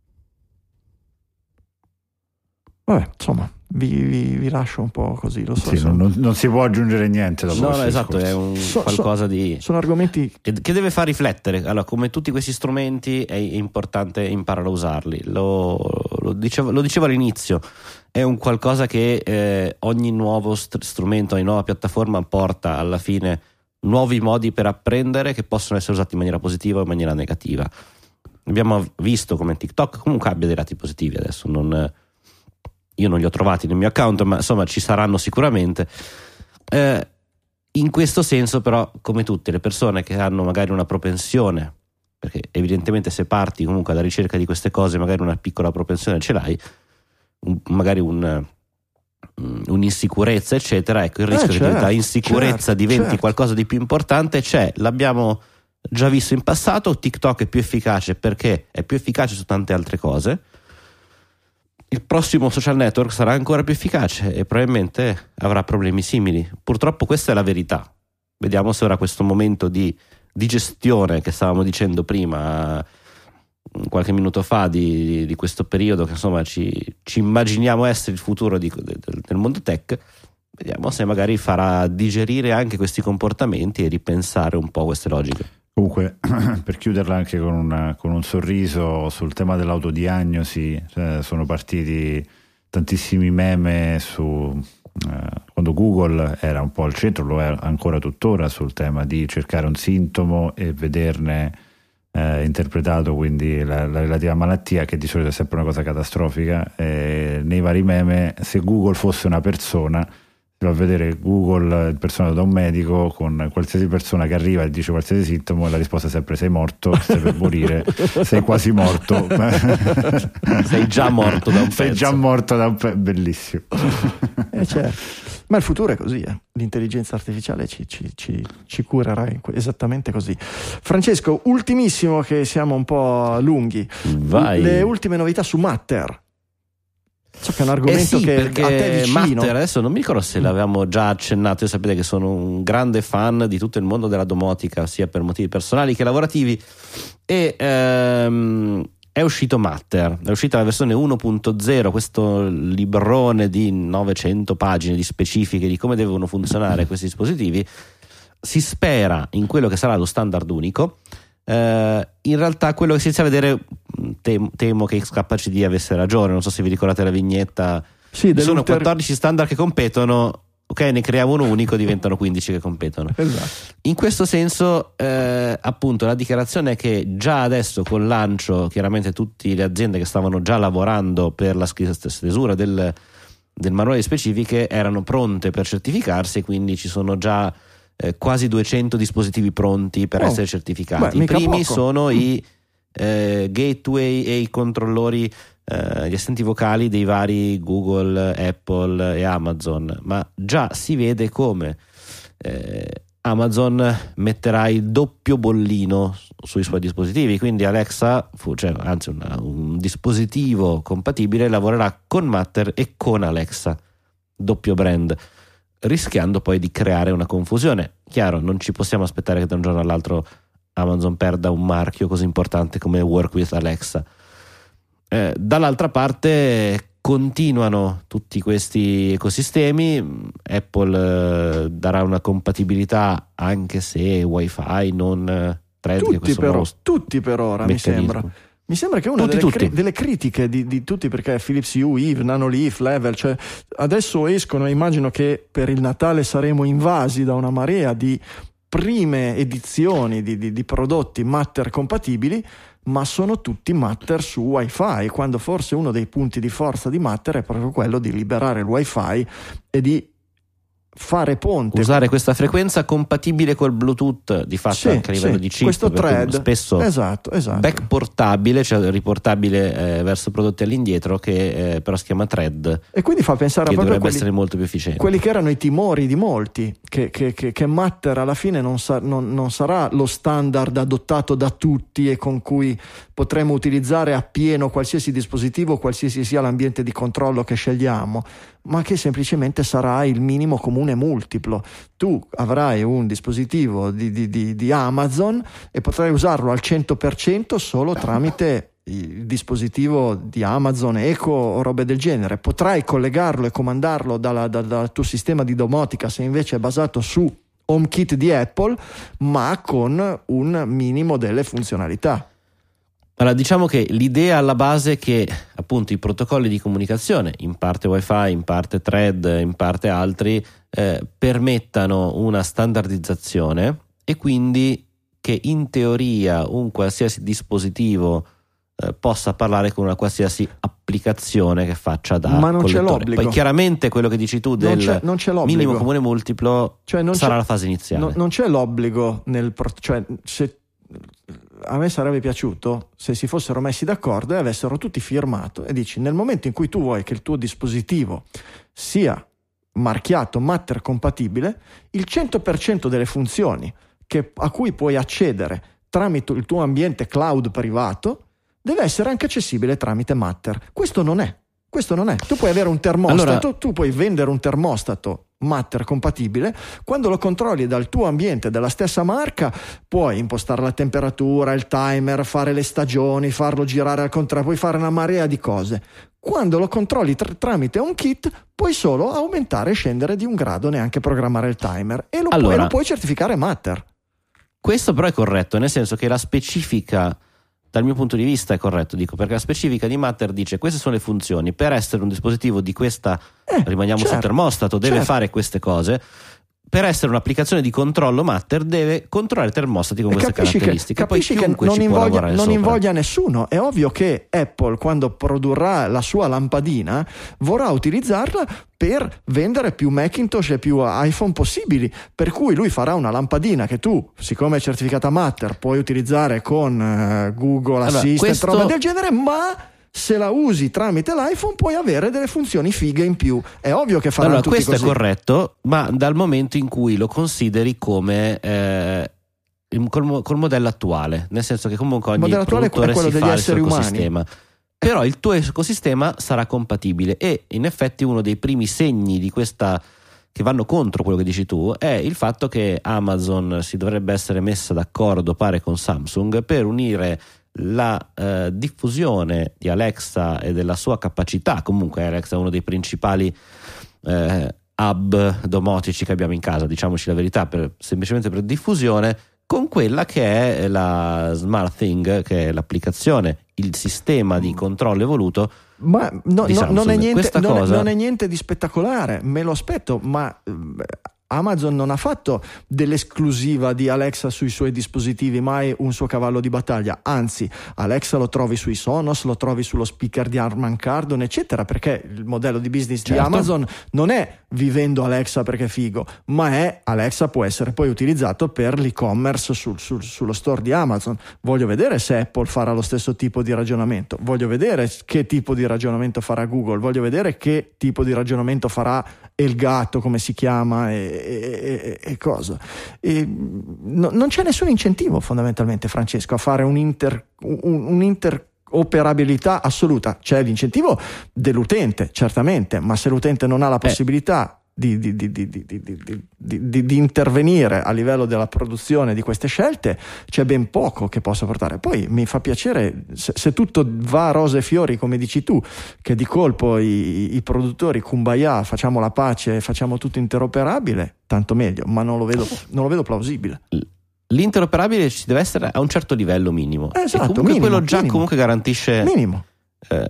Vabbè, insomma, vi, vi, vi lascio un po' così, lo so. Sì, sono... non, non si può aggiungere niente dopo. No, no, esatto, discorso. È un so, qualcosa so, di... Sono argomenti... Che, che deve far riflettere. Allora, come tutti questi strumenti è importante imparare a usarli. Lo, lo, dicevo, lo dicevo all'inizio, è un qualcosa che eh, ogni nuovo st- strumento, ogni nuova piattaforma porta alla fine nuovi modi per apprendere che possono essere usati in maniera positiva o in maniera negativa. Abbiamo visto come TikTok comunque abbia dei lati positivi, adesso non... Io non li ho trovati nel mio account, ma insomma ci saranno sicuramente. Eh, in questo senso però, come tutte le persone che hanno magari una propensione, perché evidentemente se parti comunque alla ricerca di queste cose, magari una piccola propensione ce l'hai, un, magari un, un'insicurezza eccetera, ecco il rischio eh, certo, che da insicurezza certo, diventi certo. qualcosa di più importante c'è, l'abbiamo già visto in passato. TikTok è più efficace perché è più efficace su tante altre cose. Il prossimo social network sarà ancora più efficace e probabilmente avrà problemi simili. Purtroppo questa è la verità. Vediamo se ora questo momento di, di gestione che stavamo dicendo prima, qualche minuto fa, di, di questo periodo che insomma ci, ci immaginiamo essere il futuro di, del, del mondo tech, vediamo se magari farà digerire anche questi comportamenti e ripensare un po' queste logiche. Comunque, per chiuderla anche con, una, con un sorriso, sul tema dell'autodiagnosi, cioè, sono partiti tantissimi meme su eh, quando Google era un po' al centro, lo è ancora tuttora, sul tema di cercare un sintomo e vederne eh, interpretato quindi la, la relativa malattia, che di solito è sempre una cosa catastrofica. Eh, nei vari meme, se Google fosse una persona, va a vedere Google impersonato da un medico con qualsiasi persona che arriva e dice qualsiasi sintomo e la risposta è sempre: sei morto, stai per morire, sei quasi morto, sei già morto da un sei pezzo. già morto da un pezzo. Bellissimo. Eh certo. Ma il futuro è così, eh. L'intelligenza artificiale ci, ci, ci, ci curerà esattamente così. Francesco, ultimissimo, che siamo un po' lunghi. Vai. Le ultime novità su Matter. So che è un argomento eh sì, che perché a te è vicino. Matter, adesso non mi ricordo se l'avevamo già accennato. Io sapete che sono un grande fan di tutto il mondo della domotica, sia per motivi personali che lavorativi, e ehm, è uscito Matter, è uscita la versione uno punto zero, questo librone di novecento pagine di specifiche di come devono funzionare questi dispositivi. Si spera in quello che sarà lo standard unico. Uh, in realtà quello che si inizia a vedere, tem- temo che X K C D avesse ragione, non so se vi ricordate la vignetta, sì, sono quattordici standard che competono, ok, ne creiamo uno unico, diventano quindici che competono. Esatto. In questo senso eh, appunto la dichiarazione è che già adesso col lancio, chiaramente tutte le aziende che stavano già lavorando per la stesura del, del manuale di specifiche erano pronte per certificarsi, e quindi ci sono già Eh, quasi duecento dispositivi pronti per oh, essere certificati. Beh, I primi poco. sono i eh, gateway e i controllori, eh, gli assistenti vocali dei vari Google, Apple e Amazon, ma già si vede come eh, Amazon metterà il doppio bollino sui suoi dispositivi, quindi Alexa, cioè, anzi una, un dispositivo compatibile lavorerà con Matter e con Alexa, doppio brand, rischiando poi di creare una confusione. Chiaro, non ci possiamo aspettare che da un giorno all'altro Amazon perda un marchio così importante come Work with Alexa. Eh, dall'altra parte continuano tutti questi ecosistemi. Apple eh, darà una compatibilità, anche se Wi-Fi, non eh, Thread, tutti, che questo però, nuovo tutti per ora meccanismo. mi sembra. Mi sembra che una tutti, delle, tutti. Cri- delle critiche di, di tutti, perché Philips Hue, Eve, Nanoleaf, Level, cioè adesso escono, immagino che per il Natale saremo invasi da una marea di prime edizioni di, di, di prodotti Matter compatibili, ma sono tutti Matter su Wi-Fi, quando forse uno dei punti di forza di Matter è proprio quello di liberare il Wi-Fi e di fare ponte, usare questa frequenza compatibile col Bluetooth, di fatto, sì, anche a livello sì, di chip, questo thread spesso esatto, esatto. backportabile, cioè riportabile eh, verso prodotti all'indietro, che eh, però si chiama thread, e quindi fa pensare che a proprio dovrebbe quelli, essere molto più efficiente. Quelli che erano i timori di molti, che, che, che, che Matter alla fine non, sa, non, non sarà lo standard adottato da tutti e con cui potremo utilizzare appieno qualsiasi dispositivo, qualsiasi sia l'ambiente di controllo che scegliamo, ma che semplicemente sarà il minimo comune multiplo. Tu avrai un dispositivo di, di, di, di Amazon e potrai usarlo al cento per cento solo tramite il dispositivo di Amazon Echo o robe del genere. Potrai collegarlo e comandarlo dalla, da, dal tuo sistema di domotica, se invece è basato su HomeKit di Apple, ma con un minimo delle funzionalità. Allora, diciamo che l'idea alla base è che appunto i protocolli di comunicazione, in parte Wi-Fi, in parte Thread, in parte altri, eh, permettano una standardizzazione, e quindi che in teoria un qualsiasi dispositivo eh, possa parlare con una qualsiasi applicazione che faccia da Ma non collettore. c'è l'obbligo. Poi chiaramente quello che dici tu del non c'è, non c'è minimo comune multiplo, cioè non sarà la fase iniziale. No, non c'è l'obbligo nel pro- cioè se a me sarebbe piaciuto se si fossero messi d'accordo e avessero tutti firmato, e dici: nel momento in cui tu vuoi che il tuo dispositivo sia marchiato Matter compatibile, il cento per cento delle funzioni che, a cui puoi accedere tramite il tuo ambiente cloud privato deve essere anche accessibile tramite Matter. Questo non è. Questo non è. Tu puoi avere un termostato, allora, tu puoi vendere un termostato Matter compatibile, quando lo controlli dal tuo ambiente della stessa marca puoi impostare la temperatura, il timer, fare le stagioni, farlo girare al contrario, puoi fare una marea di cose. Quando lo controlli tra- tramite HomeKit puoi solo aumentare e scendere di un grado, neanche programmare il timer, e lo, allora, puoi, lo puoi certificare Matter. Questo però è corretto, nel senso che la specifica, dal mio punto di vista è corretto, dico, perché la specifica di Matter dice: queste sono le funzioni, per essere un dispositivo di questa, eh, rimaniamo certo, sul termostato, deve certo. fare queste cose. Per essere un'applicazione di controllo Matter deve controllare termostati con e queste caratteristiche. Che, capisci poi che non, invoglia, non sopra. invoglia nessuno. È ovvio che Apple, quando produrrà la sua lampadina, vorrà utilizzarla per vendere più Macintosh e più iPhone possibili, per cui lui farà una lampadina che tu, siccome è certificata Matter, puoi utilizzare con uh, Google allora, Assistant, questo... roba del genere, ma se la usi tramite l'iPhone puoi avere delle funzioni fighe in più. È ovvio che faranno allora, tutti questo così. È corretto, ma dal momento in cui lo consideri come eh, col, col modello attuale, nel senso che comunque ogni produttore si fa il suo ecosistema, però il tuo ecosistema sarà compatibile, e in effetti uno dei primi segni di questa, che vanno contro quello che dici tu, è il fatto che Amazon si dovrebbe essere messa d'accordo, pare, con Samsung per unire la eh, diffusione di Alexa e della sua capacità. Comunque Alexa è uno dei principali eh, hub domotici che abbiamo in casa, diciamoci la verità, per, semplicemente per diffusione, con quella che è la SmartThing, che è l'applicazione, il sistema di controllo evoluto. Ma no, di no, non, è niente, non, cosa... è, non è niente di spettacolare, me lo aspetto, ma Amazon non ha fatto dell'esclusiva di Alexa sui suoi dispositivi, mai un suo cavallo di battaglia. Anzi, Alexa lo trovi sui Sonos, lo trovi sullo speaker di Harman Kardon, eccetera, perché il modello di business certo. di Amazon non è vivendo Alexa perché è figo, ma è Alexa può essere poi utilizzato per l'e-commerce sul, sul, sullo store di Amazon. Voglio vedere se Apple farà lo stesso tipo di ragionamento, voglio vedere che tipo di ragionamento farà Google, voglio vedere che tipo di ragionamento farà Elgato, come si chiama, e E, e, e cosa e no, non c'è nessun incentivo fondamentalmente, Francesco, a fare un inter, un, un'interoperabilità assoluta. C'è l'incentivo dell'utente certamente, ma se l'utente non ha la possibilità eh. di, di, di, di, di, di, di, di, di intervenire a livello della produzione di queste scelte, c'è ben poco che possa portare. Poi mi fa piacere se, se tutto va a rose e fiori come dici tu, che di colpo i, i produttori kumbaya, facciamo la pace, facciamo tutto interoperabile, tanto meglio, ma non lo vedo, non lo vedo plausibile. L'interoperabile ci deve essere a un certo livello minimo, esatto, e comunque minimo, quello già minimo. comunque garantisce minimo eh,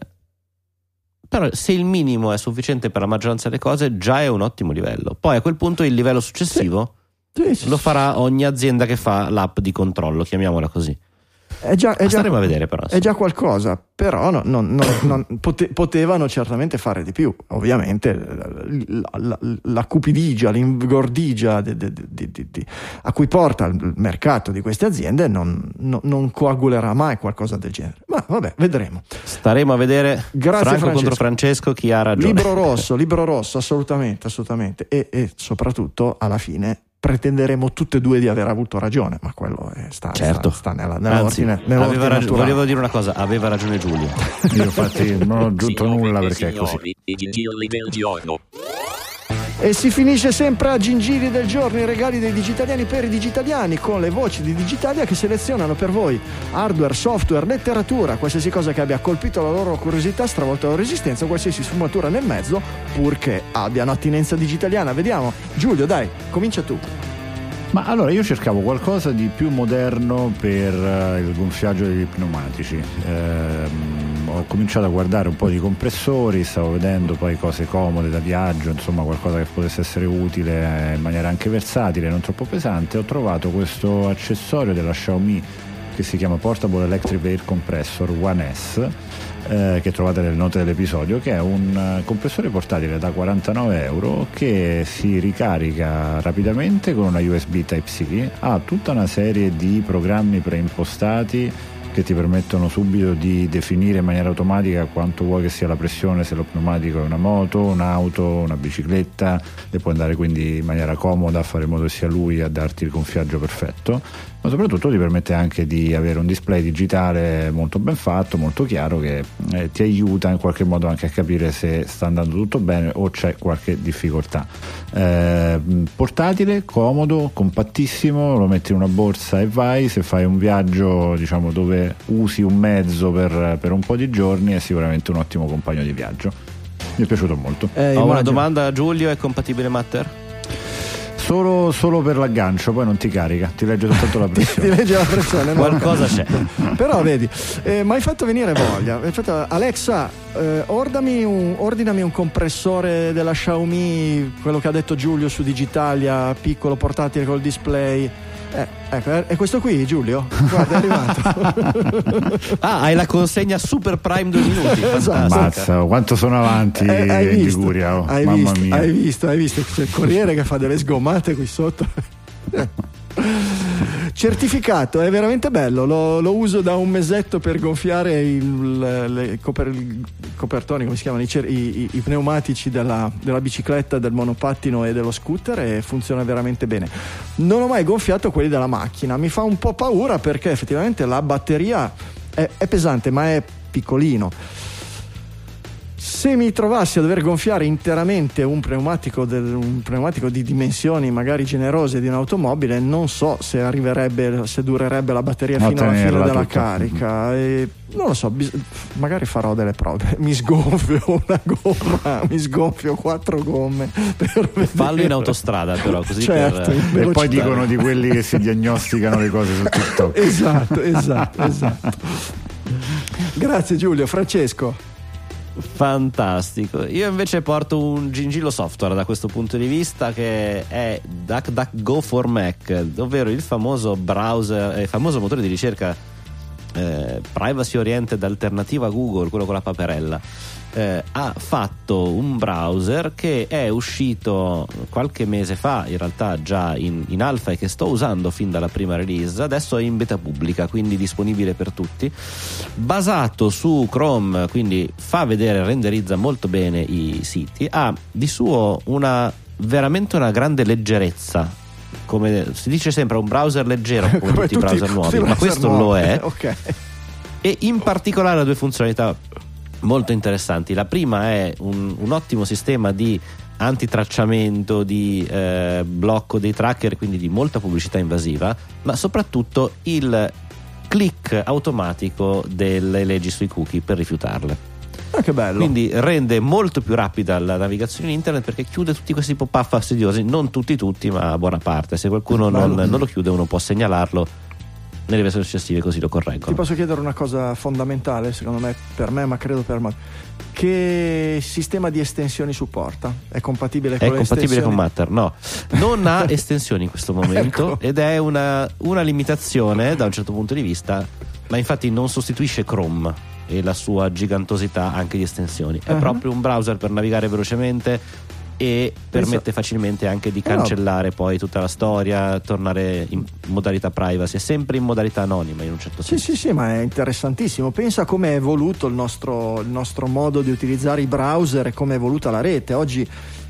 però se il minimo è sufficiente per la maggioranza delle cose, già è un ottimo livello. Poi a quel punto il livello successivo sì. Sì, sì, lo farà ogni azienda che fa l'app di controllo, chiamiamola così. È già, è già, staremo a vedere, però è già qualcosa, però no, no, no, non, pote, potevano certamente fare di più. Ovviamente la, la, la cupidigia, l'ingordigia di, di, di, di, di, a cui porta il mercato di queste aziende non, no, non coagulerà mai qualcosa del genere. Ma vabbè, vedremo. Staremo a vedere. Grazie, Franco Francesco. contro Francesco, chi ha ragione. Libro rosso, libro rosso, assolutamente, assolutamente. E, e soprattutto alla fine pretenderemo tutte e due di aver avuto ragione, ma quello è sta, certo. sta, sta nella, nell'ordine, Anzi, nell'ordine aveva raggi- naturale. volevo dire una cosa, aveva ragione Giulio. Io infatti non ho aggiunto nulla perché è così. E si finisce sempre a Gingilli del giorno, i regali dei digitaliani per i digitaliani, con le voci di Digitalia che selezionano per voi hardware, software, letteratura, qualsiasi cosa che abbia colpito la loro curiosità, stravolto la loro esistenza, qualsiasi sfumatura nel mezzo, purché abbiano attinenza digitaliana. Vediamo, Giulio, dai, comincia tu. Ma allora io cercavo qualcosa di più moderno per uh, il gonfiaggio degli pneumatici. Ehm, ho cominciato a guardare un po' di compressori, stavo vedendo poi cose comode da viaggio, insomma qualcosa che potesse essere utile in maniera anche versatile, non troppo pesante. Ho trovato questo accessorio della Xiaomi che si chiama Portable Electric Air Compressor One S, eh, che trovate nelle note dell'episodio, che è un uh, compressore portatile da quarantanove euro che si ricarica rapidamente con una U S B Type-C, ha tutta una serie di programmi preimpostati che ti permettono subito di definire in maniera automatica quanto vuoi che sia la pressione, se lo pneumatico è una moto, un'auto, una bicicletta, e puoi andare quindi in maniera comoda a fare in modo che sia lui a darti il gonfiaggio perfetto, ma soprattutto ti permette anche di avere un display digitale molto ben fatto, molto chiaro, che eh, ti aiuta in qualche modo anche a capire se sta andando tutto bene o c'è qualche difficoltà. Eh, portatile, comodo, compattissimo, lo metti in una borsa e vai. Se fai un viaggio, diciamo, dove usi un mezzo per, per un po' di giorni, è sicuramente un ottimo compagno di viaggio. Mi è piaciuto molto. Eh, Ho una domanda, Giulio: è compatibile Matter? Solo, solo per l'aggancio, poi non ti carica, ti legge soltanto la pressione. ti legge la pressione, no? Qualcosa c'è. Però vedi, eh, mi hai fatto venire voglia. Infatti, Alexa, eh, ordami un, ordinami un compressore della Xiaomi, quello che ha detto Giulio su Digitalia, piccolo, portatile col display. Eh, ecco, è questo qui, Giulio? Guarda, è arrivato. Ah, hai la consegna Super Prime due minuti. Esatto. Mazza, quanto sono avanti eh, hai in visto, Liguria, oh, hai mamma visto, mia. Hai visto, hai visto, c'è il corriere che fa delle sgommate qui sotto. Certificato, è veramente bello, lo, lo uso da un mesetto per gonfiare il, le, coper, il copertoni, come si chiamano, i, i, i pneumatici della, della bicicletta, del monopattino e dello scooter, e funziona veramente bene. Non ho mai gonfiato quelli della macchina, mi fa un po' paura perché effettivamente la batteria è, è pesante, ma è piccolino. Se mi trovassi a dover gonfiare interamente un pneumatico, del, un pneumatico di dimensioni magari generose di un'automobile, non so se arriverebbe, se durerebbe la batteria no, fino alla fine della tutta. carica. E non lo so, bis- magari farò delle prove. Mi sgonfio una gomma, mi sgonfio quattro gomme. Per Fallo in autostrada, però, così certo, per... E poi dicono di quelli che si diagnosticano le cose su TikTok. Esatto, esatto, esatto. Grazie Giulio. Francesco. Fantastico. Io invece porto un gingillo software da questo punto di vista, che è DuckDuckGo for Mac, ovvero il famoso browser, il famoso motore di ricerca eh, privacy oriented alternativa a Google, quello con la paperella. Eh, ha fatto un browser che è uscito qualche mese fa, in realtà già in, in alfa, e che sto usando fin dalla prima release. Adesso è in beta pubblica, quindi disponibile per tutti, basato su Chrome, quindi fa vedere, renderizza molto bene i siti, ha di suo una veramente una grande leggerezza. Come si dice sempre, un browser leggero come, come tutti i browser nuovi, ma questo nuovi. Lo è. Okay. E in particolare ha due funzionalità molto interessanti. La prima è un, un ottimo sistema di antitracciamento, di eh, blocco dei tracker, quindi di molta pubblicità invasiva, ma soprattutto il click automatico delle leggi sui cookie per rifiutarle. Ah, che bello. Quindi rende molto più rapida la navigazione in internet, perché chiude tutti questi pop-up fastidiosi, non tutti tutti, ma buona parte. Se qualcuno non, non lo chiude, uno può segnalarlo nelle versioni successive, così lo correggono. Ti posso chiedere una cosa fondamentale, secondo me, per me, ma credo per me. Che sistema di estensioni supporta? È compatibile con è le compatibile estensioni? con Matter? No, non ha estensioni in questo momento, ecco. Ed è una, una limitazione da un certo punto di vista, ma infatti non sostituisce Chrome e la sua gigantosità anche di estensioni. È uh-huh. proprio un browser per navigare velocemente, e permette Penso... facilmente anche di cancellare no. poi tutta la storia, tornare in modalità privacy. È sempre in modalità anonima, in un certo senso. Sì, sì, sì, ma è interessantissimo. Pensa come è evoluto il nostro, il nostro modo di utilizzare i browser e come è evoluta la rete. Oggi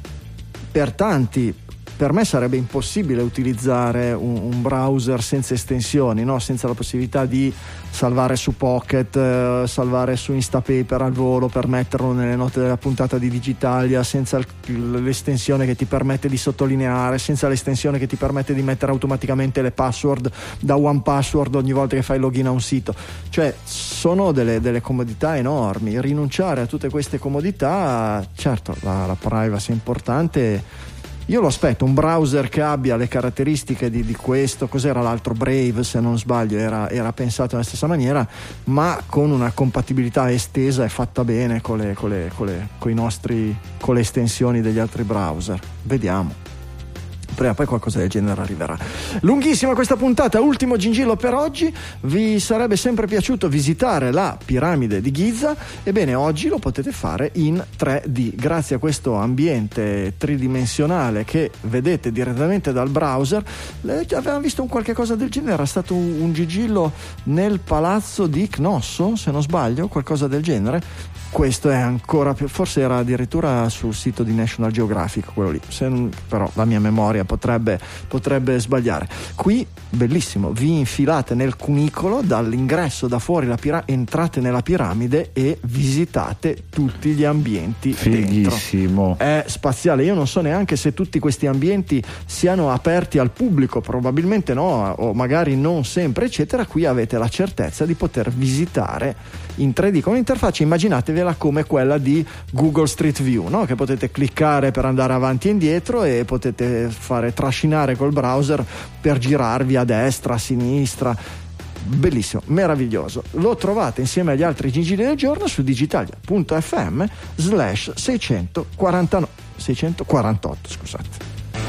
per tanti, per me sarebbe impossibile utilizzare un, un browser senza estensioni, no? Senza la possibilità di salvare su Pocket, eh, salvare su Instapaper al volo per metterlo nelle note della puntata di Digitalia, senza l- l'estensione che ti permette di sottolineare, senza l'estensione che ti permette di mettere automaticamente le password da One Password ogni volta che fai login a un sito. Cioè sono delle, delle comodità enormi. Rinunciare a tutte queste comodità, certo la, la privacy è importante. Io lo aspetto, un browser che abbia le caratteristiche di, di questo, cos'era l'altro, Brave se non sbaglio, era, era pensato nella stessa maniera, ma con una compatibilità estesa e fatta bene con le, con le, con le, con i nostri, con le estensioni degli altri browser. Vediamo. Prima o poi qualcosa del genere arriverà. Lunghissima questa puntata, ultimo gingillo per oggi. Vi sarebbe sempre piaciuto visitare la piramide di Giza? Ebbene, oggi lo potete fare in tre D grazie a questo ambiente tridimensionale che vedete direttamente dal browser. Avevamo visto un qualche cosa del genere, era stato un, un gingillo nel palazzo di Cnosso, se non sbaglio, qualcosa del genere. Questo è ancora più, forse era addirittura sul sito di National Geographic quello lì, se non, però la mia memoria potrebbe, potrebbe sbagliare. Qui bellissimo, vi infilate nel cunicolo, dall'ingresso da fuori la pira- entrate nella piramide e visitate tutti gli ambienti. Fighissimo. Dentro. È spaziale. Io non so neanche se tutti questi ambienti siano aperti al pubblico, probabilmente no, o magari non sempre eccetera. Qui avete la certezza di poter visitare in tre D con un'interfaccia, immaginatevela come quella di Google Street View, no? Che potete cliccare per andare avanti e indietro e potete fare trascinare col browser per girarvi a destra, a sinistra. Bellissimo, meraviglioso. Lo trovate insieme agli altri gingilli del giorno su digitalia.fm slash seicentoquarantanove seicentoquarantotto, scusate.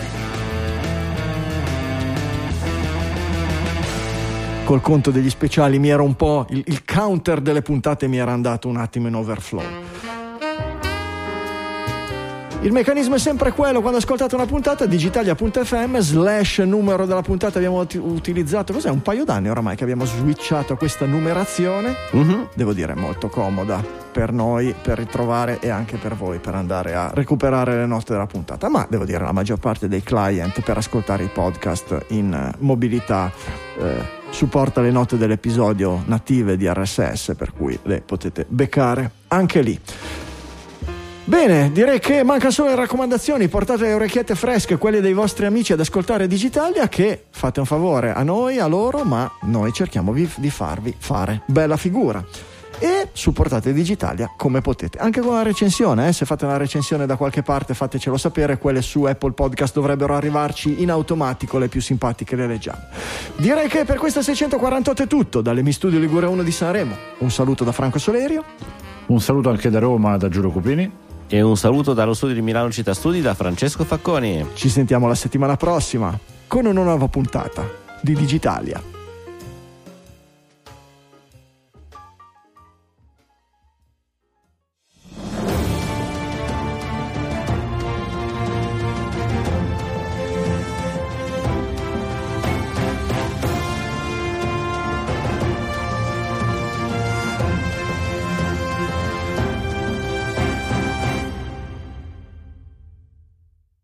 Col conto degli speciali mi era un po' il, il counter delle puntate mi era andato un attimo in overflow. Il meccanismo è sempre quello: quando ascoltate una puntata, digitalia.fm slash numero della puntata. Abbiamo t- utilizzato, cos'è, un paio d'anni oramai che abbiamo switchato a questa numerazione. Mm-hmm. Devo dire molto comoda per noi, per ritrovare, e anche per voi per andare a recuperare le note della puntata, ma devo dire la maggior parte dei client per ascoltare i podcast in mobilità eh, supporta le note dell'episodio native di R S S, per cui le potete beccare anche lì. Bene, direi che mancano solo le raccomandazioni. Portate le orecchiette fresche, quelle dei vostri amici, ad ascoltare Digitalia, che fate un favore a noi, a loro, ma noi cerchiamo di, di farvi fare bella figura. E supportate Digitalia come potete, anche con la recensione, eh? Se fate una recensione da qualche parte fatecelo sapere, quelle su Apple Podcast dovrebbero arrivarci in automatico, le più simpatiche le leggiamo. Direi che per questa seicentoquarantotto è tutto, dalle Mi Studio Ligure uno di Sanremo. Un saluto da Franco Solerio. Un saluto anche da Roma, da Giulio Cupini. E un saluto dallo studio di Milano Città Studi da Francesco Facconi. Ci sentiamo la settimana prossima con una nuova puntata di Digitalia.